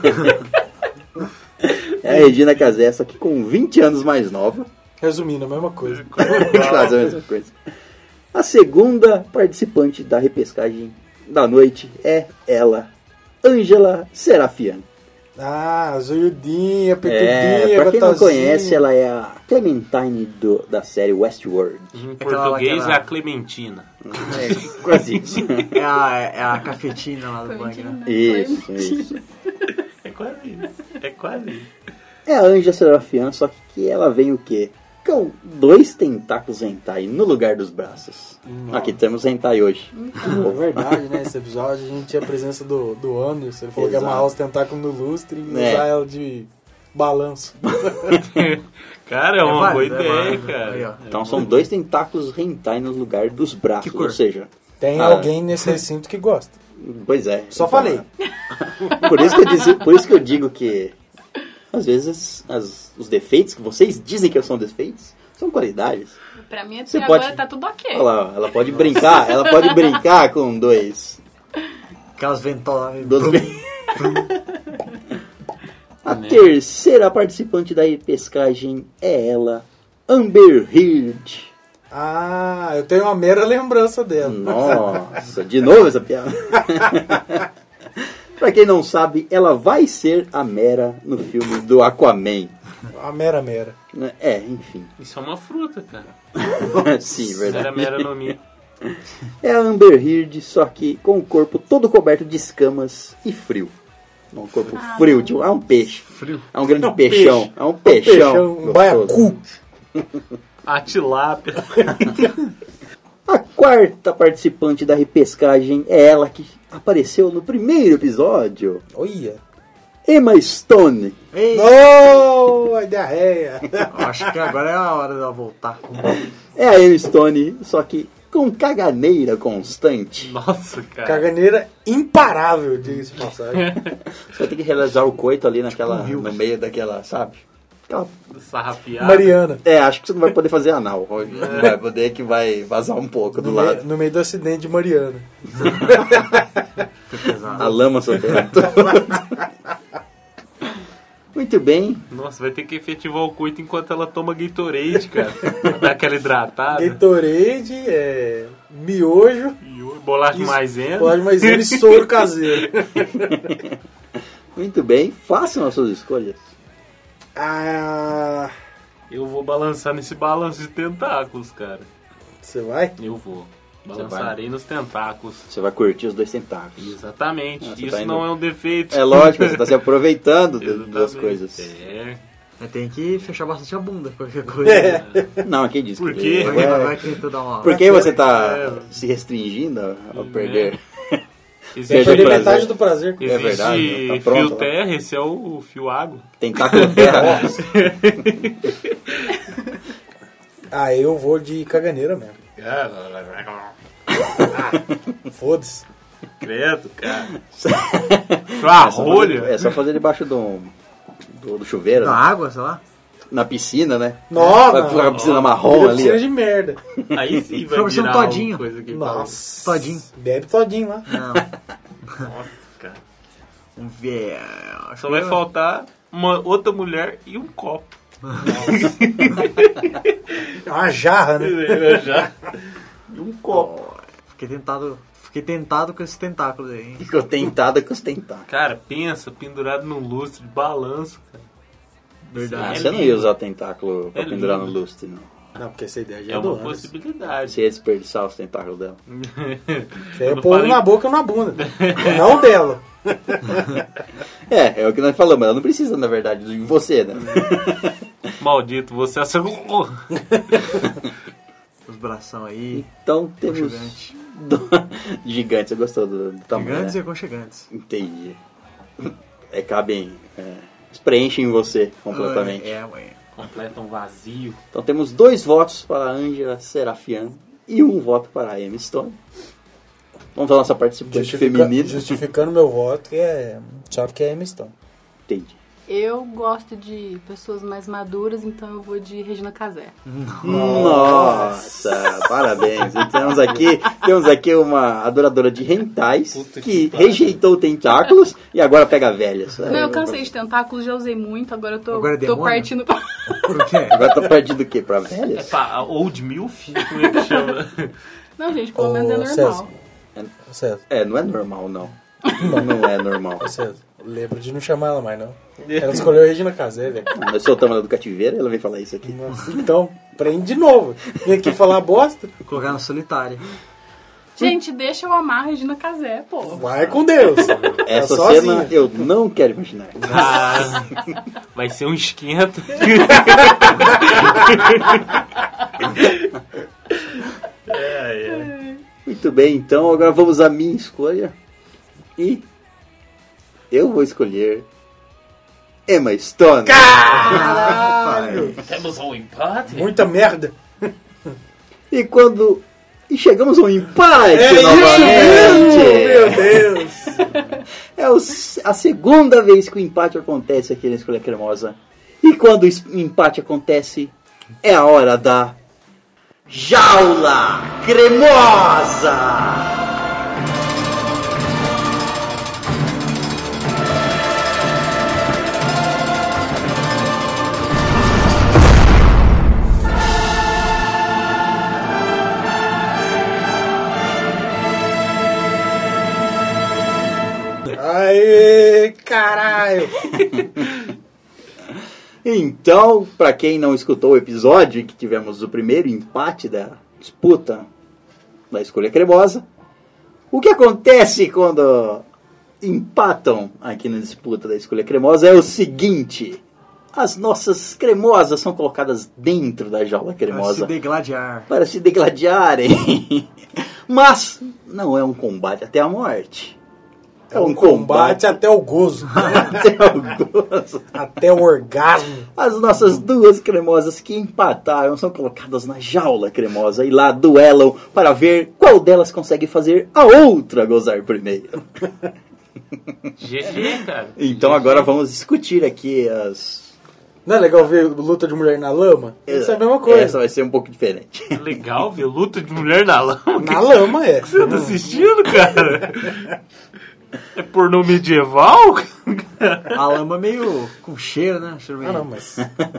Speaker 2: É a Regina Casé, só que com vinte anos mais nova.
Speaker 3: Resumindo, a mesma coisa.
Speaker 2: Quase a mesma coisa. A segunda participante da repescagem da noite é ela, Ângela Serafian.
Speaker 3: Ah, zoiudinha, petudinha,
Speaker 2: É, pra quem não
Speaker 3: gostosinha.
Speaker 2: conhece, ela é a Clementine do, da série Westworld.
Speaker 5: Em
Speaker 7: Aquela-
Speaker 5: português
Speaker 7: aquela-
Speaker 5: é a Clementina.
Speaker 2: É, quase isso.
Speaker 7: É a, é a cafetina lá do banco, né?
Speaker 2: Isso, isso.
Speaker 5: É quase isso. É quase isso.
Speaker 2: É a Ângela Serafian, só que ela vem o quê? Com dois tentáculos hentai no lugar dos braços. Aqui temos hentai hoje.
Speaker 3: É verdade, né? Esse episódio a gente tinha a presença do, do Anderson. Ele falou que ia
Speaker 2: Exato.
Speaker 3: amarrar os tentáculos no lustre e
Speaker 2: É.
Speaker 3: usar ela de balanço.
Speaker 5: Cara, é uma
Speaker 7: válido,
Speaker 5: boa
Speaker 7: é
Speaker 5: ideia,
Speaker 7: válido.
Speaker 5: cara.
Speaker 7: Aí, ó.
Speaker 2: Então são dois tentáculos hentai no lugar dos braços.
Speaker 7: Que cor?
Speaker 2: Ou seja,
Speaker 3: Tem
Speaker 2: Ah.
Speaker 3: alguém nesse recinto que gosta.
Speaker 2: Pois é.
Speaker 3: Só
Speaker 2: Então,
Speaker 3: falei.
Speaker 2: Por isso, que eu diz- por isso que eu digo que, às vezes, as- os defeitos que vocês dizem que são defeitos, são qualidades.
Speaker 6: Pra mim,
Speaker 2: Você
Speaker 6: até
Speaker 2: pode-
Speaker 6: agora tá tudo ok.
Speaker 2: Olha lá, ela pode brincar, ela pode brincar com dois.
Speaker 7: Aquelas ventolas.
Speaker 2: Dos... A terceira participante da pescagem é ela, Amber Heard.
Speaker 3: Ah, eu tenho uma mera lembrança dela.
Speaker 2: Nossa, de novo essa piada. Pra quem não sabe, ela vai ser a Mera no filme do Aquaman.
Speaker 3: A mera mera.
Speaker 2: É, enfim.
Speaker 5: Isso é uma fruta, cara.
Speaker 2: Sim, verdade.
Speaker 5: Era mera no mim.
Speaker 2: É a Amber Heard, só que com o corpo todo coberto de escamas e frio. Um corpo
Speaker 6: Ah,
Speaker 2: frio,
Speaker 6: não.
Speaker 2: tipo, é um peixe.
Speaker 7: Frio.
Speaker 2: É um grande
Speaker 3: É um
Speaker 2: peixão.
Speaker 3: peixe.
Speaker 2: É um peixão.
Speaker 3: Peixão, um
Speaker 2: gostoso.
Speaker 3: baiacu.
Speaker 5: A tilápia.
Speaker 2: A quarta participante da repescagem é ela que apareceu no primeiro episódio.
Speaker 3: Olha.
Speaker 2: Emma Stone.
Speaker 7: Ei,
Speaker 3: Oh, a diarreia.
Speaker 7: eu acho que agora é a hora dela voltar.
Speaker 2: É a Emma Stone, só que com caganeira constante.
Speaker 5: Nossa, cara.
Speaker 3: Caganeira imparável, diga-se de passagem.
Speaker 2: Você vai ter que realizar o coito ali naquela,
Speaker 7: Tipo um rio.
Speaker 2: no meio daquela, sabe? Aquela-
Speaker 5: Sarrafiado.
Speaker 3: Mariana.
Speaker 2: É, acho que você não vai poder fazer anal. Não vai poder que vai vazar um pouco do
Speaker 3: No
Speaker 2: lado.
Speaker 3: meio, no meio do acidente de Mariana.
Speaker 7: Foi pesado.
Speaker 2: A lama soltando. Muito bem.
Speaker 5: Nossa, vai ter que efetivar o coito enquanto ela toma Gatorade, cara. Dá aquela hidratada.
Speaker 3: Gatorade, é, miojo,
Speaker 5: E o bolacha de
Speaker 3: Isso.
Speaker 5: maisena.
Speaker 3: pode mais ele soro caseiro.
Speaker 2: Muito bem. Façam as suas escolhas.
Speaker 3: Ah,
Speaker 5: Eu vou balançar nesse balanço de tentáculos, cara.
Speaker 3: você vai?
Speaker 5: Eu vou.
Speaker 2: Você
Speaker 5: Balançarei nos tentáculos.
Speaker 2: Você vai curtir os dois tentáculos.
Speaker 5: Exatamente.
Speaker 2: Ah, você
Speaker 5: Isso
Speaker 2: tá indo-
Speaker 5: não é um defeito.
Speaker 2: É lógico, você está se aproveitando de- das
Speaker 5: Exatamente.
Speaker 2: coisas.
Speaker 5: É.
Speaker 7: Mas tem que fechar bastante a bunda, qualquer coisa.
Speaker 3: É.
Speaker 2: Não, quem disse
Speaker 5: Por
Speaker 2: que
Speaker 5: quê?
Speaker 7: Vai, vai,
Speaker 2: Vai-
Speaker 7: vai que tu dá uma...
Speaker 2: Por que você está
Speaker 5: É.
Speaker 2: se restringindo a, a perder?
Speaker 5: Existe,
Speaker 2: Veja
Speaker 3: Perder
Speaker 2: prazer.
Speaker 3: metade do prazer.
Speaker 2: É verdade,
Speaker 5: existe
Speaker 2: né? Tá pronto,
Speaker 5: fio
Speaker 2: lá.
Speaker 5: terra, esse é o fio água.
Speaker 2: Tentáculo terra.
Speaker 3: Ah, eu vou de caganeira mesmo. Foda-se.
Speaker 5: Credo, cara. Ah,
Speaker 2: É só
Speaker 5: rolha.
Speaker 2: fazer- É só fazer debaixo do, do, do chuveiro,
Speaker 7: Da
Speaker 2: né?
Speaker 7: água, sei lá.
Speaker 2: Na piscina, né?
Speaker 3: Nossa,
Speaker 2: Vai ficar a piscina marrom ali.
Speaker 3: Piscina
Speaker 2: ó.
Speaker 3: de merda.
Speaker 5: Aí sim vai
Speaker 7: Fica parecendo
Speaker 5: virar
Speaker 7: todinho.
Speaker 5: alguma coisa que
Speaker 3: Nossa.
Speaker 7: Todinho.
Speaker 3: Bebe todinho lá.
Speaker 7: Não.
Speaker 5: fala. Nossa, cara.
Speaker 7: Um velho.
Speaker 5: Só vai faltar uma outra mulher e um copo.
Speaker 3: É uma jarra, né?
Speaker 5: Já. E um copo.
Speaker 7: Fiquei tentado. Fiquei tentado com esses tentáculos aí, hein?
Speaker 2: Ficou tentada com os tentáculos.
Speaker 5: Cara, pensa, pendurado num lustre de balanço, cara.
Speaker 2: Ah,
Speaker 5: Verdade.
Speaker 2: você não ia usar tentáculo pra
Speaker 5: É
Speaker 2: pendurar
Speaker 5: lindo.
Speaker 2: no lustre, não.
Speaker 3: Não, porque essa ideia já
Speaker 5: É
Speaker 3: é,
Speaker 5: uma
Speaker 3: do ano.
Speaker 5: possibilidade.
Speaker 2: Você ia desperdiçar os tentáculos dela.
Speaker 3: Você é
Speaker 5: Eu não
Speaker 3: pôr um
Speaker 5: falei-
Speaker 3: na boca ou na bunda. Não dela.
Speaker 2: É, é o que nós falamos, ela não precisa, na verdade, de você, né?
Speaker 5: Maldito, você acertou.
Speaker 7: Os bração aí.
Speaker 2: Então temos.
Speaker 7: Gigante.
Speaker 2: do- Gigante, você gostou do, do tamanho?
Speaker 7: Gigantes e
Speaker 2: né?
Speaker 7: aconchegantes.
Speaker 2: Entendi. É, cabem. É, preenchem você completamente.
Speaker 7: É, mãe.
Speaker 5: Completa um vazio.
Speaker 2: Então temos dois votos para a Ângela Serafian e um voto para a Emma Stone. Vamos à nossa participante
Speaker 3: Justifica-
Speaker 2: feminina.
Speaker 3: Justificando meu voto, que é. Sabe que é Emma Stone.
Speaker 2: Entendi.
Speaker 6: Eu gosto de pessoas mais maduras, então eu vou de Regina Casé.
Speaker 2: Nossa, parabéns. E temos aqui, temos aqui uma adoradora de hentais
Speaker 5: Puta
Speaker 2: que,
Speaker 5: que pariu.
Speaker 2: rejeitou tentáculos e agora pega velhas.
Speaker 6: Não, eu cansei de tentáculos, já usei muito, agora eu tô,
Speaker 7: Agora é
Speaker 6: tô
Speaker 7: demônio?
Speaker 6: partindo pra...
Speaker 7: Por quê?
Speaker 2: Agora tá partindo do quê? Pra velhas?
Speaker 5: Pá, Old Milf? Como é que chama?
Speaker 6: Não, gente, pelo
Speaker 3: Ô,
Speaker 6: menos é normal.
Speaker 3: César. Ô, César,
Speaker 2: É, não é normal, não. Não é normal.
Speaker 3: ô, César, lembra de não chamar ela mais, não. Ela escolheu a Regina Casé, velho.
Speaker 2: Nós soltamos ela do cativeiro e ela vem falar isso aqui.
Speaker 3: Então, prende de novo. Vem aqui falar bosta.
Speaker 7: Colocar no solitário.
Speaker 6: Gente, deixa eu amar a Regina Casé, pô.
Speaker 3: Vai com Deus.
Speaker 2: Essa
Speaker 3: Tá
Speaker 2: cena
Speaker 3: sozinha.
Speaker 2: eu não quero imaginar.
Speaker 5: Ah, vai ser um esquenta. é, é.
Speaker 2: Muito bem, então agora vamos à minha escolha. E eu vou escolher Emma Stone.
Speaker 3: Caralho.
Speaker 5: Temos um empate?
Speaker 3: Muita merda.
Speaker 2: E quando E chegamos a um empate
Speaker 3: É
Speaker 2: novamente.
Speaker 3: Meu Deus!
Speaker 2: É o- a segunda vez que o empate acontece aqui na Escolha Cremosa. E quando o empate acontece, é a hora da Jaula Cremosa!
Speaker 3: Aê, caralho!
Speaker 2: Então, pra quem não escutou o episódio em que tivemos o primeiro empate da disputa da Escolha Cremosa, o que acontece quando empatam aqui na disputa da Escolha Cremosa é o seguinte: as nossas cremosas são colocadas dentro da jaula
Speaker 7: Pra se
Speaker 2: cremosa
Speaker 7: degladiar.
Speaker 2: para se degladiarem. Mas não é um combate até a morte.
Speaker 3: É um combate até o gozo.
Speaker 2: até o gozo.
Speaker 3: Até o orgasmo.
Speaker 2: As nossas duas cremosas que empataram são colocadas na jaula cremosa e lá duelam para ver qual delas consegue fazer a outra gozar primeiro.
Speaker 5: G G, cara.
Speaker 2: Então
Speaker 5: G G.
Speaker 2: agora vamos discutir aqui as...
Speaker 3: Não é legal ver luta de mulher na lama? Isso é a mesma coisa.
Speaker 2: Essa vai ser um pouco diferente.
Speaker 5: Legal ver luta de mulher na lama.
Speaker 3: Na lama é.
Speaker 5: Você tá assistindo, cara? É pornô medieval?
Speaker 7: A lama meio com cheiro, né? Cheiro meio...
Speaker 3: Ah, não, mas...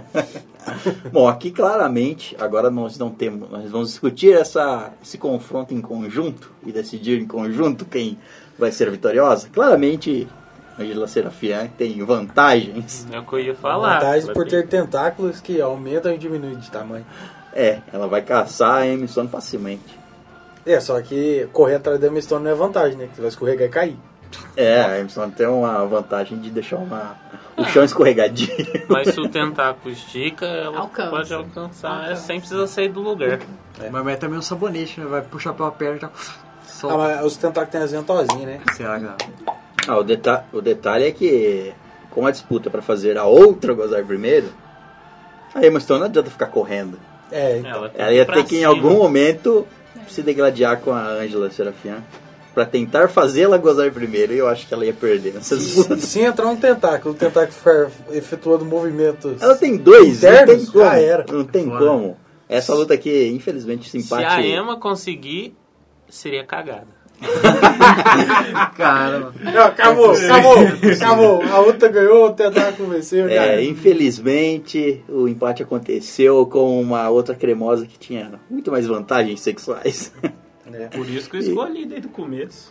Speaker 2: Bom, aqui claramente, agora nós não temos, nós vamos discutir essa, esse confronto em conjunto e decidir em conjunto quem vai ser vitoriosa. Claramente, a Angela Serafian tem vantagens.
Speaker 5: É o que eu ia falar.
Speaker 3: Vantagem por ter tentáculos que aumentam e diminuem de tamanho.
Speaker 2: É, ela vai caçar a Emma Stone facilmente.
Speaker 3: É, só que correr atrás da Emma Stone não é vantagem, né? Que você vai escorregar e cair.
Speaker 2: É, a Emma Stone tem uma vantagem de deixar uma, o chão escorregadio.
Speaker 5: Mas se o tentáculo estica, ela
Speaker 6: Alcança.
Speaker 5: pode alcançar,
Speaker 6: Alcança.
Speaker 5: É, sem precisar sair do lugar.
Speaker 7: Mas é também um sabonete, né? Vai puxar pela perna e já...
Speaker 3: Ah,
Speaker 7: Solta.
Speaker 3: mas os tentáculos têm as ventosinhas, né?
Speaker 7: Será que dá?
Speaker 2: Ah, o, deta- o detalhe é que, com a disputa para fazer a outra gozar primeiro, a Emma Stone não adianta ficar correndo.
Speaker 3: É, então.
Speaker 5: Ela, tem
Speaker 2: Ela
Speaker 5: que
Speaker 2: ia
Speaker 5: ir pra
Speaker 2: ter que, em
Speaker 5: cima.
Speaker 2: algum momento, se degladiar com a Angela Serafian para tentar fazê-la gozar primeiro, e eu acho que ela ia perder nessa disputa.
Speaker 3: Se, se entrar um tentáculo, o tentáculo ficar efetuando movimentos...
Speaker 2: Ela tem dois, não tem
Speaker 3: Internos?
Speaker 2: como.
Speaker 3: Já era.
Speaker 2: Não tem
Speaker 7: Fora.
Speaker 2: como. Essa luta aqui, infelizmente, se
Speaker 5: Se
Speaker 2: empate...
Speaker 5: a Emma conseguir, seria cagada.
Speaker 7: Cara,
Speaker 3: Não, acabou, acabou, acabou. A outra ganhou, o tentáculo venceu. já
Speaker 2: É,
Speaker 3: era.
Speaker 2: infelizmente, o empate aconteceu com uma outra cremosa que tinha muito mais vantagens sexuais.
Speaker 3: É.
Speaker 5: Por isso que eu escolhi desde o começo.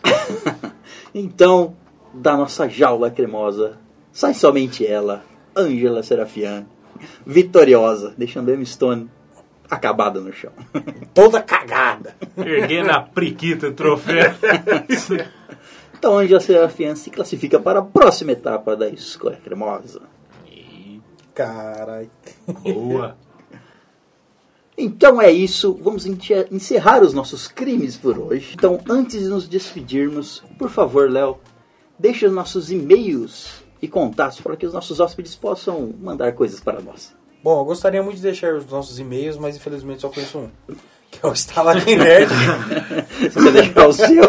Speaker 2: Então, da nossa jaula cremosa, sai somente ela, Angela Serafian, vitoriosa, deixando Emma Stone acabada no chão.
Speaker 3: Toda cagada.
Speaker 5: Erguendo a priquita do troféu.
Speaker 2: Então, Angela Serafian se classifica para a próxima etapa da Escolha Cremosa.
Speaker 3: Caralho.
Speaker 5: Boa.
Speaker 2: Então é isso, vamos ente- encerrar os nossos crimes por hoje. Então, antes de nos despedirmos, por favor, Léo, deixe os nossos e-mails e contatos para que os nossos hóspedes possam mandar coisas para nós.
Speaker 3: Bom, eu gostaria muito de deixar os nossos e-mails, mas infelizmente só conheço um. Que é o Estalagem Nerd.
Speaker 2: Você vai deixar o seu?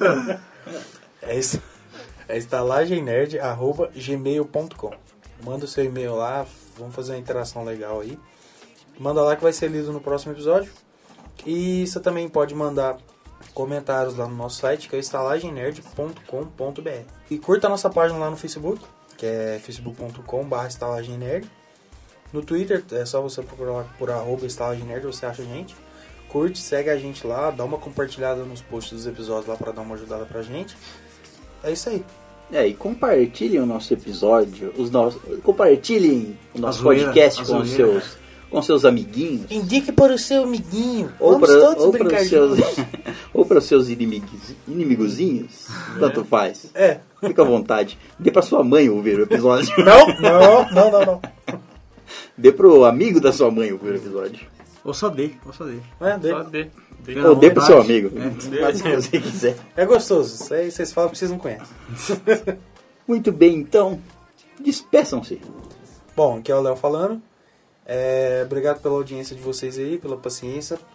Speaker 3: É, es- é estalagemnerd arroba gmail ponto com. Manda o seu e-mail lá, vamos fazer uma interação legal aí. Manda lá que vai ser lido no próximo episódio. E você também pode mandar comentários lá no nosso site, que é estalagemnerd ponto com ponto b r. E curta a nossa página lá no Facebook, que é facebook ponto com barra estalagemnerd. No Twitter, é só você procurar lá por arroba estalagemnerd, você acha a gente. Curte, segue a gente lá, dá uma compartilhada nos posts dos episódios lá pra dar uma ajudada pra gente. É isso aí.
Speaker 2: É, e compartilhem o nosso episódio, os nossos, compartilhem o nosso
Speaker 7: A zoeira,
Speaker 2: podcast
Speaker 7: a
Speaker 2: com os
Speaker 7: zoeira.
Speaker 2: seus, com seus amiguinhos.
Speaker 3: Indique para o seu amiguinho.
Speaker 2: Ou
Speaker 3: Vamos
Speaker 2: para,
Speaker 3: todos
Speaker 2: ou para
Speaker 3: brincar
Speaker 2: os seus,
Speaker 3: juntos.
Speaker 2: ou para os seus inimigos, inimigozinhos, tanto faz.
Speaker 3: É.
Speaker 2: Fica à vontade. Dê para sua mãe ouvir o episódio.
Speaker 3: Não, não, não, não, não.
Speaker 2: Dê pro amigo da sua mãe ouvir o episódio.
Speaker 7: ou só dei, ou só dei.
Speaker 3: Não é,
Speaker 5: Só
Speaker 3: dele.
Speaker 5: dê. dê.
Speaker 7: Pela
Speaker 2: Ou dê pro
Speaker 7: vontade.
Speaker 2: seu amigo.
Speaker 7: É.
Speaker 2: Faz o que você quiser.
Speaker 3: É gostoso. Isso aí vocês falam porque vocês não conhecem.
Speaker 2: Muito bem, então. Despeçam-se.
Speaker 3: Bom, aqui é o Léo falando. É, obrigado pela audiência de vocês aí, pela paciência.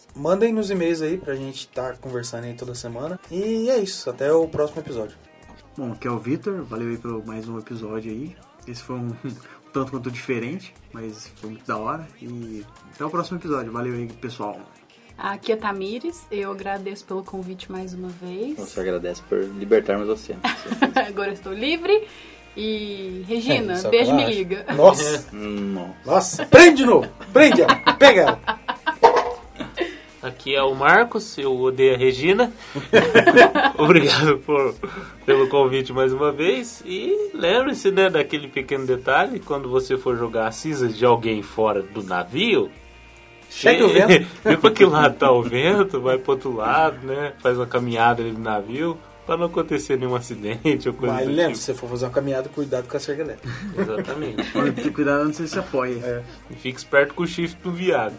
Speaker 3: mandem nos e-mails aí pra gente estar tá conversando aí toda semana. E é isso, até o próximo episódio.
Speaker 7: Bom, aqui é o Vitor, valeu aí por mais um episódio aí. Esse foi um, um tanto quanto diferente, mas foi muito da hora. E até o próximo episódio, valeu aí, pessoal.
Speaker 6: Aqui é Tamires, eu agradeço pelo convite mais uma vez.
Speaker 2: Você agradece por libertarmos você.
Speaker 6: Agora eu estou livre. E Regina,
Speaker 3: É,
Speaker 6: beijo, me
Speaker 3: sacanagem.
Speaker 6: liga.
Speaker 3: Nossa,
Speaker 2: Nossa.
Speaker 3: nossa, prende de novo, prende ela, pega ela.
Speaker 5: Aqui é o Marcos, eu odeio a Regina. Obrigado por, pelo convite mais uma vez. E lembre-se, né, daquele pequeno detalhe, quando você for jogar as cinzas de alguém fora do navio,
Speaker 3: Chegue o vento.
Speaker 5: vê pra que lado tá o vento, vai pro outro lado, né? Faz uma caminhada ali no navio, pra não acontecer nenhum acidente ou coisa
Speaker 3: Mas
Speaker 5: do
Speaker 3: lembra,
Speaker 5: tipo.
Speaker 3: se você for fazer uma caminhada, cuidado com a cerca elétrica.
Speaker 5: Exatamente.
Speaker 7: Cuidado onde você se apoia.
Speaker 3: É.
Speaker 5: E fique esperto com o chifre do viado.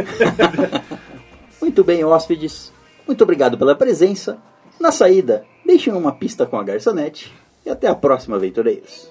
Speaker 2: Muito bem, hóspedes. Muito obrigado pela presença. Na saída, deixem uma pista com a garçonete. E até a próxima, aventureiros.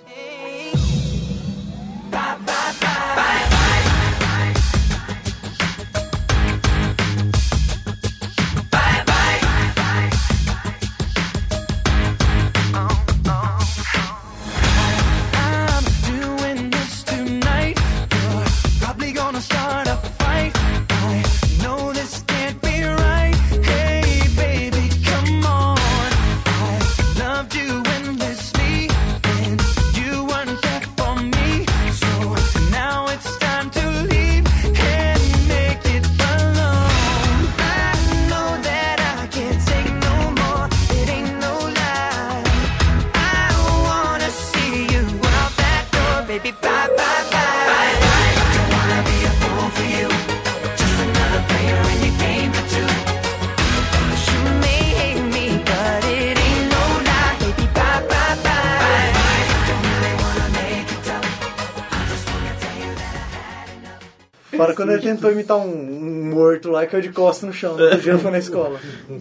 Speaker 1: I'm doing this tonight. You're probably gonna start a fight. I know this can't be right. Hey, baby, come on. I loved you endlessly, and you weren't there for me. So now it's time to leave and make it alone. I know that I can't take no more. It ain't no lie. I wanna see you out that door, baby. Bye, bye, bye. Don't wanna be a fool for you. Just another player in your game for two. You may hate me, but it ain't no lie, baby. Bye, bye, bye. Don't really wanna make it tough. I just wanna tell you that I had enough.
Speaker 7: Fora quando ele tentou imitar um, um morto lá que caiu de costas no chão, no outro dia foi na escola.